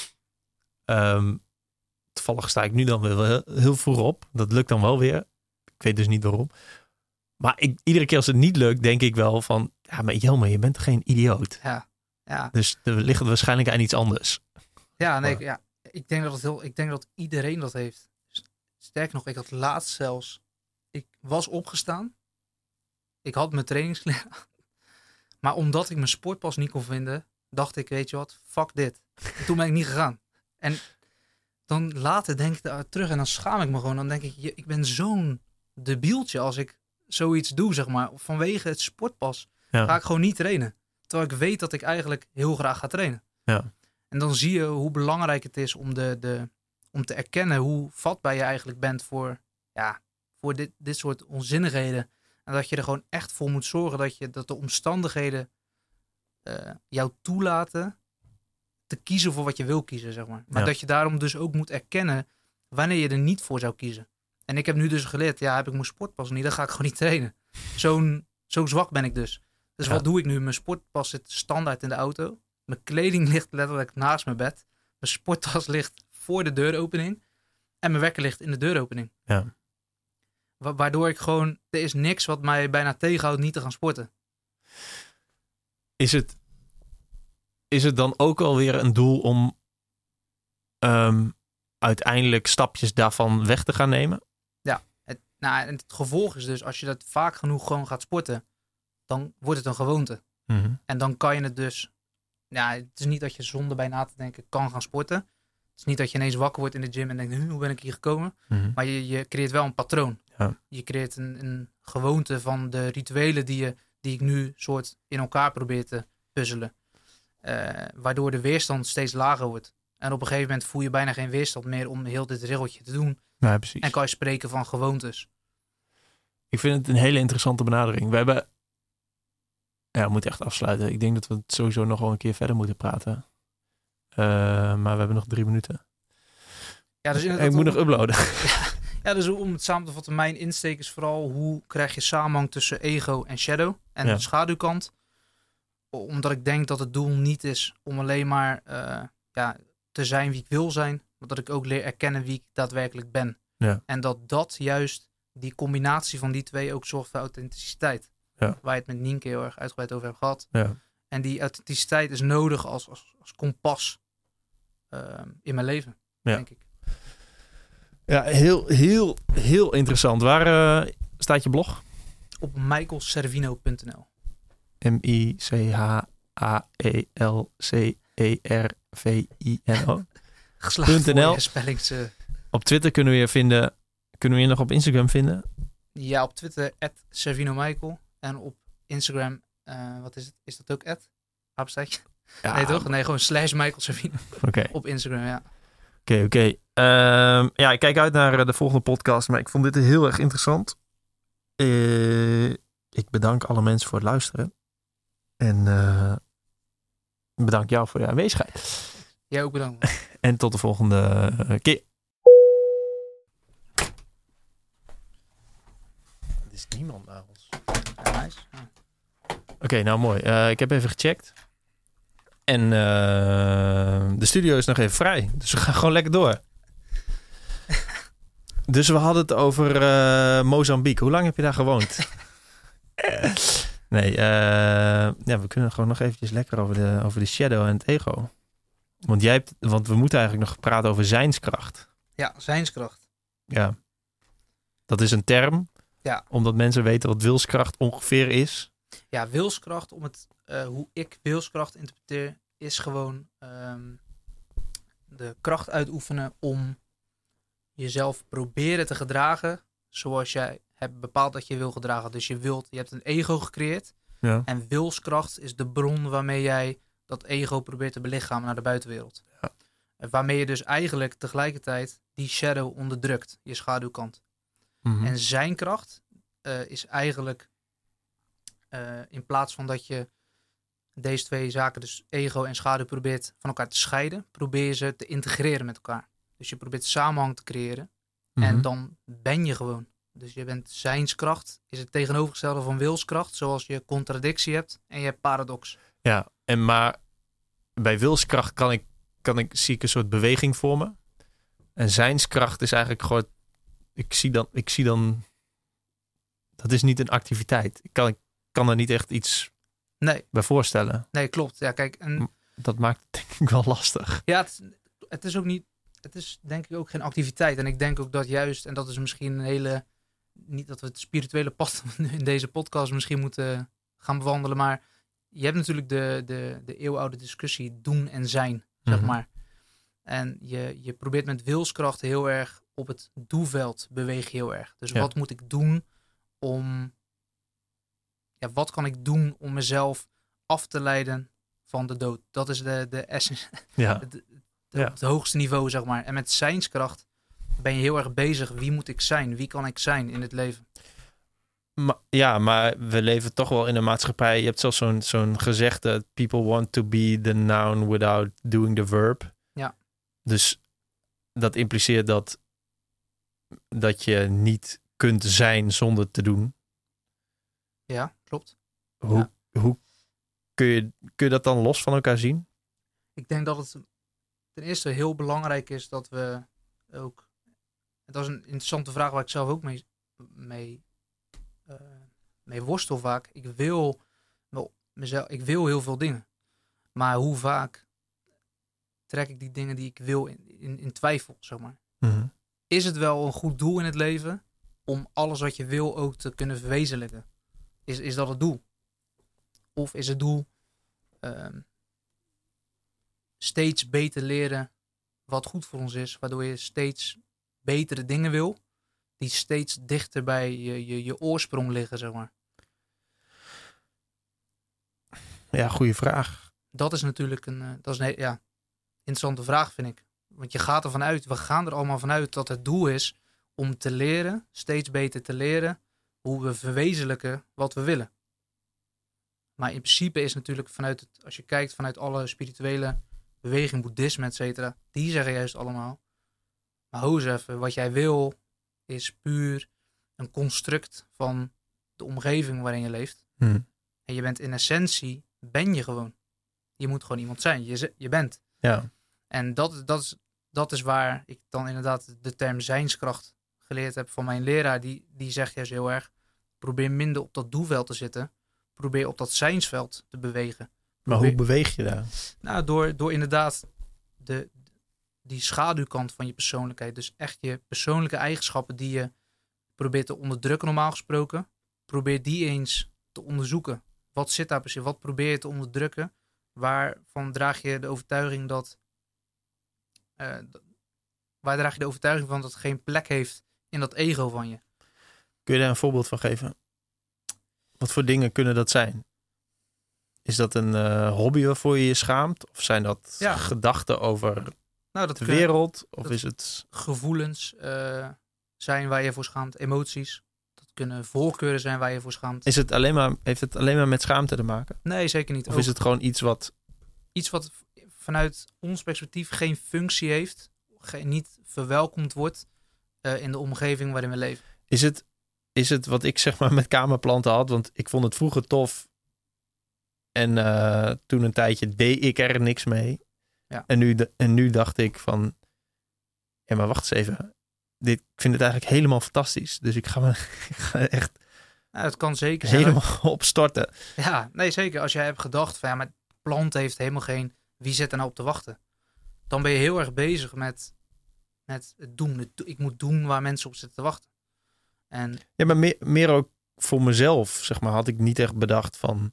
Toevallig sta ik nu dan weer wel heel vroeg op. Dat lukt dan wel weer. Ik weet dus niet waarom. Maar iedere keer als het niet lukt, denk ik wel van... Ja, maar Jelmer, je bent toch geen idioot? Ja. Dus er ligt het waarschijnlijk aan iets anders. Ja, nee, ja. Ik denk dat iedereen dat heeft. Sterker nog, ik had laatst zelfs... Ik was opgestaan. Ik had mijn trainingskleren aan. Maar omdat ik mijn sportpas niet kon vinden, dacht ik, weet je wat, fuck dit. En toen ben ik niet gegaan. En dan later denk ik daar terug en dan schaam ik me gewoon. Dan denk ik, ik ben zo'n debieltje als ik zoiets doe, zeg maar. Vanwege het sportpas ga ik gewoon niet trainen. Terwijl ik weet dat ik eigenlijk heel graag ga trainen. Ja. En dan zie je hoe belangrijk het is om om te erkennen hoe vatbaar je eigenlijk bent voor dit soort onzinnigheden. En dat je er gewoon echt voor moet zorgen dat de omstandigheden jou toelaten te kiezen voor wat je wil kiezen, zeg maar. Maar dat je daarom dus ook moet erkennen wanneer je er niet voor zou kiezen. En ik heb nu dus geleerd, heb ik mijn sportpas niet, dan ga ik gewoon niet trainen. Zo zwak ben ik dus. Dus wat doe ik nu? Mijn sportpas zit standaard in de auto. Mijn kleding ligt letterlijk naast mijn bed. Mijn sporttas ligt voor de deuropening. En mijn wekker ligt in de deuropening. Ja. Waardoor ik gewoon... Er is niks wat mij bijna tegenhoudt niet te gaan sporten. Is het dan ook alweer een doel om uiteindelijk stapjes daarvan weg te gaan nemen? Ja. Het gevolg is dus, als je dat vaak genoeg gewoon gaat sporten, dan wordt het een gewoonte. Mm-hmm. En dan kan je het dus... Ja, het is niet dat je zonder bij na te denken kan gaan sporten. Het is niet dat je ineens wakker wordt in de gym en denkt, hoe ben ik hier gekomen? Mm-hmm. Maar je creëert wel een patroon. Ja. Je creëert een gewoonte van de rituelen die ik nu soort in elkaar probeer te puzzelen. Waardoor de weerstand steeds lager wordt. En op een gegeven moment voel je bijna geen weerstand meer om heel dit regeltje te doen. Ja, precies. En kan je spreken van gewoontes. Ik vind het een hele interessante benadering. We hebben... Ja, we moeten echt afsluiten. Ik denk dat we het sowieso nog wel een keer verder moeten praten. Maar we hebben nog 3 minuten. Ja, dus ik moet nog uploaden. Ja, dus om het samen te vatten, mijn insteek is vooral hoe krijg je samenhang tussen ego en shadow en de schaduwkant. Omdat ik denk dat het doel niet is om alleen maar te zijn wie ik wil zijn, maar dat ik ook leer erkennen wie ik daadwerkelijk ben. Ja. En dat juist die combinatie van die twee ook zorgt voor authenticiteit. Ja. Waar je het met Nienke heel erg uitgebreid over hebt gehad. Ja. En die authenticiteit is nodig als kompas in mijn leven, denk ik. Ja, heel interessant. Waar staat je blog? Op michaelservino.nl. MICHAELCERVINO. Geslaagd voor je spellings... Op Twitter kunnen we je vinden. Kunnen we je nog op Instagram vinden? Ja, op Twitter @ServinoMichael. En op Instagram, wat is het? Is dat ook @? Ja, nee toch? Nee, gewoon /Michael Servino. Okay. Op Instagram, ja. Oké. Ja, ik kijk uit naar de volgende podcast. Maar ik vond dit heel erg interessant. Ik bedank alle mensen voor het luisteren. En bedank jou voor je aanwezigheid. Jij ook bedankt. En tot de volgende keer. Er is niemand naar ons. Ja, nice. Ja. Oké, nou mooi. Ik heb even gecheckt. En de studio is nog even vrij. Dus we gaan gewoon lekker door. Dus we hadden het over Mozambique. Hoe lang heb je daar gewoond? Nee, we kunnen gewoon nog eventjes lekker over de shadow en het ego. Want we moeten eigenlijk nog praten over zijnskracht. Ja, zijnskracht. Ja. Dat is een term. Ja. Omdat mensen weten wat wilskracht ongeveer is. Ja, wilskracht, hoe ik wilskracht interpreteer, is gewoon de kracht uitoefenen om jezelf proberen te gedragen zoals jij hebt bepaald dat je wil gedragen. Dus je hebt een ego gecreëerd. Ja. En wilskracht is de bron waarmee jij dat ego probeert te belichamen naar de buitenwereld. Ja. Waarmee je dus eigenlijk tegelijkertijd die shadow onderdrukt, je schaduwkant. Mm-hmm. En zijn kracht is eigenlijk, in plaats van dat je deze twee zaken, dus ego en schaduw, probeert van elkaar te scheiden, probeer je ze te integreren met elkaar. Dus je probeert samenhang te creëren. Mm-hmm. En dan ben je gewoon. Dus je bent zijnskracht, is het tegenovergestelde van wilskracht, zoals je contradictie hebt en je hebt paradox. Ja, maar bij wilskracht zie ik een soort beweging voor me. En zijnskracht is eigenlijk gewoon, ik zie dan, dat is niet een activiteit. Ik kan er niet echt iets bij voorstellen. Nee, klopt. Ja, kijk, Dat maakt het denk ik wel lastig. Ja, het is ook niet, het is denk ik ook geen activiteit. En ik denk ook dat juist, en dat is misschien een hele, niet dat we het spirituele pad in deze podcast misschien moeten gaan bewandelen, maar je hebt natuurlijk de eeuwenoude discussie doen en zijn, zeg maar. En je probeert met wilskracht heel erg op het doelveld beweeg je heel erg. Dus wat moet ik doen wat kan ik doen om mezelf af te leiden van de dood? Dat is de essence. Ja. Op het hoogste niveau, zeg maar. En met zijnskracht ben je heel erg bezig. Wie moet ik zijn? Wie kan ik zijn in het leven? Maar we leven toch wel in een maatschappij. Je hebt zelfs zo'n gezegde: people want to be the noun without doing the verb. Ja. Dus dat impliceert dat je niet kunt zijn zonder te doen. Ja, klopt. Hoe kun je dat dan los van elkaar zien? Ik denk dat het ten eerste heel belangrijk is dat we ook... Het was een interessante vraag waar ik zelf ook mee worstel vaak. Ik wil heel veel dingen. Maar hoe vaak trek ik die dingen die ik wil in twijfel, zeg maar. Mm-hmm. Is het wel een goed doel in het leven om alles wat je wil ook te kunnen verwezenlijken? Is dat het doel? Of is het doel steeds beter leren wat goed voor ons is, waardoor je steeds betere dingen wil, die steeds dichter bij je oorsprong liggen, zeg maar. Ja, goede vraag. Dat is natuurlijk een interessante vraag, vind ik. Want je gaat ervan uit, we gaan er allemaal vanuit dat het doel is om te leren, steeds beter te leren, hoe we verwezenlijken wat we willen. Maar in principe is natuurlijk als je kijkt vanuit alle spirituele beweging, boeddhisme, et cetera, die zeggen juist allemaal, maar ho eens even, wat jij wil is puur een construct van de omgeving waarin je leeft. En je bent in essentie, ben je gewoon. Je moet gewoon iemand zijn. Je bent. Ja. En dat is waar ik dan inderdaad de term zijnskracht geleerd heb van mijn leraar. Die zegt juist heel erg, probeer minder op dat doelveld te zitten. Probeer op dat zijnsveld te bewegen. Maar hoe beweeg je daar? Nou, door inderdaad die schaduwkant van je persoonlijkheid. Dus echt je persoonlijke eigenschappen die je probeert te onderdrukken normaal gesproken. Probeer die eens te onderzoeken. Wat zit daar precies? Wat probeer je te onderdrukken? Waarvan draag je de overtuiging waar draag je de overtuiging van dat het geen plek heeft in dat ego van je? Kun je daar een voorbeeld van geven? Wat voor dingen kunnen dat zijn? Is dat een hobby waarvoor je je schaamt? Of zijn dat gedachten over de wereld? Of is het gevoelens zijn waar je voor schaamt? Emoties? Dat kunnen voorkeuren zijn waar je voor schaamt. Heeft het alleen maar met schaamte te maken? Nee, zeker niet. Of is het gewoon iets wat vanuit ons perspectief geen functie heeft, niet verwelkomd wordt in de omgeving waarin we leven. Is het wat ik zeg maar met kamerplanten had? Want ik vond het vroeger tof. En toen een tijdje deed ik er niks mee. Ja. En nu dacht ik van... Ja, maar wacht eens even. Ik vind het eigenlijk helemaal fantastisch. Dus ik ga echt Het kan zeker zijn. helemaal opstorten. Ja, nee, zeker. Als jij hebt gedacht van ja, maar plant heeft helemaal geen... Wie zit er nou op te wachten? Dan ben je heel erg bezig met het doen. Ik moet doen waar mensen op zitten te wachten. En Ja, maar meer ook voor mezelf, zeg maar, had ik niet echt bedacht van...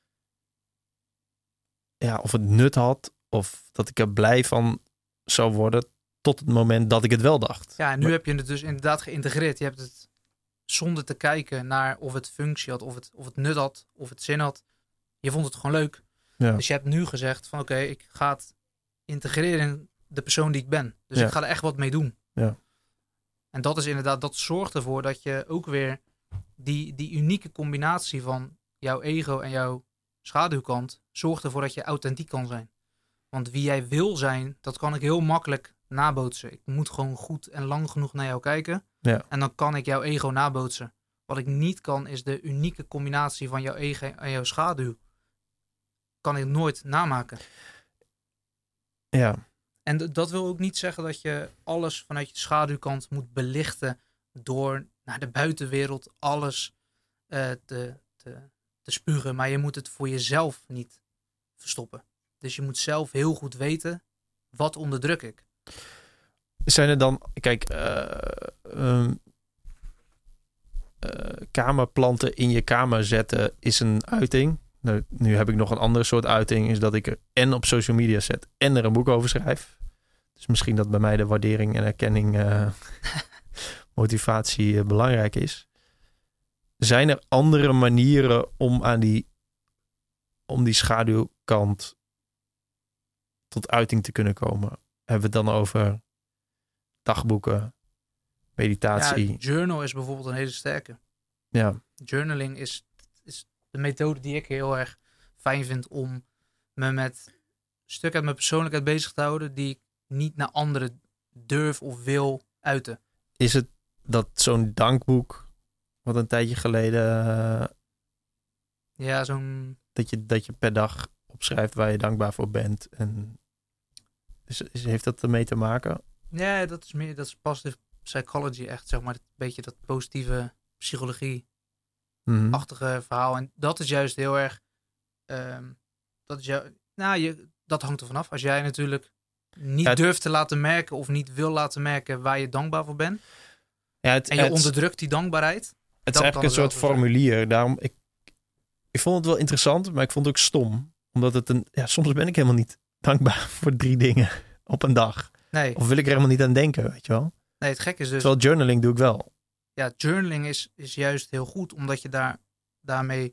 Ja, of het nut had. Of dat ik er blij van zou worden. Tot het moment dat ik het wel dacht. ja, en nu Maar- heb je het dus inderdaad geïntegreerd. Je hebt het zonder te kijken naar of het functie had, of het nut had, of het zin had. Je vond het gewoon leuk. Ja. Dus je hebt nu gezegd van oké, ik ga het integreren in de persoon die ik ben. Dus Ja. ik ga er echt wat mee doen. Ja. En dat is inderdaad, dat zorgt ervoor dat je ook weer die unieke combinatie van jouw ego en jouw schaduwkant zorgt ervoor dat je authentiek kan zijn. Want wie jij wil zijn, dat kan ik heel makkelijk nabootsen. Ik moet gewoon goed en lang genoeg naar jou kijken. Ja. En dan kan ik jouw ego nabootsen. Wat ik niet kan, is de unieke combinatie van jouw ego en jouw schaduw. Kan ik nooit namaken. Ja. En dat wil ook niet zeggen dat je alles vanuit je schaduwkant moet belichten door naar de buitenwereld alles te spugen. Maar je moet het voor jezelf niet verstoppen. Dus je moet zelf heel goed weten, wat onderdruk ik? Zijn er dan... Kijk, kamerplanten in je kamer zetten is een uiting. Nou, nu heb ik nog een andere soort uiting. Is dat ik er en op social media zet en er een boek over schrijf. Dus misschien dat bij mij de waardering en erkenning, motivatie belangrijk is. Zijn er andere manieren om die schaduwkant tot uiting te kunnen komen? Hebben we het dan over dagboeken, meditatie? Ja, journal is bijvoorbeeld een hele sterke. Ja. Journaling is de methode die ik heel erg fijn vind om me met stukken uit mijn persoonlijkheid bezig te houden die ik niet naar anderen durf of wil uiten. Is het dat zo'n dankboek, wat een tijdje geleden, Ja, zo'n... dat je per dag opschrijft waar je dankbaar voor bent? En heeft dat ermee te maken? Ja, dat is positive psychology echt, zeg maar. Een beetje dat positieve psychologie-achtige Mhm. verhaal. En dat is juist heel erg... dat hangt er vanaf. Als jij natuurlijk niet durft te laten merken of niet wil laten merken waar je dankbaar voor bent. Ja, En je onderdrukt die dankbaarheid. Het dan is eigenlijk kan een het wel soort zo zijn. formulier. Daarom, ik vond het wel interessant, maar ik vond het ook stom. Omdat soms ben ik helemaal niet dankbaar voor 3 dingen op een dag. Nee, Of wil ik er helemaal niet aan denken, weet je wel? nee, het gekke is dus... Terwijl journaling doe ik wel. Ja, journaling is juist heel goed, omdat je daarmee...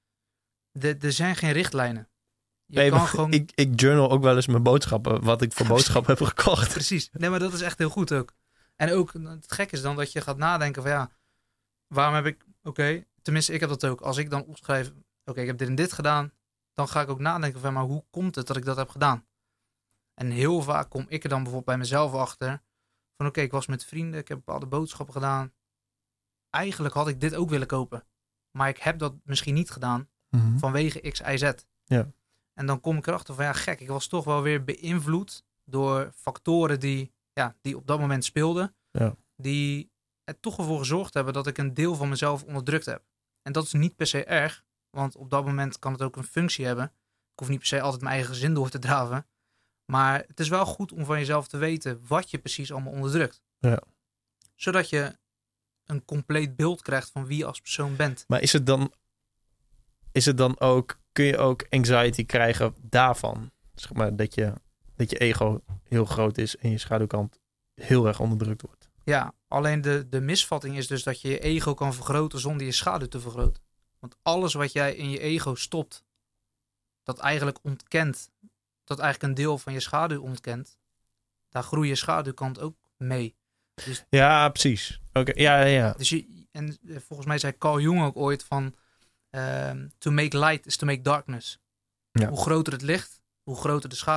Er zijn geen richtlijnen. Je Nee, kan maar gewoon... ik journal ook wel eens mijn boodschappen, wat ik voor boodschappen heb gekocht. Precies. Nee, maar dat is echt heel goed ook. En ook, het gek is dan dat je gaat nadenken van ja, waarom heb ik... Oké, tenminste, ik heb dat ook. Als ik dan opschrijf, oké, ik heb dit en dit gedaan, dan ga ik ook nadenken van, maar hoe komt het dat ik dat heb gedaan? En heel vaak kom ik er dan bijvoorbeeld bij mezelf achter van oké, ik was met vrienden, ik heb bepaalde boodschappen gedaan. Eigenlijk had ik dit ook willen kopen. Maar ik heb dat misschien niet gedaan Mhm. vanwege X, Y, Z. Ja. En dan kom ik erachter van ja, gek, ik was toch wel weer beïnvloed door factoren die op dat moment speelden. Ja. Die er toch ervoor gezorgd hebben dat ik een deel van mezelf onderdrukt heb. En dat is niet per se erg, want op dat moment kan het ook een functie hebben. Ik hoef niet per se altijd mijn eigen zin door te draven. Maar het is wel goed om van jezelf te weten wat je precies allemaal onderdrukt. Ja. Zodat je een compleet beeld krijgt van wie je als persoon bent. Maar is het dan ook, kun je ook anxiety krijgen daarvan? Zeg maar dat je ego heel groot is en je schaduwkant heel erg onderdrukt wordt. Ja, alleen de misvatting is dus dat je je ego kan vergroten zonder je schaduw te vergroten. Want alles wat jij in je ego stopt, dat eigenlijk ontkent, dat eigenlijk een deel van je schaduw ontkent, daar groeit je schaduwkant ook mee. Ja, precies. Oké, ja. Dus volgens mij zei Carl Jung ook ooit van, to make light is to make darkness. Ja. Hoe groter het licht, hoe groter de schaduw.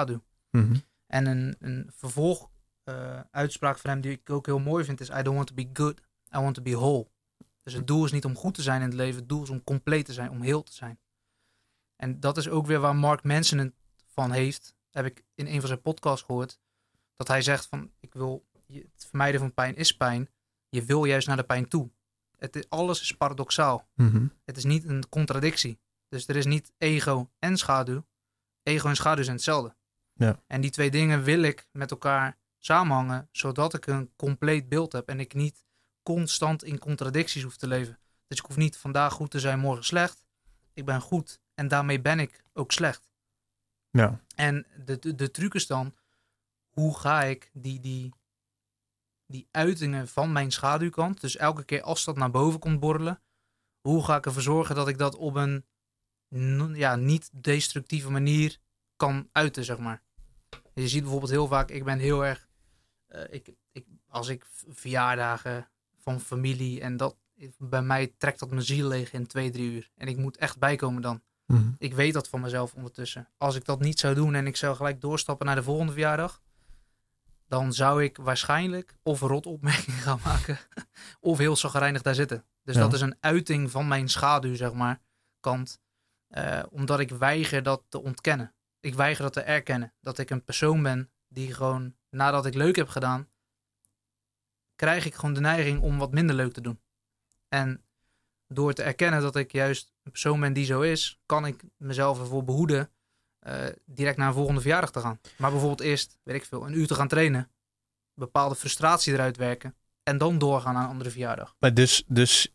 En een vervolg uitspraak van hem die ik ook heel mooi vind is: I don't want to be good, I want to be whole. Dus het doel is niet om goed te zijn in het leven, het doel is om compleet te zijn, om heel te zijn. En dat is ook weer waar Mark Manson het van heeft. Heb ik in een van zijn podcasts gehoord. Dat hij zegt van, ik wil het vermijden van pijn is pijn. Je wil juist naar de pijn toe. Alles is paradoxaal. Het is niet een contradictie. Dus er is niet ego en schaduw. Ego en schaduw zijn hetzelfde. Ja. En die twee dingen wil ik met elkaar samenhangen, zodat ik een compleet beeld heb. En ik niet constant in contradicties hoef te leven. Dus ik hoef niet vandaag goed te zijn, morgen slecht. Ik ben goed en daarmee ben ik ook slecht. Ja. En de truc is dan, hoe ga ik die uitingen van mijn schaduwkant, dus elke keer als dat naar boven komt borrelen, hoe ga ik ervoor zorgen dat ik dat op een niet destructieve manier kan uiten, zeg maar. Je ziet bijvoorbeeld heel vaak, ik ben heel erg, als ik verjaardagen van familie en dat, bij mij trekt dat mijn ziel leeg in 2-3 uur. En ik moet echt bijkomen dan. Ik weet dat van mezelf ondertussen. Als ik dat niet zou doen en ik zou gelijk doorstappen naar de volgende verjaardag, dan zou ik waarschijnlijk of een rotopmerking gaan maken of heel chagrijnig daar zitten. Dus dat is een uiting van mijn schaduw, zeg maar, kant. Omdat ik weiger dat te ontkennen. Ik weiger dat te erkennen. Dat ik een persoon ben die gewoon, nadat ik leuk heb gedaan, krijg ik gewoon de neiging om wat minder leuk te doen. En door te erkennen dat ik juist een persoon ben die zo is, kan ik mezelf ervoor behoeden direct naar een volgende verjaardag te gaan. Maar bijvoorbeeld eerst, weet ik veel, een uur te gaan trainen, bepaalde frustratie eruit werken en dan doorgaan naar een andere verjaardag. Maar dus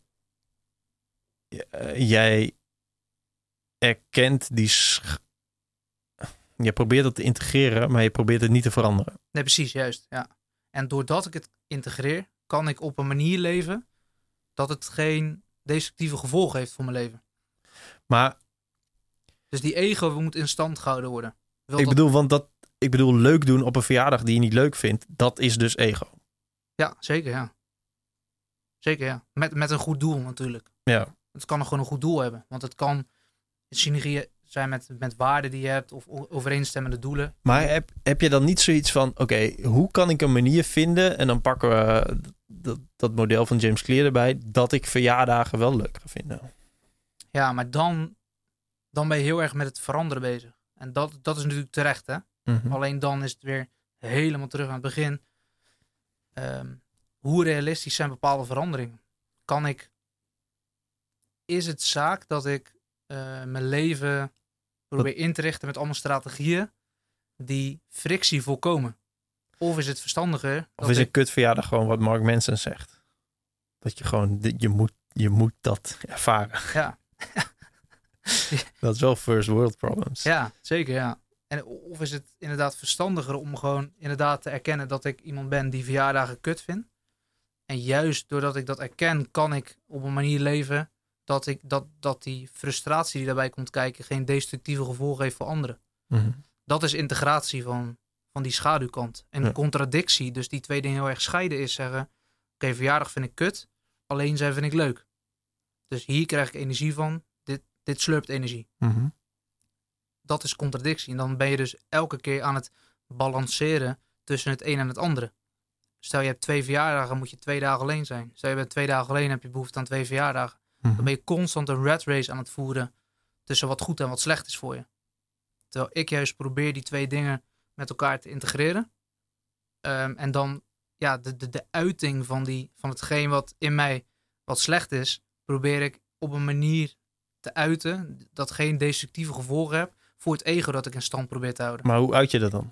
jij erkent die... Je probeert dat te integreren, maar je probeert het niet te veranderen. Nee, precies, juist. Ja. En doordat ik het integreer, kan ik op een manier leven dat het geen destructieve gevolgen heeft voor mijn leven. Maar dus die ego moet in stand gehouden worden. Ik bedoel, leuk doen op een verjaardag die je niet leuk vindt, dat is dus ego. Ja, zeker, ja. Zeker, ja. Met een goed doel natuurlijk. Ja. Het kan gewoon een goed doel hebben. Want het kan synergie zijn met waarden die je hebt of overeenstemmende doelen. Maar heb je dan niet zoiets van, oké, hoe kan ik een manier vinden, en dan pakken we dat model van James Clear erbij, dat ik verjaardagen wel leuk ga vinden? Ja, maar dan ben je heel erg met het veranderen bezig. En dat is natuurlijk terecht, hè? Alleen dan is het weer helemaal terug aan het begin. Hoe realistisch zijn bepaalde veranderingen? Is het zaak dat ik mijn leven probeer in te richten met allemaal strategieën die frictie voorkomen? Of is het verstandiger? Of is een kutverjaardag gewoon wat Mark Manson zegt? Dat je gewoon, je moet dat ervaren. Ja. Dat is wel first world problems. Ja, zeker, ja. Of is het inderdaad verstandiger om gewoon inderdaad te erkennen dat ik iemand ben die verjaardagen kut vindt. En juist doordat ik dat erken, kan ik op een manier leven dat die frustratie die daarbij komt kijken geen destructieve gevolgen heeft voor anderen. Dat is integratie van die schaduwkant. En contradictie, dus die twee dingen heel erg scheiden, is zeggen, oké, verjaardag vind ik kut, alleen zijn vind ik leuk. Dus hier krijg ik energie van, dit slurpt energie. Dat is contradictie. En dan ben je dus elke keer aan het balanceren tussen het een en het andere. Stel je hebt 2 verjaardagen, moet je 2 dagen alleen zijn. Stel je bent 2 dagen alleen, heb je behoefte aan 2 verjaardagen. Dan ben je constant een rat race aan het voeren tussen wat goed en wat slecht is voor je. Terwijl ik juist probeer die 2 dingen met elkaar te integreren. En dan de uiting van hetgeen wat in mij wat slecht is, probeer ik op een manier te uiten dat geen destructieve gevolgen heb voor het ego dat ik in stand probeer te houden. Maar hoe uit je dat dan?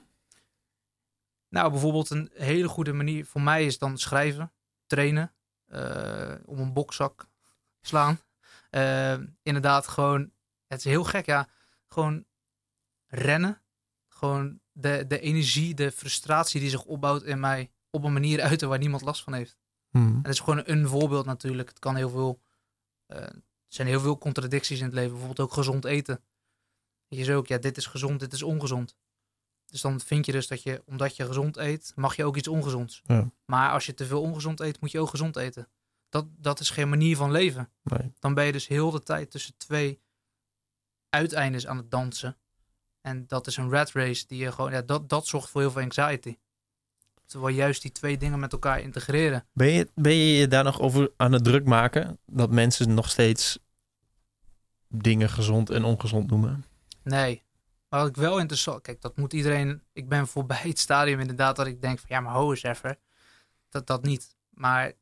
Nou, bijvoorbeeld een hele goede manier voor mij is dan schrijven, trainen, om een bokzak slaan. Inderdaad gewoon, het is heel gek, ja, gewoon rennen. Gewoon de energie, de frustratie die zich opbouwt in mij op een manier uiten waar niemand last van heeft. En dat is gewoon een voorbeeld natuurlijk. Het kan heel veel, er zijn heel veel contradicties in het leven. Bijvoorbeeld ook gezond eten. Je zegt ook, ja, dit is gezond, dit is ongezond. Dus dan vind je dus dat je, omdat je gezond eet, mag je ook iets ongezonds. Ja. Maar als je te veel ongezond eet, moet je ook gezond eten. Dat is geen manier van leven. Nee. Dan ben je dus heel de tijd tussen 2 uiteindes aan het dansen. En dat is een rat race die je gewoon... Ja, dat zorgt voor heel veel anxiety. Terwijl juist die twee dingen met elkaar integreren. Ben je daar nog over aan het druk maken? Dat mensen nog steeds dingen gezond en ongezond noemen? Nee. Maar wat ik wel interessant... Kijk, dat moet iedereen... Ik ben voorbij het stadium inderdaad dat ik denk van... Ja, maar ho eens even. Dat niet. Maar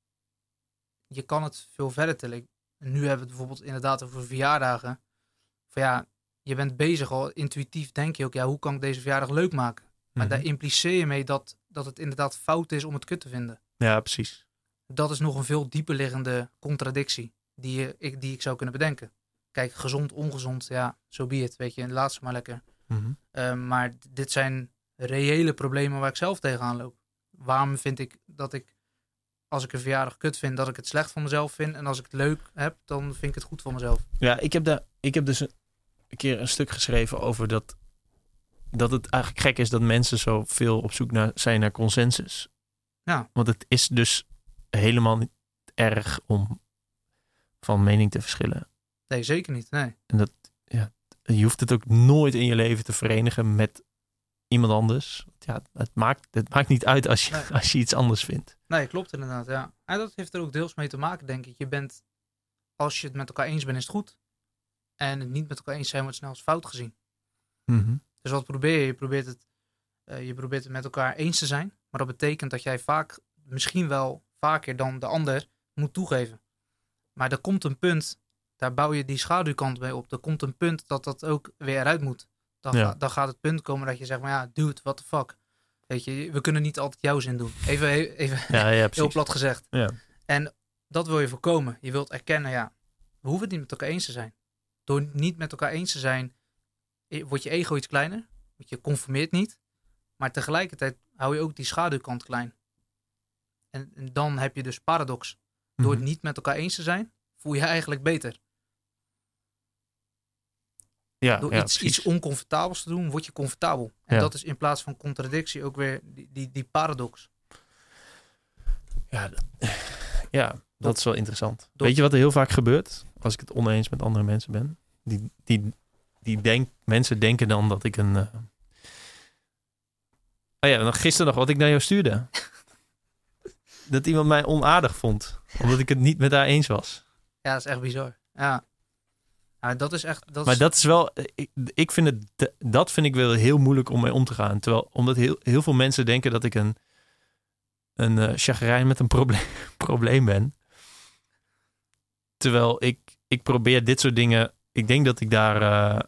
je kan het veel verder tillen. Nu hebben we het bijvoorbeeld inderdaad over verjaardagen. Van ja, je bent bezig al. Intuïtief denk je ook... Ja, hoe kan ik deze verjaardag leuk maken? Maar daar impliceer je mee dat het inderdaad fout is om het kut te vinden. Ja, precies. Dat is nog een veel dieper liggende contradictie die ik zou kunnen bedenken. Kijk, gezond, ongezond, ja, so be it, weet je, laat ze maar lekker. Maar dit zijn reële problemen waar ik zelf tegenaan loop. Waarom vind ik dat ik, als ik een verjaardag kut vind, dat ik het slecht van mezelf vind. En als ik het leuk heb, dan vind ik het goed van mezelf. Ja, ik heb dus een keer een stuk geschreven over dat het eigenlijk gek is dat mensen zoveel op zoek zijn naar consensus. Ja. Want het is dus helemaal niet erg om van mening te verschillen. Nee, zeker niet, nee. En je hoeft het ook nooit in je leven te verenigen met iemand anders. Ja, het maakt niet uit als je iets anders vindt. Nee, klopt inderdaad, ja. En dat heeft er ook deels mee te maken, denk ik. Als je het met elkaar eens bent, is het goed. En het niet met elkaar eens zijn, wordt snel als fout gezien. Dus wat probeer je? Je probeert het met elkaar eens te zijn. Maar dat betekent dat jij vaak, misschien wel vaker dan de ander, moet toegeven. Maar er komt een punt, daar bouw je die schaduwkant mee op. Er komt een punt dat dat ook weer eruit moet. Dan gaat het punt komen dat je zegt, maar ja, dude, what the fuck. Weet je, we kunnen niet altijd jouw zin doen. Even heel plat gezegd. Ja. En dat wil je voorkomen. Je wilt erkennen, ja, we hoeven het niet met elkaar eens te zijn. Door niet met elkaar eens te zijn, wordt je ego iets kleiner. Want je conformeert niet. Maar tegelijkertijd hou je ook die schaduwkant klein. En dan heb je dus paradox. Door het niet met elkaar eens te zijn, voel je eigenlijk beter. Ja, door iets oncomfortabels te doen, word je comfortabel. En dat is in plaats van contradictie ook weer die paradox. Ja, dat is wel interessant. Weet je wat er heel vaak gebeurt? Als ik het oneens met andere mensen ben. Mensen denken dan dat ik een... nog gisteren nog wat ik naar jou stuurde. Dat iemand mij onaardig vond. Omdat ik het niet met haar eens was. Ja, dat is echt bizar. Ja. Nou, dat is echt... Dat is wel... Dat vind ik wel heel moeilijk om mee om te gaan. Terwijl, omdat heel veel mensen denken dat ik een chagrijn met een probleem ben. Terwijl ik probeer dit soort dingen... Ik denk dat ik daar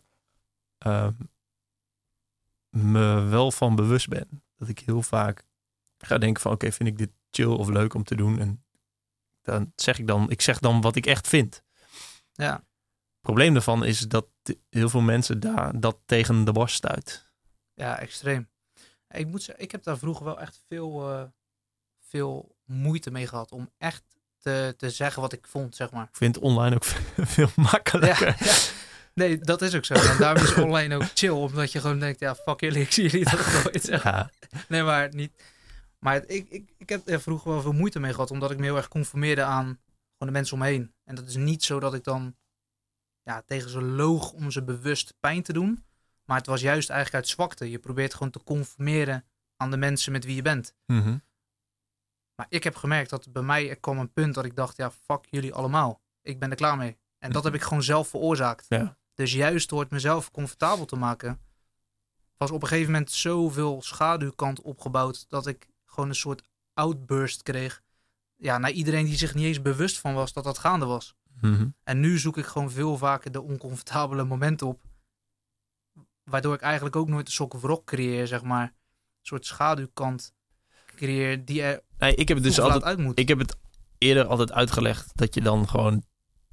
me wel van bewust ben. Dat ik heel vaak ga denken van... Oké, vind ik dit chill of leuk om te doen? En dan zeg ik zeg dan wat ik echt vind. Ja. Het probleem daarvan is dat heel veel mensen dat tegen de borst stuit. Ja, extreem. Ik moet zeggen, ik heb daar vroeger wel echt veel moeite mee gehad om echt te zeggen wat ik vond, zeg maar. Ik vind het online ook veel makkelijker. Ja. Nee, dat is ook zo. En daarom is online ook chill, omdat je gewoon denkt, ja, fuck jullie, ik zie jullie dat nooit. Ja. Nee, maar niet. Maar ik heb er vroeger wel veel moeite mee gehad, omdat ik me heel erg conformeerde aan gewoon de mensen om me heen. En dat is niet zo dat ik dan tegen ze loog om ze bewust pijn te doen. Maar het was juist eigenlijk uit zwakte. Je probeert gewoon te conformeren aan de mensen met wie je bent. Maar ik heb gemerkt dat bij mij er kwam een punt dat ik dacht, ja, fuck jullie allemaal. Ik ben er klaar mee. En dat heb ik gewoon zelf veroorzaakt. Ja. Dus juist door het mezelf comfortabel te maken, was op een gegeven moment zoveel schaduwkant opgebouwd dat ik gewoon een soort outburst kreeg. Ja, naar iedereen die zich niet eens bewust van was dat gaande was. En nu zoek ik gewoon veel vaker de oncomfortabele momenten op. Waardoor ik eigenlijk ook nooit een sok wrok creëer, zeg maar. Een soort schaduwkant creëer die er ik heb het dus altijd uit moet. Ik heb het eerder altijd uitgelegd dat je dan gewoon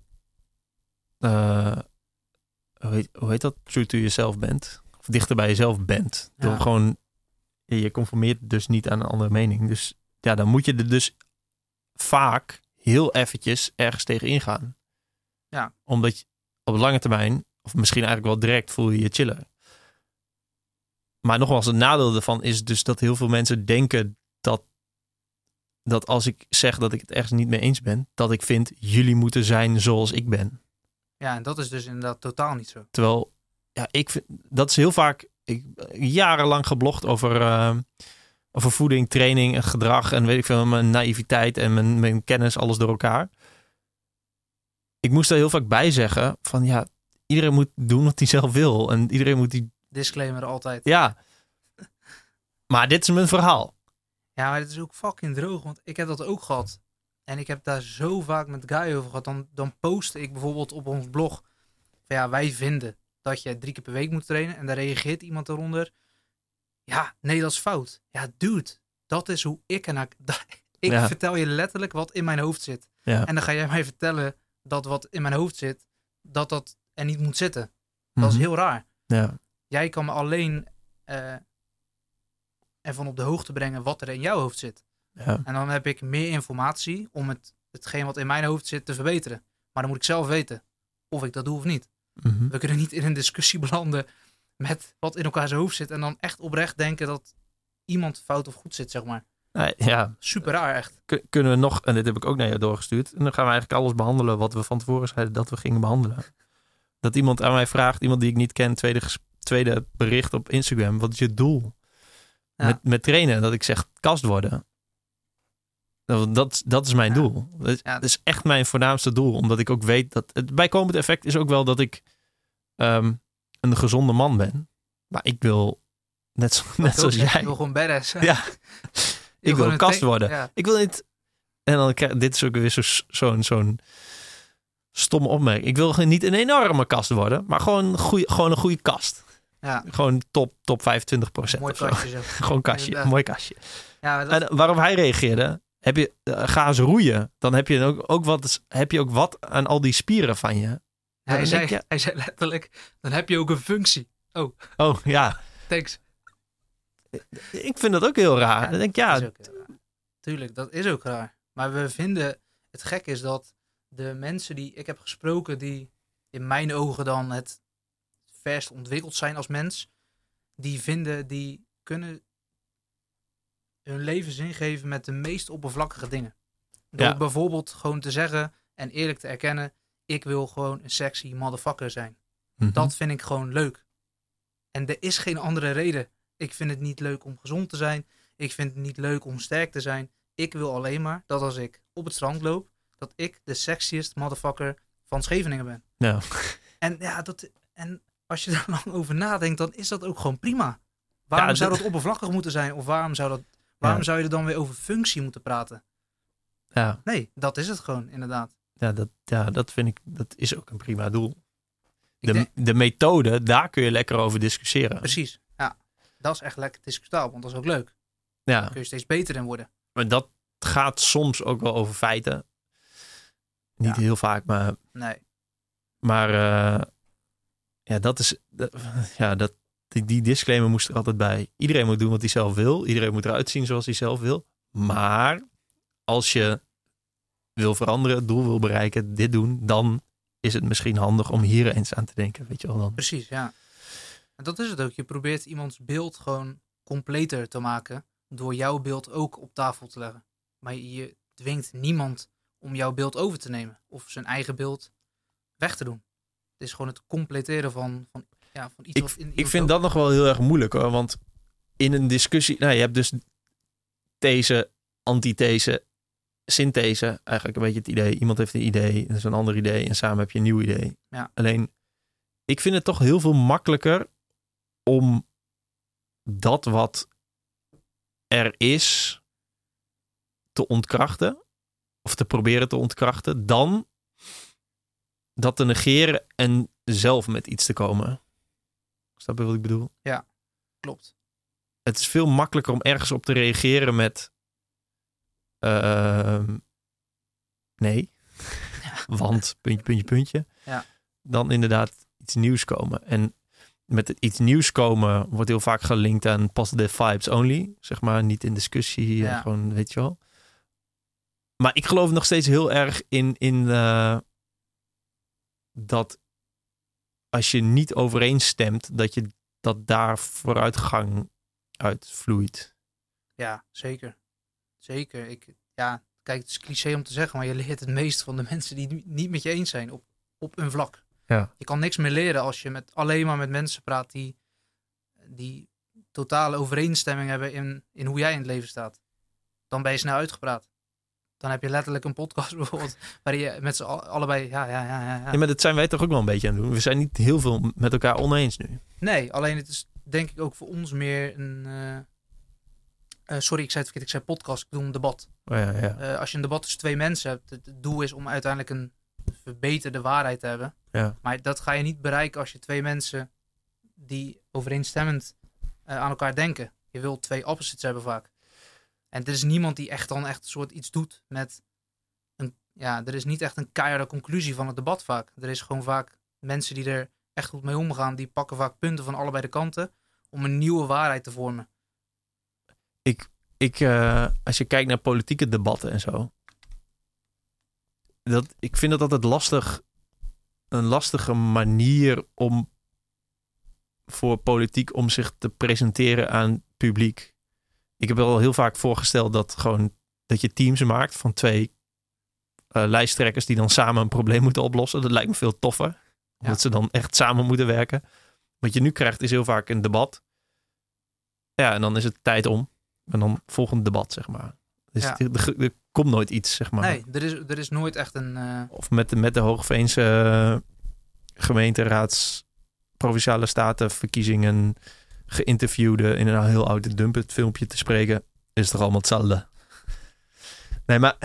hoe heet dat? True to yourself bent. Of dichter bij jezelf bent. Door gewoon je conformeert dus niet aan een andere mening. Dus ja, dan moet je er dus vaak heel eventjes ergens tegen ingaan. Ja. Omdat je op de lange termijn, of misschien eigenlijk wel direct, voel je je chiller. Maar nogmaals, het nadeel ervan is dus dat heel veel mensen denken dat als ik zeg dat ik het ergens niet mee eens ben, dat ik vind, jullie moeten zijn zoals ik ben. Ja, en dat is dus inderdaad totaal niet zo. Terwijl dat is heel vaak jarenlang geblogd over voeding, training en gedrag en weet ik veel, mijn naïviteit en mijn kennis, alles door elkaar. Ik moest daar heel vaak bij zeggen van ja, iedereen moet doen wat hij zelf wil en iedereen moet die... Disclaimer altijd. Ja, maar dit is mijn verhaal. Ja, maar het is ook fucking droog, want ik heb dat ook gehad. En ik heb daar zo vaak met Guy over gehad. Dan postte ik bijvoorbeeld op ons blog van ja, wij vinden dat je 3 keer per week moet trainen. En daar reageert iemand eronder. Ja, nee, dat is fout. Ja, dude, dat is hoe ik ernaar... Ik vertel je letterlijk wat in mijn hoofd zit. Ja. En dan ga jij mij vertellen dat wat in mijn hoofd zit, dat er niet moet zitten. Dat is heel raar. Ja. Jij kan me alleen ervan op de hoogte brengen wat er in jouw hoofd zit. Ja. En dan heb ik meer informatie om hetgeen wat in mijn hoofd zit te verbeteren. Maar dan moet ik zelf weten of ik dat doe of niet. Mm-hmm. We kunnen niet in een discussie belanden met wat in elkaars hoofd zit en dan echt oprecht denken dat iemand fout of goed zit, zeg maar. Ja. Super raar, echt. Kunnen we nog, en dit heb ik ook naar je doorgestuurd, en dan gaan we eigenlijk alles behandelen wat we van tevoren zeiden dat we gingen behandelen. Dat iemand aan mij vraagt, iemand die ik niet ken, tweede bericht op Instagram, wat is je doel? Ja. Met trainen, dat ik zeg kast worden. Dat is mijn doel. Dat is echt mijn voornaamste doel. Omdat ik ook weet dat het bijkomend effect is ook wel dat ik een gezonde man ben. Maar ik wil, net zoals jij. Ik wil gewoon badass. Ja. Ik wil kast worden. Ja. Ik wil niet... En dan dit is ook weer zo'n stomme opmerking. Ik wil niet een enorme kast worden. Maar gewoon een goede kast. Ja. Gewoon top 25%. Mooi kastje zo. Gewoon kastje. Een mooi kastje. Ja, en waarop hij reageerde... ga eens roeien. Dan heb je ook wat aan al die spieren van je. Hij zei letterlijk, dan heb je ook een functie. Oh, ja. Thanks. Ik vind dat ook heel raar. Ja, dan denk ik, tuurlijk, dat is ook raar. Maar we vinden, het gek is dat de mensen die ik heb gesproken, die in mijn ogen dan het verst ontwikkeld zijn als mens, die kunnen hun leven zin geven met de meest oppervlakkige dingen. Door bijvoorbeeld gewoon te zeggen en eerlijk te erkennen, ik wil gewoon een sexy motherfucker zijn. Mm-hmm. Dat vind ik gewoon leuk. En er is geen andere reden. Ik vind het niet leuk om gezond te zijn. Ik vind het niet leuk om sterk te zijn. Ik wil alleen maar dat als ik op het strand loop, dat ik de sexiest motherfucker van Scheveningen ben. Ja. En als je er lang over nadenkt, dan is dat ook gewoon prima. Waarom zou dat oppervlakkig moeten zijn? Of waarom zou je er dan weer over functie moeten praten? Ja. Nee, dat is het gewoon, inderdaad. Dat vind ik, dat is ook een prima doel. De methode, daar kun je lekker over discussiëren. Precies, ja. Dat is echt lekker discutabel, want dat is ook leuk. Ja. Daar kun je steeds beter in worden. Maar dat gaat soms ook wel over feiten. Niet heel vaak, maar... Nee. Maar dat is... Die disclaimer moest er altijd bij. Iedereen moet doen wat hij zelf wil. Iedereen moet eruit zien zoals hij zelf wil. Maar als je wil veranderen, het doel wil bereiken, dit doen, dan is het misschien handig om hier eens aan te denken. Weet je wel dan? Precies, ja. En dat is het ook. Je probeert iemands beeld gewoon completer te maken door jouw beeld ook op tafel te leggen. Maar je dwingt niemand om jouw beeld over te nemen of zijn eigen beeld weg te doen. Het is gewoon het completeren van iets wat in ik vind dat nog wel heel erg moeilijk hoor. Want in een discussie, je hebt dus these, antithese, synthese. Eigenlijk een beetje het idee. Iemand heeft een idee, dat is een ander idee en samen heb je een nieuw idee. Ja. Alleen, ik vind het toch heel veel makkelijker om dat wat er is te ontkrachten of te proberen te ontkrachten dan dat te negeren en zelf met iets te komen. Snap je wat ik bedoel? Ja, klopt. Het is veel makkelijker om ergens op te reageren met nee. Ja. Want puntje. Ja. Dan inderdaad iets nieuws komen. En met het iets nieuws komen wordt heel vaak gelinkt aan positive vibes only. Zeg maar, niet in discussie. Ja. Gewoon, weet je wel. Maar ik geloof nog steeds heel erg in dat als je niet overeenstemt, dat daar vooruitgang uit vloeit. Ja, zeker. Zeker. Kijk, het is cliché om te zeggen, maar je leert het meest van de mensen die het niet met je eens zijn op een vlak. Ja. Je kan niks meer leren als je alleen maar met mensen praat die totale overeenstemming hebben in hoe jij in het leven staat. Dan ben je snel uitgepraat. Dan heb je letterlijk een podcast bijvoorbeeld, waar je met z'n allebei, ja. Ja, maar dat zijn wij toch ook wel een beetje aan het doen. We zijn niet heel veel met elkaar oneens nu. Nee, alleen het is denk ik ook voor ons meer een... sorry, ik zei het verkeerd. Ik zei podcast, ik bedoel een debat. Oh, ja. Als je een debat tussen twee mensen hebt, het doel is om uiteindelijk een verbeterde waarheid te hebben. Ja. Maar dat ga je niet bereiken als je twee mensen die overeenstemmend aan elkaar denken. Je wil twee opposites hebben vaak. En er is niemand die echt een soort iets doet met er is niet echt een keiharde conclusie van het debat vaak. Er is gewoon vaak mensen die er echt goed mee omgaan. Die pakken vaak punten van allebei de kanten om een nieuwe waarheid te vormen. Als je kijkt naar politieke debatten en zo. Ik vind dat altijd lastig. Een lastige manier voor politiek om zich te presenteren aan het publiek. Ik heb al heel vaak voorgesteld dat je teams maakt van twee lijsttrekkers die dan samen een probleem moeten oplossen. Dat lijkt me veel toffer. Omdat ze dan echt samen moeten werken. Wat je nu krijgt is heel vaak een debat. Ja, en dan is het tijd om. En dan volgend debat, zeg maar. Dus er komt nooit iets, zeg maar. Nee, er is nooit echt een... Of met de Hoogveense gemeenteraads Provinciale Statenverkiezingen geïnterviewden in een heel oud Dumpet filmpje te spreken. Is het toch allemaal hetzelfde. Nee, maar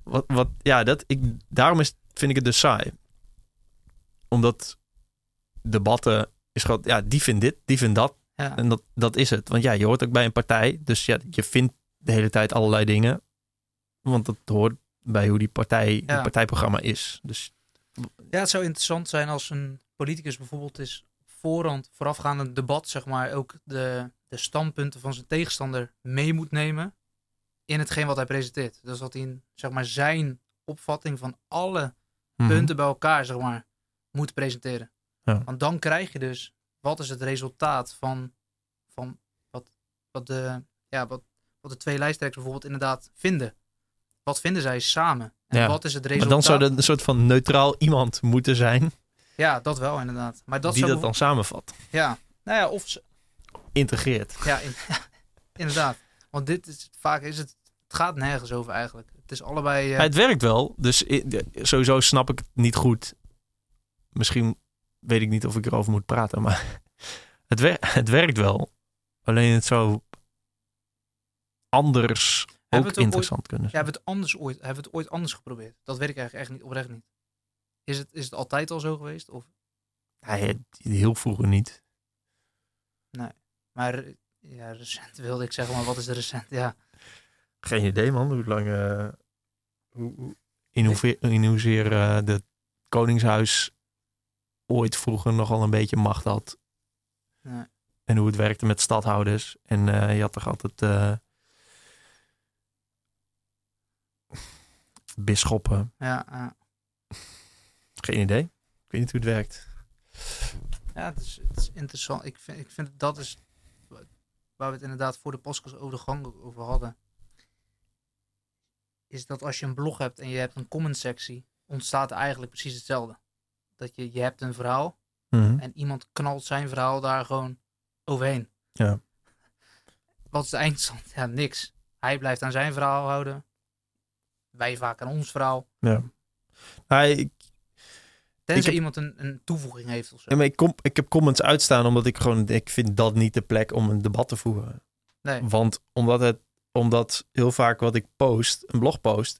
daarom vind ik het dus saai. Omdat debatten is gewoon, die vindt dit, die vindt dat. Ja. En dat is het. Want je hoort ook bij een partij. Dus je vindt de hele tijd allerlei dingen. Want dat hoort bij hoe die partijprogramma is. Dus... Ja, het zou interessant zijn als een politicus bijvoorbeeld is voorafgaand een debat, zeg maar, ook de standpunten van zijn tegenstander mee moet nemen in hetgeen wat hij presenteert. Dus dat hij, zeg maar, zijn opvatting van alle punten bij elkaar, zeg maar, moet presenteren. Ja. Want dan krijg je dus, wat is het resultaat van wat de twee lijsttrekkers bijvoorbeeld inderdaad vinden. Wat vinden zij samen? En wat is het resultaat? Maar dan zou er een soort van neutraal iemand moeten zijn. Ja, dat wel inderdaad. Maar dat die dat dan samenvat. Ja, nou ja, of... Integreert. Ja, inderdaad. Want het gaat nergens over eigenlijk. Het is allebei... Ja, het werkt wel. Dus sowieso snap ik het niet goed. Misschien weet ik niet of ik erover moet praten. Maar het werkt wel. Alleen het zou anders ook interessant kunnen zijn. Hebben we het ooit anders geprobeerd? Dat weet ik eigenlijk echt niet, oprecht niet. Is het altijd al zo geweest? Of? Ja, heel vroeger niet. Nee. Maar recent wilde ik zeggen, maar wat is er recent? Ja. Geen idee, man. Hoe lang... in hoezeer de Koningshuis ooit vroeger nogal een beetje macht had. Nee. En hoe het werkte met stadhouders. En je had toch altijd... bisschoppen. Ja. Geen idee. Ik weet niet hoe het werkt. Ja, het is interessant. Ik vind dat is waar we het inderdaad voor de podcast over de gang over hadden. Is dat als je een blog hebt en je hebt een comment sectie, ontstaat eigenlijk precies hetzelfde. Dat je hebt een verhaal en iemand knalt zijn verhaal daar gewoon overheen. Ja. Wat is de eindstand? Ja, niks. Hij blijft aan zijn verhaal houden. Wij vaak aan ons verhaal. Ja. Tenzij iemand een toevoeging heeft of zo. Ja, maar ik heb comments uitstaan omdat ik vind dat niet de plek om een debat te voeren. Nee. Want omdat heel vaak wat ik post, een blogpost,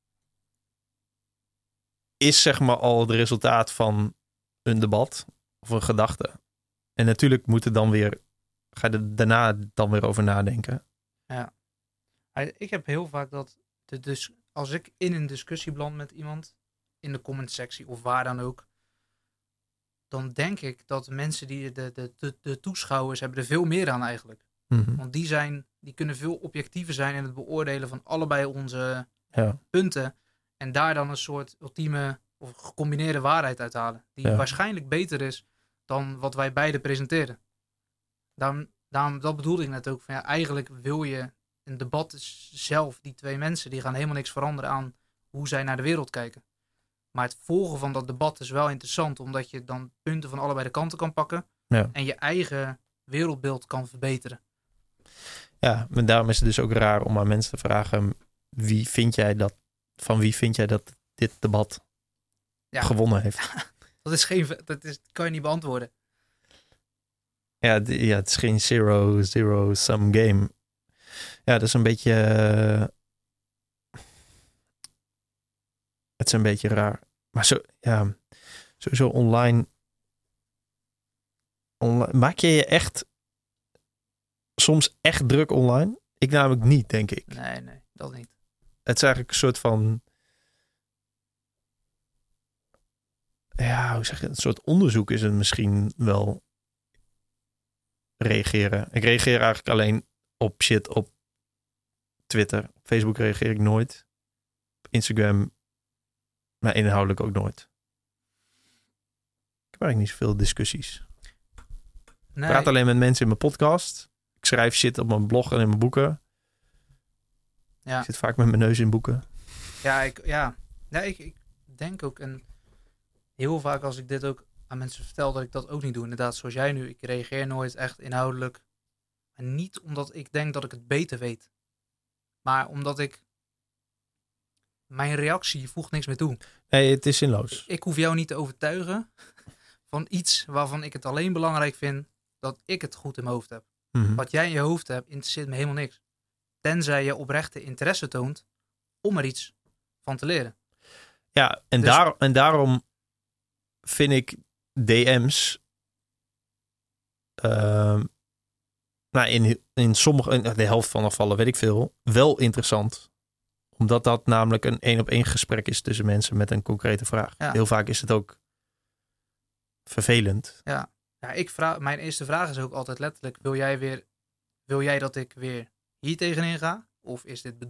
is zeg maar al het resultaat van een debat of een gedachte. En natuurlijk ga je er daarna dan weer over nadenken. Ja. Ik heb heel vaak dat als ik in een discussie beland met iemand in de comment-sectie of waar dan ook, dan denk ik dat mensen die de toeschouwers hebben er veel meer aan eigenlijk. Mm-hmm. Want die kunnen veel objectiever zijn in het beoordelen van allebei onze punten en daar dan een soort ultieme of gecombineerde waarheid uithalen. Die waarschijnlijk beter is dan wat wij beide presenteren. Daarom dat bedoelde ik net ook. Van, eigenlijk wil je een debat zelf, die twee mensen, die gaan helemaal niks veranderen aan hoe zij naar de wereld kijken. Maar het volgen van dat debat is wel interessant, omdat je dan punten van allebei de kanten kan pakken. Ja. En je eigen wereldbeeld kan verbeteren. Ja, maar daarom is het dus ook raar om aan mensen te vragen... van wie vind jij dat dit debat gewonnen heeft? Dat kan je niet beantwoorden. Ja, het is geen zero-sum game. Ja, dat is een beetje... het is een beetje raar. Maar sowieso online... Maak je je echt... soms echt druk online? Ik namelijk niet, denk ik. Nee, dat niet. Het is eigenlijk een soort van... Ja, hoe zeg je het? Een soort onderzoek is het misschien wel... reageren. Ik reageer eigenlijk alleen op shit op Twitter. Op Facebook reageer ik nooit. Op Instagram, maar inhoudelijk ook nooit. Ik heb eigenlijk niet zoveel discussies. Ik praat alleen met mensen in mijn podcast. Ik schrijf shit op mijn blog en in mijn boeken. Ja. Ik zit vaak met mijn neus in boeken. Ik denk ook, en heel vaak als ik dit ook aan mensen vertel, dat ik dat ook niet doe. Inderdaad, zoals jij nu. Ik reageer nooit echt inhoudelijk. Maar niet omdat ik denk dat ik het beter weet. Maar omdat mijn reactie voegt niks meer toe. Nee, het is zinloos. Ik hoef jou niet te overtuigen van iets waarvan ik het alleen belangrijk vind dat ik het goed in mijn hoofd heb. Mm-hmm. Wat jij in je hoofd hebt, interesseert me helemaal niks. Tenzij je oprechte interesse toont om er iets van te leren. Ja, en daarom vind ik DM's in sommige, de helft van de gevallen, weet ik veel, wel interessant. Omdat dat namelijk een 1-op-1 gesprek is tussen mensen met een concrete vraag. Ja. Heel vaak is het ook vervelend. Ja, mijn eerste vraag is ook altijd letterlijk, wil jij dat ik weer hier tegenin ga? Of is dit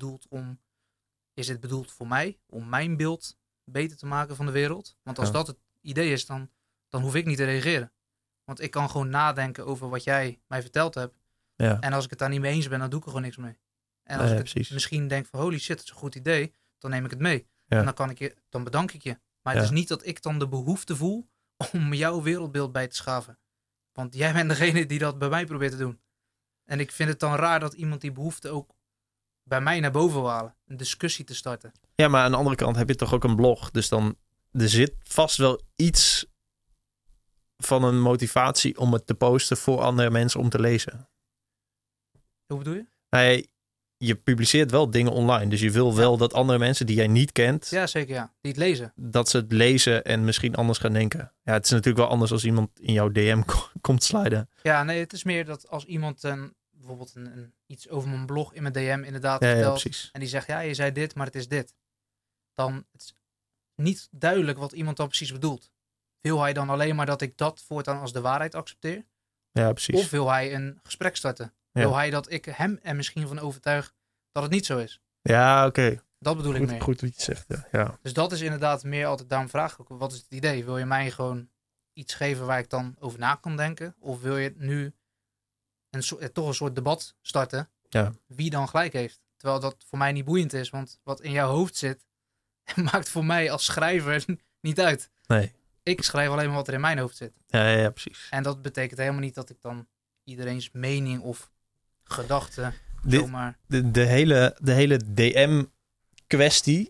bedoeld voor mij, om mijn beeld beter te maken van de wereld? Want als dat het idee is, dan hoef ik niet te reageren. Want ik kan gewoon nadenken over wat jij mij verteld hebt. Ja. En als ik het daar niet mee eens ben, dan doe ik er gewoon niks mee. En als ik misschien denk van holy shit, dat is een goed idee, dan neem ik het mee. Ja. En dan bedank ik je. Maar het is niet dat ik dan de behoefte voel om jouw wereldbeeld bij te schaven. Want jij bent degene die dat bij mij probeert te doen. En ik vind het dan raar dat iemand die behoefte ook bij mij naar boven wil halen. Een discussie te starten. Ja, maar aan de andere kant heb je toch ook een blog. Dus dan er zit vast wel iets van een motivatie om het te posten voor andere mensen om te lezen. Hoe bedoel je? Nee, je publiceert wel dingen online. Dus je wil wel dat andere mensen die jij niet kent... Ja, zeker ja. Die het lezen. Dat ze het lezen en misschien anders gaan denken. Ja, het is natuurlijk wel anders als iemand in jouw DM komt sliden. Ja, nee, het is meer dat als iemand bijvoorbeeld iets over mijn blog in mijn DM inderdaad vertelt. Precies. En die zegt, ja, je zei dit, maar het is dit. Dan het is niet duidelijk wat iemand dan precies bedoelt. Wil hij dan alleen maar dat ik dat voortaan als de waarheid accepteer? Ja, precies. Of wil hij een gesprek starten? Ja. Wil hij dat ik hem er misschien van overtuig dat het niet zo is? Ja, oké. Dat bedoel ik meer. Goed wat je zegt, ja. Dus dat is inderdaad meer altijd, daarom vraag ik ook, wat is het idee? Wil je mij gewoon iets geven waar ik dan over na kan denken? Of wil je nu toch een soort debat starten? Ja. Wie dan gelijk heeft? Terwijl dat voor mij niet boeiend is, want wat in jouw hoofd zit, maakt voor mij als schrijver niet uit. Nee. Ik schrijf alleen maar wat er in mijn hoofd zit. Ja, precies. En dat betekent helemaal niet dat ik dan iedereen's mening of gedachten zomaar... De hele DM-kwestie,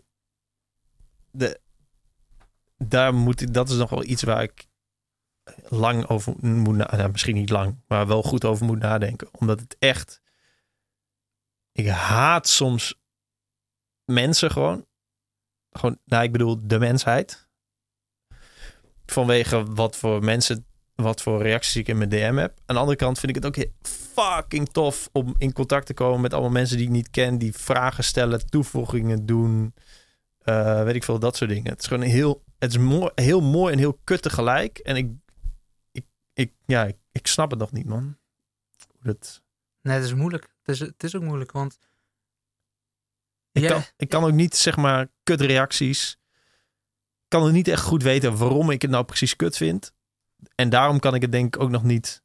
dat is nog wel iets waar ik lang over moet nadenken. Misschien niet lang, maar wel goed over moet nadenken. Omdat het echt... Ik haat soms mensen gewoon. Ik bedoel de mensheid. Vanwege wat voor reacties ik in mijn DM heb. Aan de andere kant vind ik het ook fucking tof om in contact te komen met allemaal mensen die ik niet ken, die vragen stellen, toevoegingen doen, weet ik veel, dat soort dingen. Het is gewoon heel mooi en heel kut tegelijk. En ik snap het nog niet, man. Nee, het is moeilijk. Het is ook moeilijk, want... Ik kan ook niet, zeg maar, kutreacties. Ik kan het niet echt goed weten waarom ik het nou precies kut vind. En daarom kan ik het denk ik ook nog niet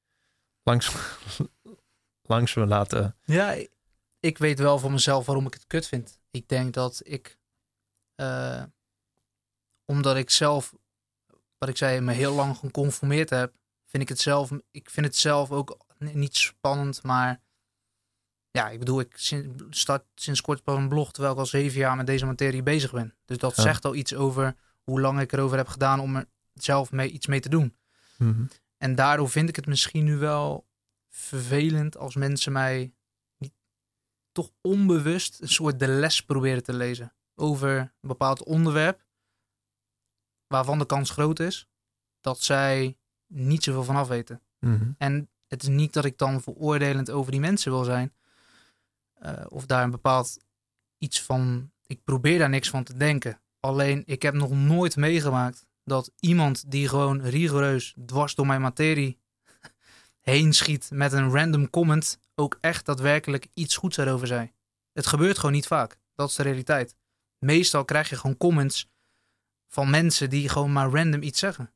langs me laten... Ja, ik weet wel van mezelf waarom ik het kut vind. Ik denk dat ik omdat ik zelf, wat ik zei, me heel lang geconformeerd heb, vind ik vind het zelf ook niet spannend, maar ja, ik bedoel, ik start sinds kort pas een blog, terwijl ik al 7 jaar met deze materie bezig ben. Dus dat zegt al iets over hoe lang ik erover heb gedaan om er zelf iets mee te doen. Mhm. En daardoor vind ik het misschien nu wel vervelend als mensen mij toch onbewust een soort de les proberen te lezen over een bepaald onderwerp waarvan de kans groot is dat zij niet zoveel van af weten. Mhm. En het is niet dat ik dan veroordelend over die mensen wil zijn of daar een bepaald iets van, ik probeer daar niks van te denken. Alleen ik heb nog nooit meegemaakt dat iemand die gewoon rigoureus dwars door mijn materie heen schiet met een random comment ook echt daadwerkelijk iets goeds erover zei. Het gebeurt gewoon niet vaak. Dat is de realiteit. Meestal krijg je gewoon comments van mensen die gewoon maar random iets zeggen.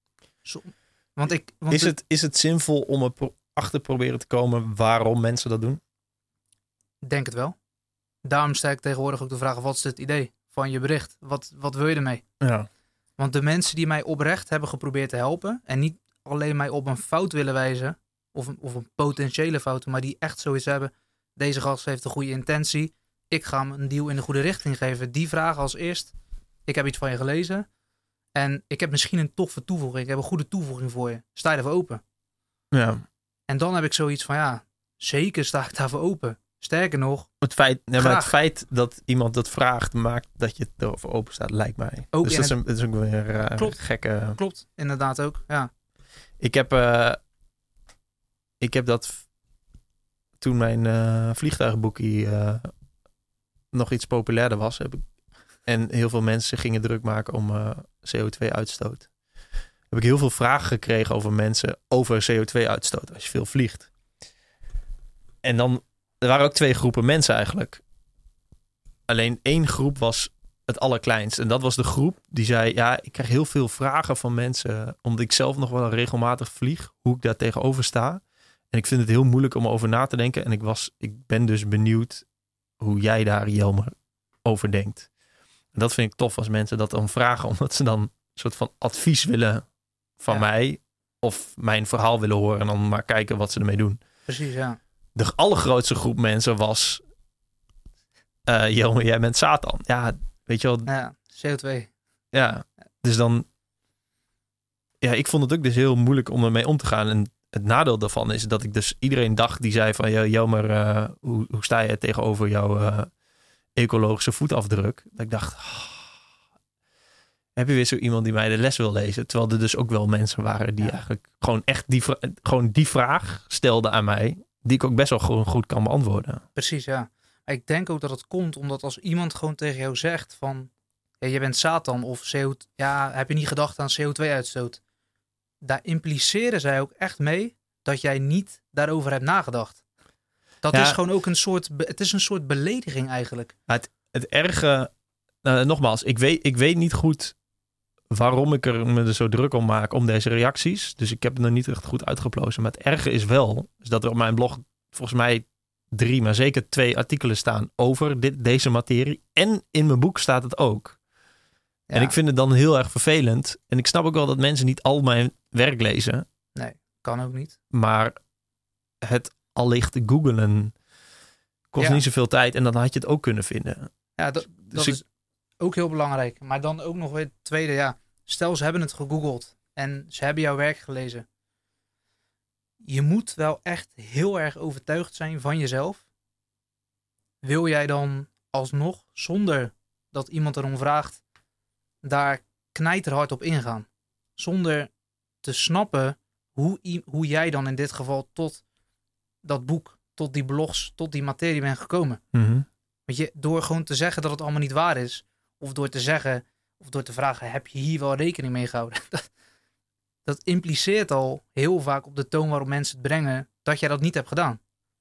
Is het zinvol om erachter proberen te komen waarom mensen dat doen? Ik denk het wel. Daarom stel ik tegenwoordig ook de vraag, wat is het idee van je bericht? Wat wil je ermee? Ja. Want de mensen die mij oprecht hebben geprobeerd te helpen en niet alleen mij op een fout willen wijzen of een potentiële fout, maar die echt zoiets hebben, deze gast heeft een goede intentie, ik ga hem een deal in de goede richting geven. Die vragen als eerst, ik heb iets van je gelezen en ik heb misschien een toffe toevoeging, ik heb een goede toevoeging voor je. Sta je ervoor open? Ja. En dan heb ik zoiets van, ja, zeker sta ik daarvoor open. Sterker nog, Het feit dat iemand dat vraagt, maakt dat je erover open staat, lijkt mij. Ook dus dat is ook weer Klopt. gekke... Klopt, inderdaad ook, ja. Ik heb dat toen mijn vliegtuigboekie nog iets populairder was. En heel veel mensen gingen druk maken om CO2-uitstoot. Heb ik heel veel vragen gekregen over mensen over CO2-uitstoot als je veel vliegt. En dan, er waren ook 2 groepen mensen eigenlijk. Alleen 1 groep was het allerkleinst. En dat was de groep die zei, ja, ik krijg heel veel vragen van mensen, omdat ik zelf nog wel regelmatig vlieg, hoe ik daar tegenover sta. En ik vind het heel moeilijk om over na te denken. En ik ben dus benieuwd hoe jij daar, Jelmer, over denkt. En dat vind ik tof als mensen dat dan vragen, omdat ze dan een soort van advies willen van mij, of mijn verhaal willen horen en dan maar kijken wat ze ermee doen. Precies, ja. De allergrootste groep mensen was, Jelmer, jij bent Satan. Ja, weet je wel. Ja, CO2. Ja, dus dan, ja, ik vond het ook dus heel moeilijk om ermee om te gaan. En het nadeel daarvan is dat ik dus iedereen dacht die zei van, Jelmer, hoe sta je tegenover jouw ecologische voetafdruk? Dat ik dacht, heb je weer zo iemand die mij de les wil lezen? Terwijl er dus ook wel mensen waren die eigenlijk gewoon echt die vraag stelden aan mij, die ik ook best wel gewoon goed kan beantwoorden. Precies, ja. Ik denk ook dat het komt omdat als iemand gewoon tegen jou zegt van, ja, je bent Satan of heb je niet gedacht aan CO2-uitstoot? Daar impliceren zij ook echt mee dat jij niet daarover hebt nagedacht. Dat is gewoon ook het is een soort belediging eigenlijk. Het erge, nogmaals, ik weet niet goed waarom ik me er zo druk om maak om deze reacties. Dus ik heb het nog niet echt goed uitgeplozen. Maar het erge is wel, is dat er op mijn blog volgens mij 3, maar zeker 2 artikelen staan over deze materie. En in mijn boek staat het ook. Ja. En ik vind het dan heel erg vervelend. En ik snap ook wel dat mensen niet al mijn werk lezen. Nee, kan ook niet. Maar het allicht googlen kost niet zoveel tijd. En dan had je het ook kunnen vinden. Ja, dat is ook heel belangrijk. Maar dan ook nog weer het tweede, ja. Stel, ze hebben het gegoogeld en ze hebben jouw werk gelezen. Je moet wel echt heel erg overtuigd zijn van jezelf. Wil jij dan alsnog, zonder dat iemand erom vraagt, daar knijterhard op ingaan? Zonder te snappen hoe jij dan in dit geval tot dat boek, tot die blogs, tot die materie bent gekomen. Mm-hmm. Want door gewoon te zeggen dat het allemaal niet waar is, of door te zeggen, of door te vragen, heb je hier wel rekening mee gehouden? Dat impliceert al heel vaak op de toon waarop mensen het brengen, dat jij dat niet hebt gedaan.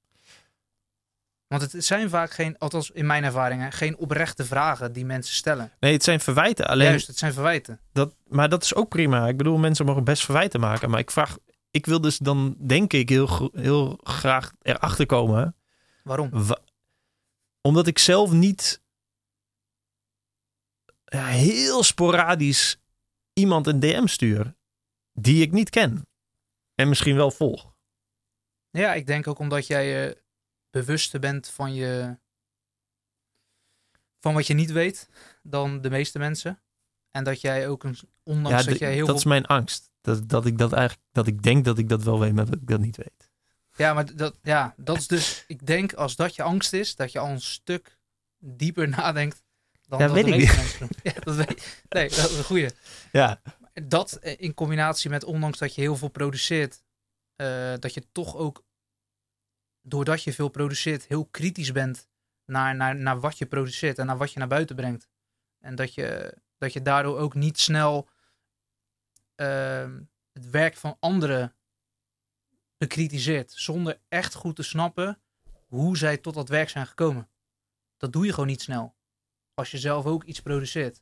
Want het zijn vaak geen, althans in mijn ervaringen, geen oprechte vragen die mensen stellen. Nee, het zijn verwijten. Alleen, juist, het zijn verwijten. Maar dat is ook prima. Ik bedoel, mensen mogen best verwijten maken. Maar ik wil dus dan, denk ik, heel graag erachter komen. Waarom? Omdat ik zelf niet heel sporadisch iemand een DM stuur die ik niet ken. En misschien wel volg. Ja, ik denk ook omdat jij bewuster bent van wat je niet weet dan de meeste mensen. En dat jij ook, ondanks dat jij heel dat is mijn angst. Dat ik denk dat ik dat wel weet, maar dat ik dat niet weet. Ja, maar dat is dus... Ik denk als dat je angst is, dat je al een stuk dieper nadenkt dan Ja, dat weet de ik meeste niet. mensen doen. Ja, nee, dat is een goeie. Ja, Dat in combinatie met, ondanks dat je heel veel produceert, dat je toch ook, doordat je veel produceert, heel kritisch bent naar wat je produceert en naar wat je naar buiten brengt. En dat je daardoor ook niet snel het werk van anderen bekritiseert, zonder echt goed te snappen hoe zij tot dat werk zijn gekomen. Dat doe je gewoon niet snel. Als je zelf ook iets produceert.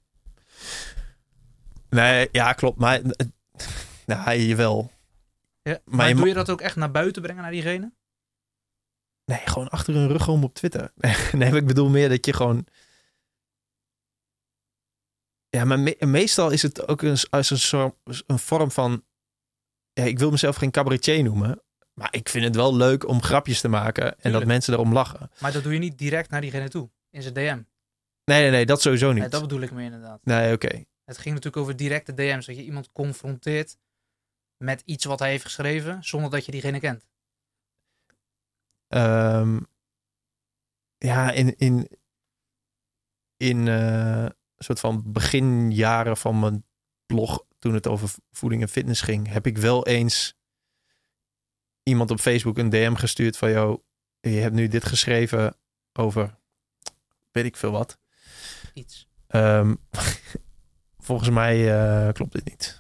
nee, ja, klopt. Maar jawel. Ja, Maar maar je doe ma- je dat ook echt naar buiten brengen naar diegene? Nee, gewoon achter hun rug om op Twitter. Nee, maar ik bedoel meer dat je gewoon... Ja, maar meestal is het ook een vorm van... Ja, ik wil mezelf geen cabaretier noemen. Maar ik vind het wel leuk om grapjes te maken. En dat Tuurlijk. mensen erom lachen. Maar dat doe je niet direct naar diegene toe. In zijn DM. Nee, dat sowieso niet. Nee, dat bedoel ik meer inderdaad. Nee, oké. Het ging natuurlijk over directe DM's. Dat je iemand confronteert met iets wat hij heeft geschreven, zonder dat je diegene kent. Ja, in een soort van beginjaren van mijn blog, toen het over voeding en fitness ging, heb ik wel eens iemand op Facebook een DM gestuurd van, joh, je hebt nu dit geschreven over weet ik veel wat. Iets. Volgens mij klopt dit niet.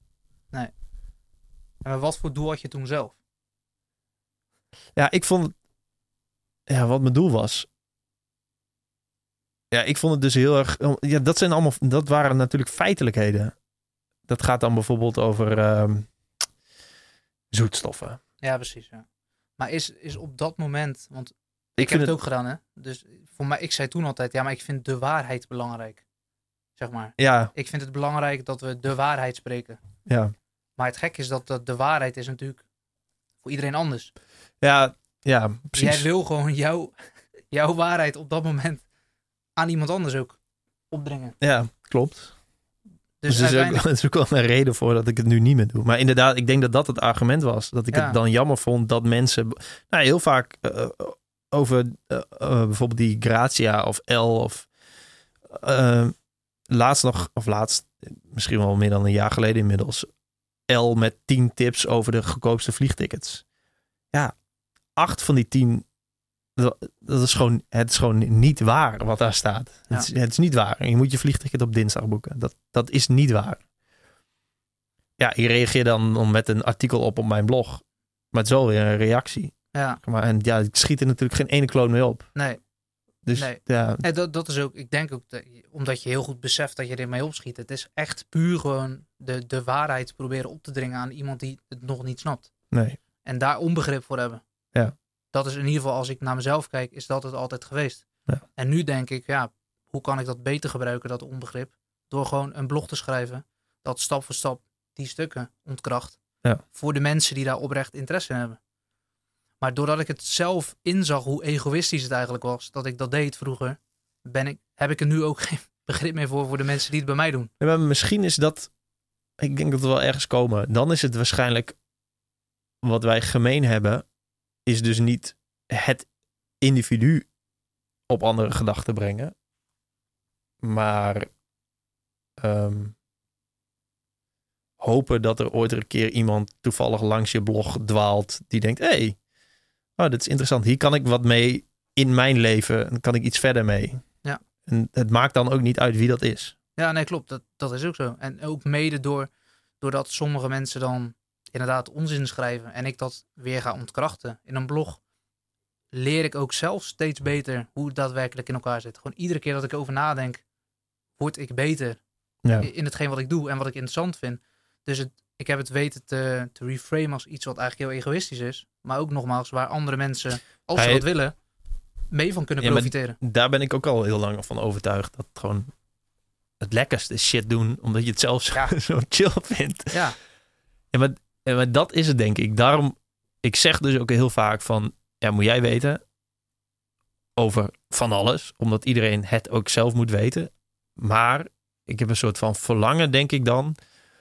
Maar wat voor doel had je toen zelf? Ja, ik vond het... Ja, wat mijn doel was. Ja, ik vond het dus heel erg... Ja, dat waren natuurlijk feitelijkheden. Dat gaat dan bijvoorbeeld over zoetstoffen. Ja, precies. Ja. Maar is op dat moment, want Ik ik heb vind het ook gedaan, hè? Dus voor mij, ik zei toen altijd, ja, maar ik vind de waarheid belangrijk. Zeg maar. Ja, Ik vind het belangrijk dat we de waarheid spreken. ja. Maar het gekke is dat de waarheid is natuurlijk voor iedereen anders. Ja, precies. Jij wil gewoon jouw waarheid op dat moment aan iemand anders ook opdringen. Ja, klopt. Dus er is uiteindelijk... er is ook wel een reden voor dat ik het nu niet meer doe. Maar inderdaad, ik denk dat dat het argument was. Dat ik Ja. het dan jammer vond dat mensen... Nou, heel vaak over bijvoorbeeld die Grazia of L of... laatst, misschien wel meer dan een jaar geleden inmiddels... L met 10 tips over de goedkoopste vliegtickets. Ja, 8 van die 10... Dat is gewoon, het is gewoon niet waar wat daar staat. Ja. Het is niet waar. Je moet je vliegticket op dinsdag boeken. Dat is niet waar. Ja, ik reageer dan met een artikel op mijn blog. Maar het is wel weer een reactie. Ja, En ja, ik schiet er natuurlijk geen ene kloon mee op. nee. Dus Nee. ja, Nee, dat is ook, ik denk ook, omdat je heel goed beseft dat je ermee opschiet. Het is echt puur gewoon de waarheid proberen op te dringen aan iemand die het nog niet snapt. nee. En daar onbegrip voor hebben. Ja. Dat is in ieder geval, als ik naar mezelf kijk, is dat het altijd geweest. Ja. En nu denk ik, ja, hoe kan ik dat beter gebruiken, dat onbegrip? Door gewoon een blog te schrijven, dat stap voor stap die stukken ontkracht. Ja. Voor de mensen die daar oprecht interesse in hebben. Maar doordat ik het zelf inzag hoe egoïstisch het eigenlijk was, dat ik dat deed vroeger, heb ik er nu ook geen begrip meer voor de mensen die het bij mij doen. Ja, maar misschien is dat... Ik denk dat we wel ergens komen. Dan is het waarschijnlijk... Wat wij gemeen hebben... is dus niet het individu op andere gedachten brengen. Maar... hopen dat er ooit een keer iemand toevallig langs je blog dwaalt... die denkt, hey, oh, dit is interessant. Hier kan ik wat mee in mijn leven. En kan ik iets verder mee. Ja. En het maakt dan ook niet uit wie dat is. Ja, nee, klopt. Dat is ook zo. En ook mede doordat sommige mensen dan inderdaad onzin schrijven en ik dat weer ga ontkrachten in een blog, leer ik ook zelf steeds beter hoe het daadwerkelijk in elkaar zit. Gewoon iedere keer dat ik over nadenk, word ik beter Ja. in hetgeen wat ik doe en wat ik interessant vind. Dus ik heb het weten te reframe als iets wat eigenlijk heel egoïstisch is. Maar ook nogmaals, waar andere mensen, als ze Ja, dat willen, mee van kunnen Ja, maar profiteren. daar ben ik ook al heel lang van overtuigd. Dat gewoon het lekkerste shit doen, omdat je het zelf zo chill vindt. Ja. Maar dat is het, denk ik. Daarom, ik zeg dus ook heel vaak van, ja, moet jij weten over van alles, omdat iedereen het ook zelf moet weten. Maar ik heb een soort van verlangen, denk ik dan,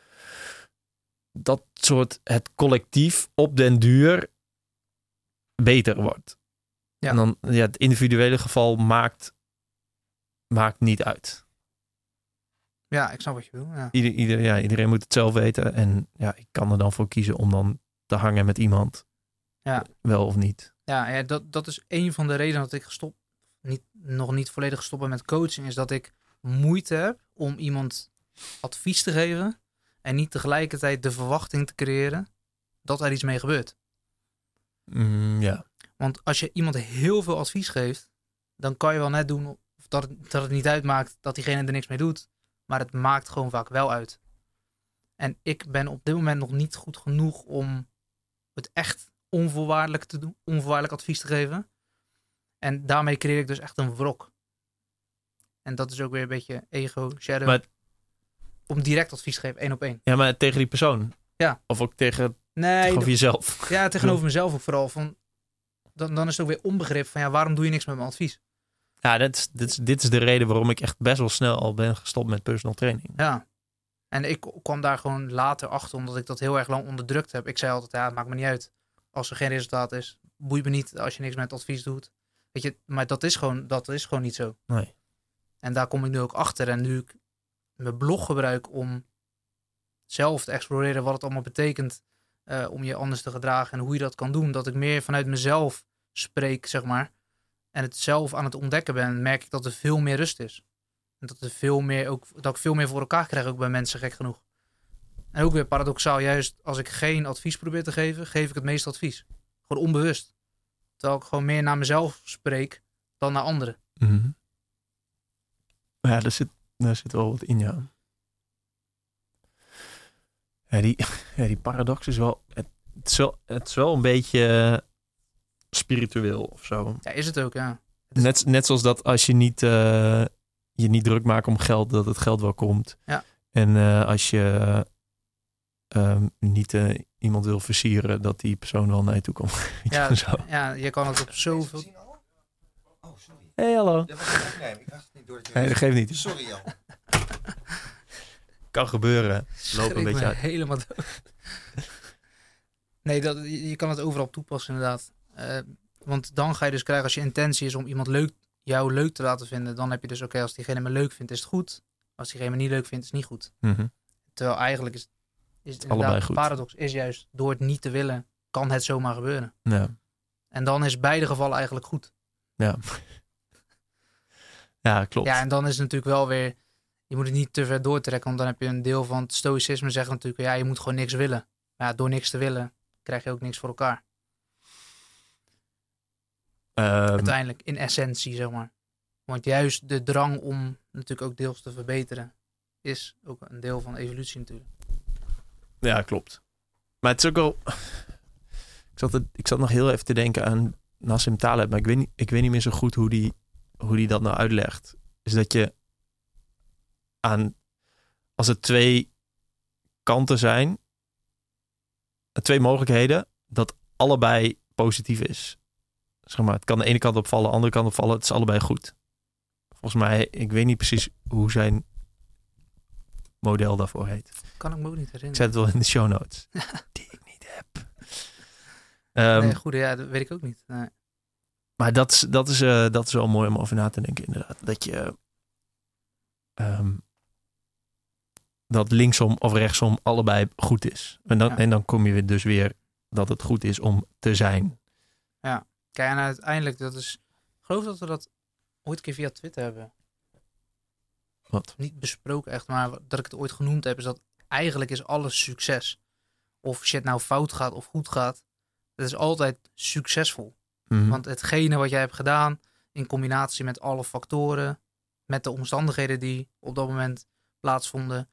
dat soort het collectief op den duur beter wordt. Ja. En dan, het individuele geval maakt niet uit. Ja, ik snap wat je wil. Ja. Iedereen moet het zelf weten. En ja, ik kan er dan voor kiezen om dan te hangen met iemand. Ja. Wel of niet. Ja, dat is een van de redenen dat ik nog niet volledig gestopt ben met coaching. Is dat ik moeite heb om iemand advies te geven. En niet tegelijkertijd de verwachting te creëren dat er iets mee gebeurt. Ja. Want als je iemand heel veel advies geeft, dan kan je wel net doen dat het niet uitmaakt dat diegene er niks mee doet. Maar het maakt gewoon vaak wel uit. En ik ben op dit moment nog niet goed genoeg om het echt onvoorwaardelijk te doen, onvoorwaardelijk advies te geven. En daarmee creëer ik dus echt een wrok. En dat is ook weer een beetje ego, shadow. Maar om direct advies te geven, 1 op 1. Ja, maar tegen die persoon? Ja. Of ook tegenover jezelf? Ja, tegenover mezelf ook vooral. Dan is het ook weer onbegrip van, ja, waarom doe je niks met mijn advies? Ja, dit is de reden waarom ik echt best wel snel al ben gestopt met personal training. Ja. En ik kwam daar gewoon later achter, omdat ik dat heel erg lang onderdrukt heb. Ik zei altijd, ja, het maakt me niet uit. Als er geen resultaat is, boeit me niet als je niks met advies doet. Weet je, maar dat is gewoon niet zo. Nee. En daar kom ik nu ook achter. En nu ik mijn blog gebruik om zelf te exploreren wat het allemaal betekent om je anders te gedragen en hoe je dat kan doen. Dat ik meer vanuit mezelf spreek, zeg maar. En het zelf aan het ontdekken ben, merk ik dat er veel meer rust is. En dat ik veel meer voor elkaar krijg, ook bij mensen, gek genoeg. En ook weer paradoxaal, juist als ik geen advies probeer te geven, geef ik het meeste advies. Gewoon onbewust. Terwijl ik gewoon meer naar mezelf spreek dan naar anderen. Mm-hmm. Ja, daar zit wel wat in, ja. Die paradox is wel... Het is wel een beetje spiritueel of zo. Ja, is het ook, ja. Net zoals dat als je niet druk maakt om geld, dat het geld wel komt. Ja. En als je niet iemand wil versieren, dat die persoon wel naar je toe komt. Ja, zo. Ja, je kan het op zoveel... Oh, sorry. Hey, hallo. Dat was een opname. Ik dacht het niet door het. Nee, dat geeft niet. Sorry, Jan. Kan gebeuren. Loop een beetje uit. Helemaal dood. Nee, je kan het overal toepassen inderdaad. Want dan ga je dus krijgen, als je intentie is om iemand jou leuk te laten vinden, dan heb je dus, oké, als diegene me leuk vindt, is het goed. Als diegene me niet leuk vindt, is het niet goed. Mm-hmm. Terwijl eigenlijk is het allebei goed. De paradox is juist, door het niet te willen, kan het zomaar gebeuren. Ja. En dan is beide gevallen eigenlijk goed. Ja. Ja, klopt. Ja, en dan is het natuurlijk wel weer, je moet het niet te ver doortrekken, want dan heb je een deel van het stoïcisme zegt natuurlijk, ja, je moet gewoon niks willen. Maar ja, door niks te willen, krijg je ook niks voor elkaar. Uiteindelijk, in essentie, zeg maar. Want juist de drang om natuurlijk ook deels te verbeteren, is ook een deel van evolutie natuurlijk. Ja, klopt. Maar het is ook wel... Ik zat nog heel even te denken aan Nassim Taleb, maar ik weet niet meer zo goed hoe die dat nou uitlegt. Is dat je als er 2 kanten zijn, 2 mogelijkheden, dat allebei positief is. Zeg maar, het kan de ene kant opvallen, de andere kant opvallen. Het is allebei goed. Volgens mij, ik weet niet precies hoe zijn model daarvoor heet. Kan ik me ook niet Ik herinneren. zet het wel in de show notes. Die ik niet heb. Nee, goed, ja, dat weet ik ook niet. Nee. Maar dat is wel mooi om over na te denken, inderdaad. Dat je dat linksom of rechtsom allebei goed is. En dan kom je dus weer dat het goed is om te zijn. Ja, kijk, en uiteindelijk, ik geloof dat we dat ooit een keer via Twitter hebben. Wat? Niet besproken echt, maar dat ik het ooit genoemd heb, is dat eigenlijk is alles succes. Of shit nou fout gaat of goed gaat, het is altijd succesvol. Mm-hmm. Want hetgene wat jij hebt gedaan, in combinatie met alle factoren, met de omstandigheden die op dat moment plaatsvonden,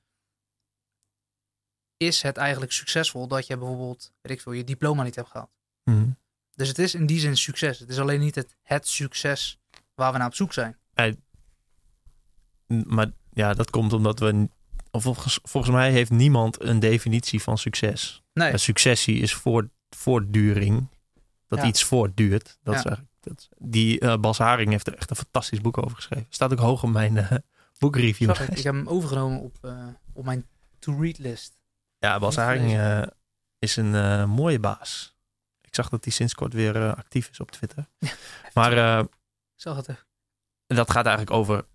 is het eigenlijk succesvol dat je bijvoorbeeld, weet ik veel, je diploma niet hebt gehaald. Mm-hmm. Dus het is in die zin succes. Het is alleen niet het succes waar we naar op zoek zijn. Maar Ja, dat komt omdat volgens mij heeft niemand een definitie van succes. Nee, Successie is voortduring. Dat Ja. iets voortduurt. Dat Ja. is eigenlijk, Bas Haring heeft er echt een fantastisch boek over geschreven. Staat ook hoog op mijn boekreview. zag ik. Ik heb hem overgenomen op mijn to-read list. Ja, Bas Niet Haring gelezen. is een mooie baas. Ik zag dat hij sinds kort weer actief is op Twitter. Maar Ik zag het er. dat gaat eigenlijk over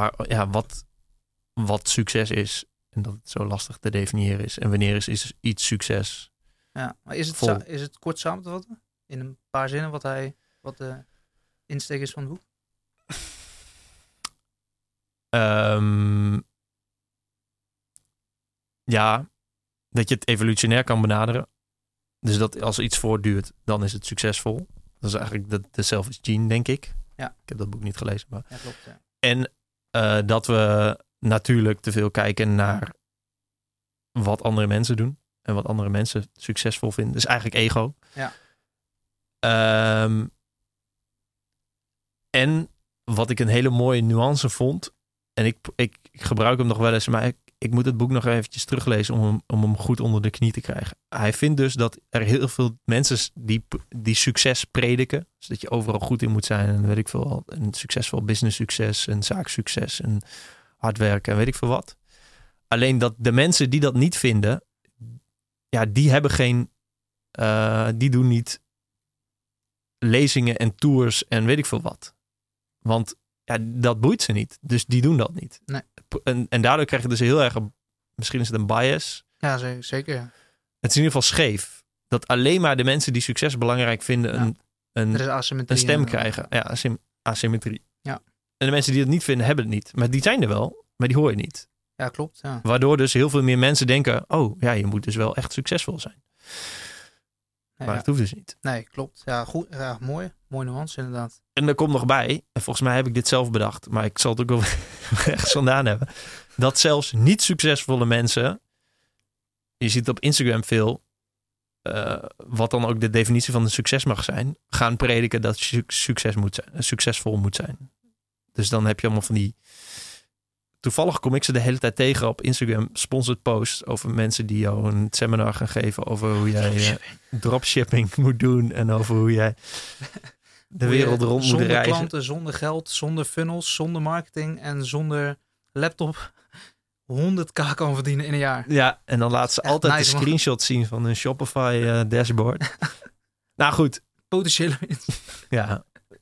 wat succes is. En dat het zo lastig te definiëren is. En wanneer is iets succes? Ja, maar is Vol. het kort samen te vatten? In een paar zinnen wat de insteek is van het boek? Ja, dat je het evolutionair kan benaderen. Dus dat als iets voortduurt, dan is het succesvol. Dat is eigenlijk de selfish gene, denk ik. Ja. Ik heb dat boek niet gelezen. Maar... Ja, klopt. Ja. En dat we natuurlijk te veel kijken naar wat andere mensen doen. En wat andere mensen succesvol vinden. Dus eigenlijk ego. Ja. En wat ik een hele mooie nuance vond. En ik gebruik hem nog wel eens. Maar ik moet het boek nog eventjes teruglezen om hem goed onder de knie te krijgen. Hij vindt dus dat er heel veel mensen die succes prediken. Dus dat je overal goed in moet zijn. En weet ik veel wat. Een succesvol business succes. Een zaaksucces. En hard werken. En weet ik veel wat. Alleen dat de mensen die dat niet vinden. Ja, die hebben geen... die doen niet lezingen en tours en weet ik veel wat. Want ja, dat boeit ze niet. Dus die doen dat niet. Nee. En daardoor krijg je dus heel erg... Misschien is het een bias. Ja, zeker. Ja. Het is in ieder geval scheef. Dat alleen maar de mensen die succes belangrijk vinden... Ja. een Er is asymmetrie. stem in, krijgen. Ja, asymmetrie. Ja. En de mensen die het niet vinden, hebben het niet. Maar die zijn er wel, maar die hoor je niet. Ja, klopt. Ja. Waardoor dus heel veel meer mensen denken... oh, ja, je moet dus wel echt succesvol zijn. Nee, Maar ja. het hoeft dus niet. Nee, klopt. Ja, goed. Ja, mooi. Mooi nuance inderdaad. En er komt nog bij, en volgens mij heb ik dit zelf bedacht... maar ik zal het ook wel ergens vandaan hebben... dat zelfs niet succesvolle mensen... je ziet op Instagram veel... wat dan ook de definitie van een succes mag zijn... gaan prediken dat succesvol moet zijn. Dus dan heb je allemaal van die... Toevallig kom ik ze de hele tijd tegen op Instagram... sponsored posts over mensen die jou een seminar gaan geven... over hoe jij dropshipping moet doen... en over hoe jij de wereld rond moet zonder reizen. klanten, zonder geld, zonder funnels, zonder marketing... en zonder laptop 100k kan verdienen in een jaar. Ja, en dan laat ze Echt altijd nice, de man. screenshot zien van hun Shopify dashboard. Nou goed, Potentiële winst. ja.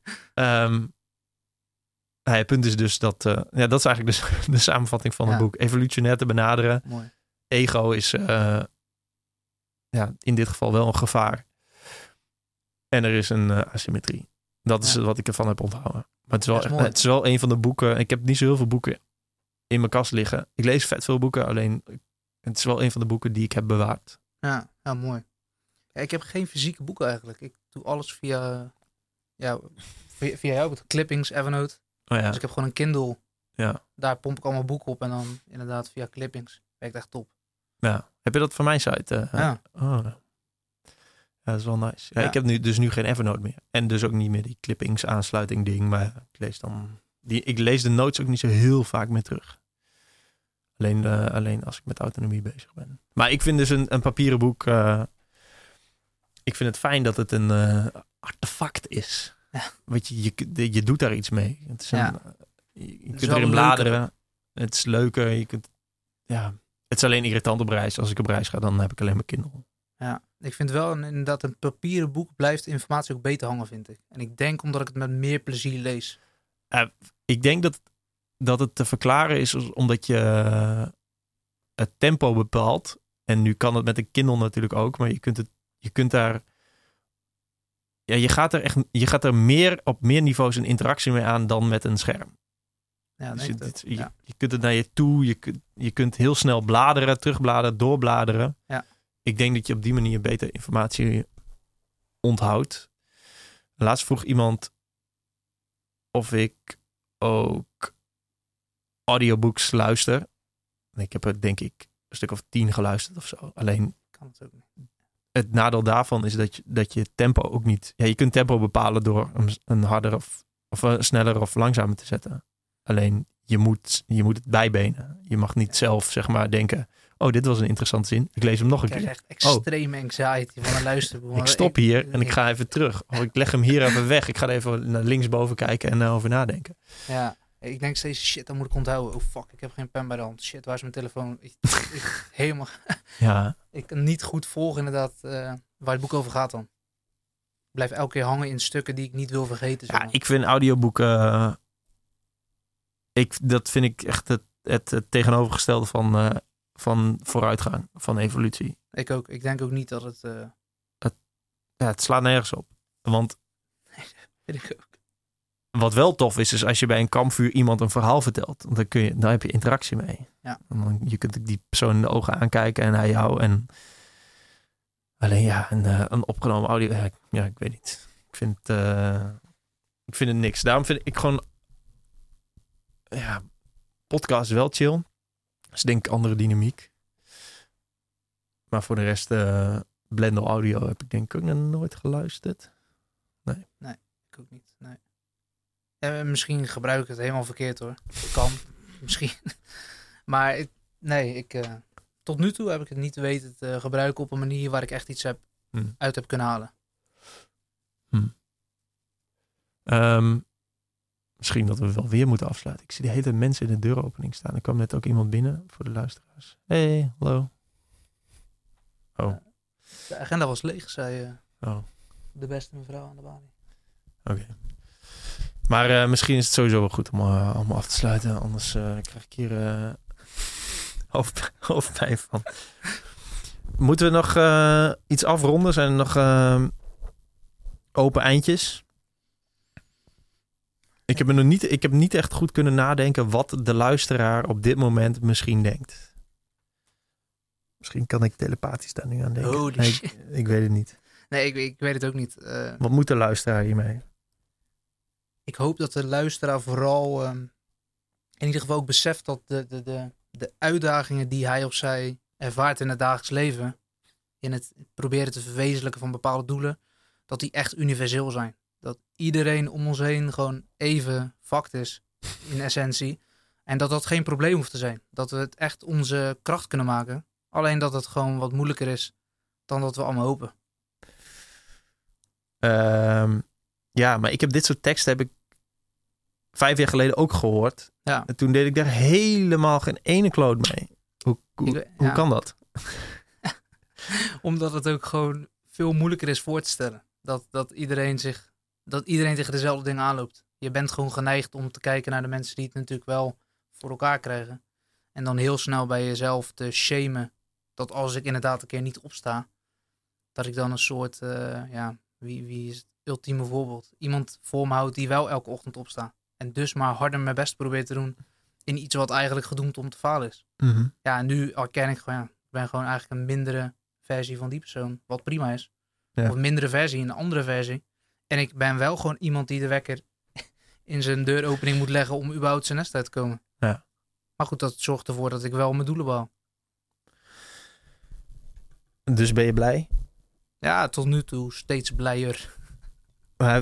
Het punt is dus dat... dat is eigenlijk de samenvatting van het Ja. boek. Evolutionair te benaderen. Mooi. Ego is in dit geval wel een gevaar. En er is een asymmetrie. Dat is Ja. wat ik ervan heb onthouden. Maar Dat is mooi. het is wel een van de boeken... Ik heb niet zo heel veel boeken in mijn kast liggen. Ik lees vet veel boeken. Alleen het is wel een van de boeken die ik heb bewaard. Ja, mooi. Ja, ik heb geen fysieke boeken eigenlijk. Ik doe alles via jou, met clippings, Evernote. Oh ja, Dus ik heb gewoon een Kindle. ja. Daar pomp ik allemaal boeken op en dan inderdaad via clippings. Werkt echt top. Ja. Heb je dat van mijn site? Ja. Oh. Ja, dat is wel nice. Ja, Ja. Ik heb nu dus geen Evernote meer. En dus ook niet meer die clippings aansluiting ding. Maar ik lees dan... Ik lees de notes ook niet zo heel vaak meer terug. Alleen als ik met autonomie bezig ben. Maar ik vind dus een papieren boek... ik vind het fijn dat het een artefact is. Ja. Want je doet daar iets mee. Het is Ja. je is kunt wel erin leuker. bladeren. Het is leuker. Het is alleen irritant op reis. Als ik op reis ga, dan heb ik alleen mijn Kindle. Ja, ik vind wel inderdaad een papieren boek blijft informatie ook beter hangen, vind ik. En ik denk omdat ik het met meer plezier lees. Ik denk dat het te verklaren is omdat je het tempo bepaalt. En nu kan het met een Kindle natuurlijk ook. Maar je kunt daar... Ja, je gaat er meer op meer niveaus een interactie mee aan dan met een scherm. Ja, Dus denk ik ook. Ja. je kunt het naar je toe. Je kunt heel snel bladeren, terugbladeren, doorbladeren. Ja. Ik denk dat je op die manier beter informatie onthoudt. Laatst vroeg iemand of ik ook audiobooks luister. Ik heb er denk ik een stuk of 10 geluisterd of zo. Alleen Kan het ook niet. het nadeel daarvan is dat je tempo ook niet... Ja, je kunt tempo bepalen door een harder of sneller of langzamer te zetten. Alleen je moet het bijbenen. Je mag niet zelf, zeg maar, denken... Oh, dit was een interessante zin. Ik lees hem nog een Ik krijg keer. echt extreme anxiety van een luisterboek. Ik stop hier en ik ga even terug. Of ik leg hem hier even weg. Ik ga er even naar linksboven kijken en over nadenken. Ja, ik denk steeds, shit, dat moet ik onthouden. Oh fuck, ik heb geen pen bij de hand. Shit, waar is mijn telefoon? Helemaal... Ja, Ik kan niet goed volgen inderdaad waar het boek over gaat dan. Ik blijf elke keer hangen in stukken die ik niet wil vergeten. Zeg ja maar. ik vind audioboeken... dat vind ik echt het tegenovergestelde van vooruitgang. Van evolutie. Ik ook. Ik denk ook niet dat het... Ja, het slaat nergens op. Want Vind ik ook. wat wel tof is als je bij een kampvuur iemand een verhaal vertelt. Want dan heb je interactie mee. Ja. Je kunt die persoon in de ogen aankijken en hij jou. En alleen ja, een opgenomen audio. Ja, ik weet niet. Ik vind het niks. Daarom vind ik gewoon... Ja, podcast wel chill. Dat is denk ik andere dynamiek. Maar voor de rest... Blendel Audio heb ik denk ik ook nog nooit geluisterd. Ik ook niet. Nee. Misschien gebruik ik het helemaal verkeerd hoor. Kan. Misschien. Maar tot nu toe heb ik het niet weten te gebruiken op een manier waar ik echt iets uit heb kunnen halen. Misschien dat we wel weer moeten afsluiten. Ik zie de hele mensen in de deuropening staan. Er kwam net ook iemand binnen voor de luisteraars. Hey, hallo. Oh. De agenda was leeg, zei Oh. de beste mevrouw aan de balie. Oké. Maar misschien is het sowieso wel goed om af te sluiten. Anders krijg ik hier hoofdpijn van. Moeten we nog iets afronden? Zijn er nog open eindjes? Ik heb niet echt goed kunnen nadenken wat de luisteraar op dit moment misschien denkt. Misschien kan ik telepathisch daar nu aan denken. Holy Nee, shit. ik weet het niet. Nee, ik weet het ook niet. Wat moet de luisteraar hiermee? Ik hoop dat de luisteraar vooral in ieder geval ook beseft dat de uitdagingen die hij of zij ervaart in het dagelijks leven, in het proberen te verwezenlijken van bepaalde doelen, dat die echt universeel zijn. Dat iedereen om ons heen gewoon even fucked is, in essentie. En dat dat geen probleem hoeft te zijn. Dat we het echt onze kracht kunnen maken. Alleen dat het gewoon wat moeilijker is dan dat we allemaal hopen. Ja, maar ik heb dit soort teksten heb ik 5 jaar geleden ook gehoord. Ja. En toen deed ik daar helemaal geen ene kloot mee. Hoe kan dat? Omdat het ook gewoon veel moeilijker is voor te stellen. Dat iedereen tegen dezelfde dingen aanloopt. Je bent gewoon geneigd om te kijken naar de mensen die het natuurlijk wel voor elkaar krijgen. En dan heel snel bij jezelf te shamen. Dat als ik inderdaad een keer niet opsta, dat ik dan een soort, wie is het ultieme voorbeeld? Iemand voor me houdt die wel elke ochtend opstaat. En dus maar harder mijn best probeert te doen in iets wat eigenlijk gedoemd om te falen is. Mhm. Ja, en nu herken ik gewoon, ik ben gewoon eigenlijk een mindere versie van die persoon. Wat prima is. Ja. Of een mindere versie, een andere versie. En ik ben wel gewoon iemand die de wekker in zijn deuropening moet leggen om überhaupt zijn nest uit te komen. Ja. Maar goed, dat zorgt ervoor dat ik wel mijn doelen behaal. Dus ben je blij? Ja, tot nu toe steeds blijer. Maar,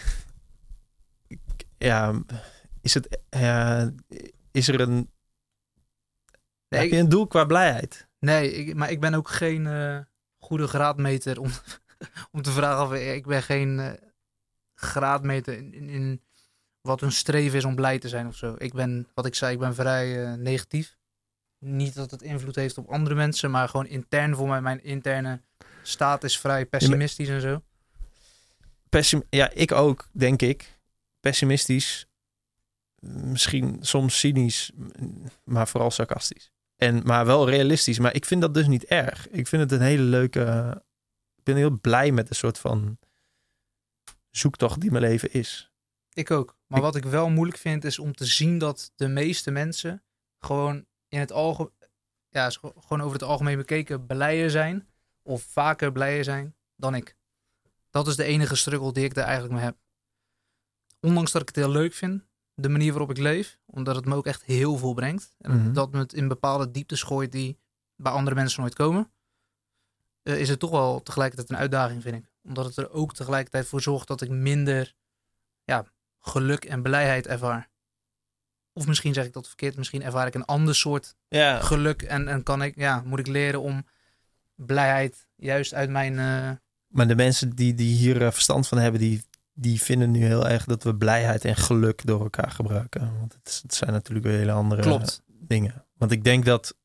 ja, is er een... Nee, heb je een doel qua blijheid? Nee, maar ik ben ook geen goede graadmeter om te vragen of ik ben geen graadmeter in wat een streven is om blij te zijn of zo. Ik ben vrij negatief. Niet dat het invloed heeft op andere mensen, maar gewoon intern voor mij. Mijn interne staat is vrij pessimistisch en zo. Ja, ik ook, denk ik. Pessimistisch. Misschien soms cynisch, maar vooral sarcastisch. Maar wel realistisch. Maar ik vind dat dus niet erg. Ik vind het een hele leuke... Ik ben heel blij met de soort van zoektocht die mijn leven is. Ik ook. Maar wat ik wel moeilijk vind is om te zien dat de meeste mensen gewoon in het algemeen, ja, gewoon over het algemeen bekeken blijer zijn. Of vaker blijer zijn dan ik. Dat is de enige struggle die ik er eigenlijk mee heb. Ondanks dat ik het heel leuk vind, de manier waarop ik leef, omdat het me ook echt heel veel brengt. En dat me het in bepaalde dieptes gooit die bij andere mensen nooit komen. Is het toch wel tegelijkertijd een uitdaging, vind ik. Omdat het er ook tegelijkertijd voor zorgt dat ik minder geluk en blijheid ervaar. Of misschien zeg ik dat verkeerd. Misschien ervaar ik een ander soort Ja, geluk. En moet ik leren om blijheid juist uit mijn... maar de mensen die hier verstand van hebben, die vinden nu heel erg dat we blijheid en geluk door elkaar gebruiken. Want het zijn natuurlijk weer hele andere Klopt. dingen. Want ik denk dat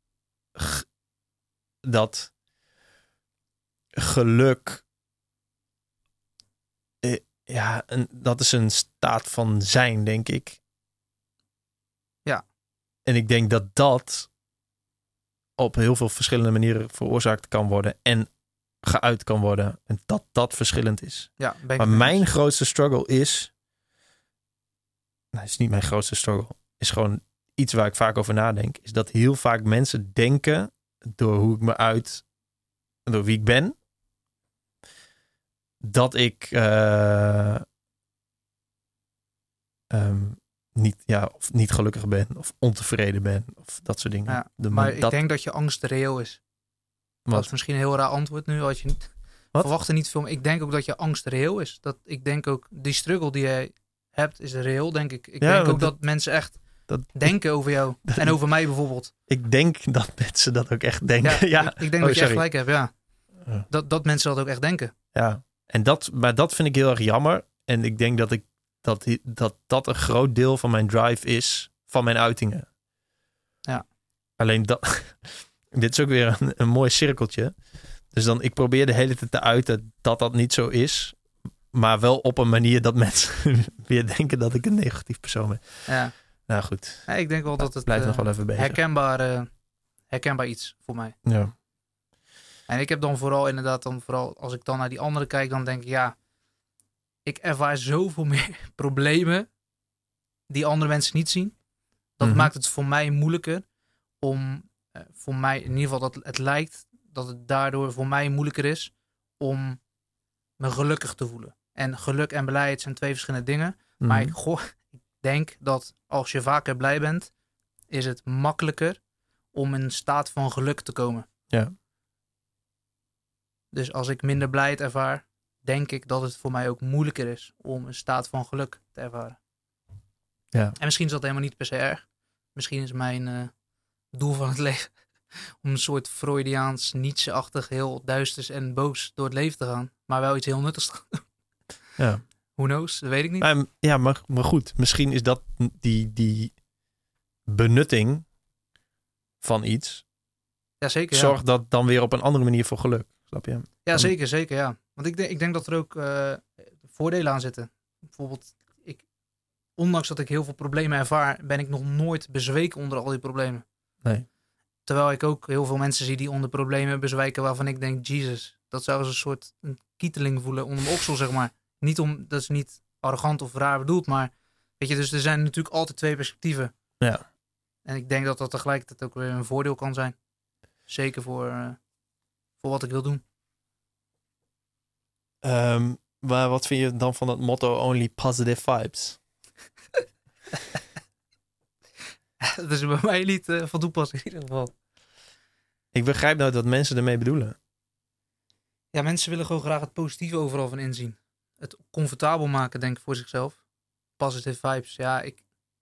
geluk, dat is een staat van zijn, denk ik. Ja. En ik denk dat op heel veel verschillende manieren veroorzaakt kan worden en geuit kan worden. En dat verschillend is. Ja, ben ik Maar mee mijn eens. grootste struggle is... Nou, het is niet mijn grootste struggle. Is gewoon iets waar ik vaak over nadenk. Is dat heel vaak mensen denken, door hoe ik me uit, door wie ik ben, dat ik of niet gelukkig ben, of ontevreden ben, of dat soort dingen. Ja, maar ik denk dat je angst reëel is. Dat Wat? is misschien een heel raar antwoord nu. Als je niet verwacht er niet veel. Ik denk ook dat je angst reëel is. Ik denk ook, die struggle die jij hebt, is reëel, denk ik. Ik denk ook dat mensen echt denken over jou. En over mij bijvoorbeeld. Ik denk dat mensen dat ook echt denken. Ja, Ik denk dat je echt gelijk hebt, ja. Dat mensen dat ook echt denken. Ja, en maar dat vind ik heel erg jammer. En ik denk dat een groot deel van mijn drive is, van mijn uitingen. Ja. Alleen dit is ook weer een mooi cirkeltje. Dus ik probeer de hele tijd te uiten dat niet zo is. Maar wel op een manier dat mensen weer denken dat ik een negatief persoon ben. Ja. Nou goed. Ja, ik denk wel dat het blijft nog wel even bezig. herkenbaar iets voor mij. Ja. En ik heb dan vooral als ik dan naar die anderen kijk, dan denk ik, ja, ik ervaar zoveel meer problemen die andere mensen niet zien. Dat maakt het voor mij moeilijker om, voor mij in ieder geval dat het lijkt dat het daardoor voor mij moeilijker is om me gelukkig te voelen. En geluk en blijheid zijn twee verschillende dingen. Maar ik denk dat als je vaker blij bent, is het makkelijker om in een staat van geluk te komen. Ja. Dus als ik minder blijheid ervaar, denk ik dat het voor mij ook moeilijker is om een staat van geluk te ervaren. Ja. En misschien is dat helemaal niet per se erg. Misschien is mijn doel van het leven om een soort Freudiaans, Nietzsche-achtig, heel duisters en boos door het leven te gaan. Maar wel iets heel nuttigs te doen. Ja. Who knows? Dat weet ik niet. Maar goed. Misschien is dat die benutting van iets. Ja, zeker. Zorgt dat dan weer op een andere manier voor geluk. Snap je? Ja, zeker. Ja. Want ik denk dat er ook voordelen aan zitten. Bijvoorbeeld, ondanks dat ik heel veel problemen ervaar, ben ik nog nooit bezweken onder al die problemen. Nee. Terwijl ik ook heel veel mensen zie die onder problemen bezwijken waarvan ik denk, Jesus, dat zou als een soort een kieteling voelen onder mijn oksel, zeg maar. Dat is niet arrogant of raar bedoeld, maar weet je, dus er zijn natuurlijk altijd twee perspectieven. Ja. En ik denk dat dat tegelijkertijd ook weer een voordeel kan zijn. Zeker voor wat ik wil doen. Maar wat vind je dan van het motto Only Positive Vibes? Dat is bij mij niet van toepassing in ieder geval. Ik begrijp nou dat mensen ermee bedoelen. Ja, mensen willen gewoon graag het positieve overal van inzien. Het comfortabel maken, denk ik, voor zichzelf. Positive vibes. Ja, ik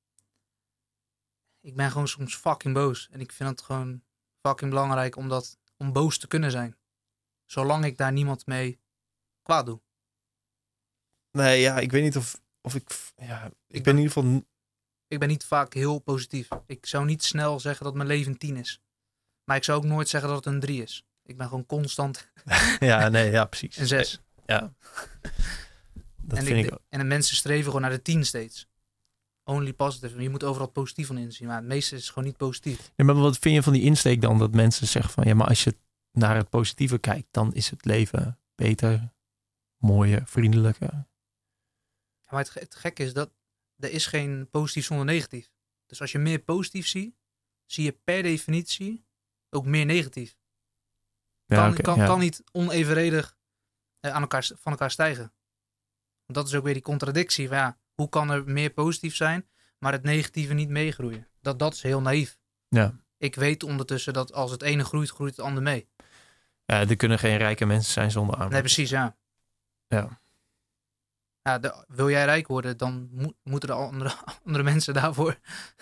ben gewoon soms fucking boos. En ik vind het gewoon fucking belangrijk om boos te kunnen zijn. Zolang ik daar niemand mee kwaad doe. Nee, ja, ik weet niet of ik... Ja, ik ben in ieder geval... Ik ben niet vaak heel positief. Ik zou niet snel zeggen dat mijn leven een 10 is. Maar ik zou ook nooit zeggen dat het een 3 is. Ik ben gewoon constant ja, precies. een 6. Ja. Dat vind ik ook. En de mensen streven gewoon naar de 10 steeds. Only positive. Je moet overal positief van inzien. Maar het meeste is gewoon niet positief. Ja, maar wat vind je van die insteek dan? Dat mensen zeggen van... Ja, maar als je naar het positieve kijkt... dan is het leven beter, mooier, vriendelijker. Ja, maar het gekke is dat... er is geen positief zonder negatief. Dus als je meer positief ziet... zie je per definitie ook meer negatief. Kan niet onevenredig van elkaar stijgen. Want dat is ook weer die contradictie. Van, ja, hoe kan er meer positief zijn... maar het negatieve niet meegroeien? Dat is heel naïef. Ja. Ik weet ondertussen dat als het ene groeit, groeit het ander mee. Ja, er kunnen geen rijke mensen zijn zonder armoede. Nee, precies, ja. Ja. Wil jij rijk worden, dan moeten de andere mensen daarvoor.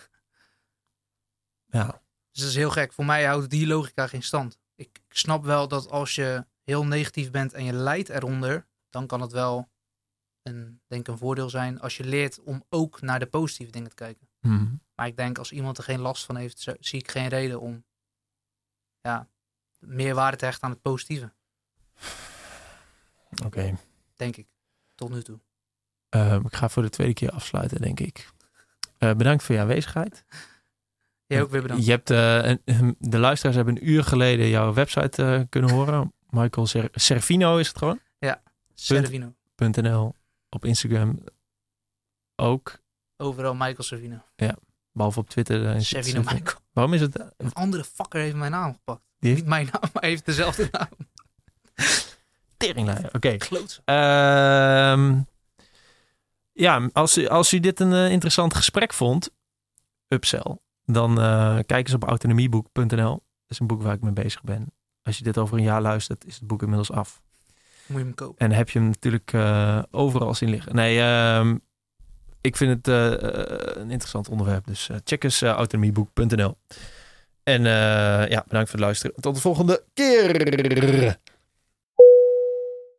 Ja. Dus dat is heel gek. Voor mij houdt die logica geen stand. Ik snap wel dat als je heel negatief bent en je lijdt eronder, dan kan het wel een voordeel zijn als je leert om ook naar de positieve dingen te kijken. Maar ik denk, als iemand er geen last van heeft, zie ik geen reden om meer waarde te hechten aan het positieve. Oké. Denk ik. Tot nu toe. Ik ga voor de tweede keer afsluiten, denk ik. Bedankt voor je aanwezigheid. Jij ook weer bedankt. Je hebt, de luisteraars hebben een uur geleden jouw website kunnen horen. Michael Servino is het gewoon? Ja, Servino. .nl. Op Instagram ook. Overal Michael Servino. Ja, behalve op Twitter. Servino Michael. Waarom is het? Een andere fucker heeft mijn naam gepakt. Die? Niet mijn naam, maar hij heeft dezelfde naam. Teringlijn. Oké. Klootzak. Ja, als u dit een interessant gesprek vond, upsell, dan kijk eens op autonomieboek.nl. Dat is een boek waar ik mee bezig ben. Als je dit over een jaar luistert, is het boek inmiddels af. Moet je hem kopen. En heb je hem natuurlijk overal zien liggen. Nee, ik vind het een interessant onderwerp. Dus check eens autonomieboek.nl. En bedankt voor het luisteren. Tot de volgende keer.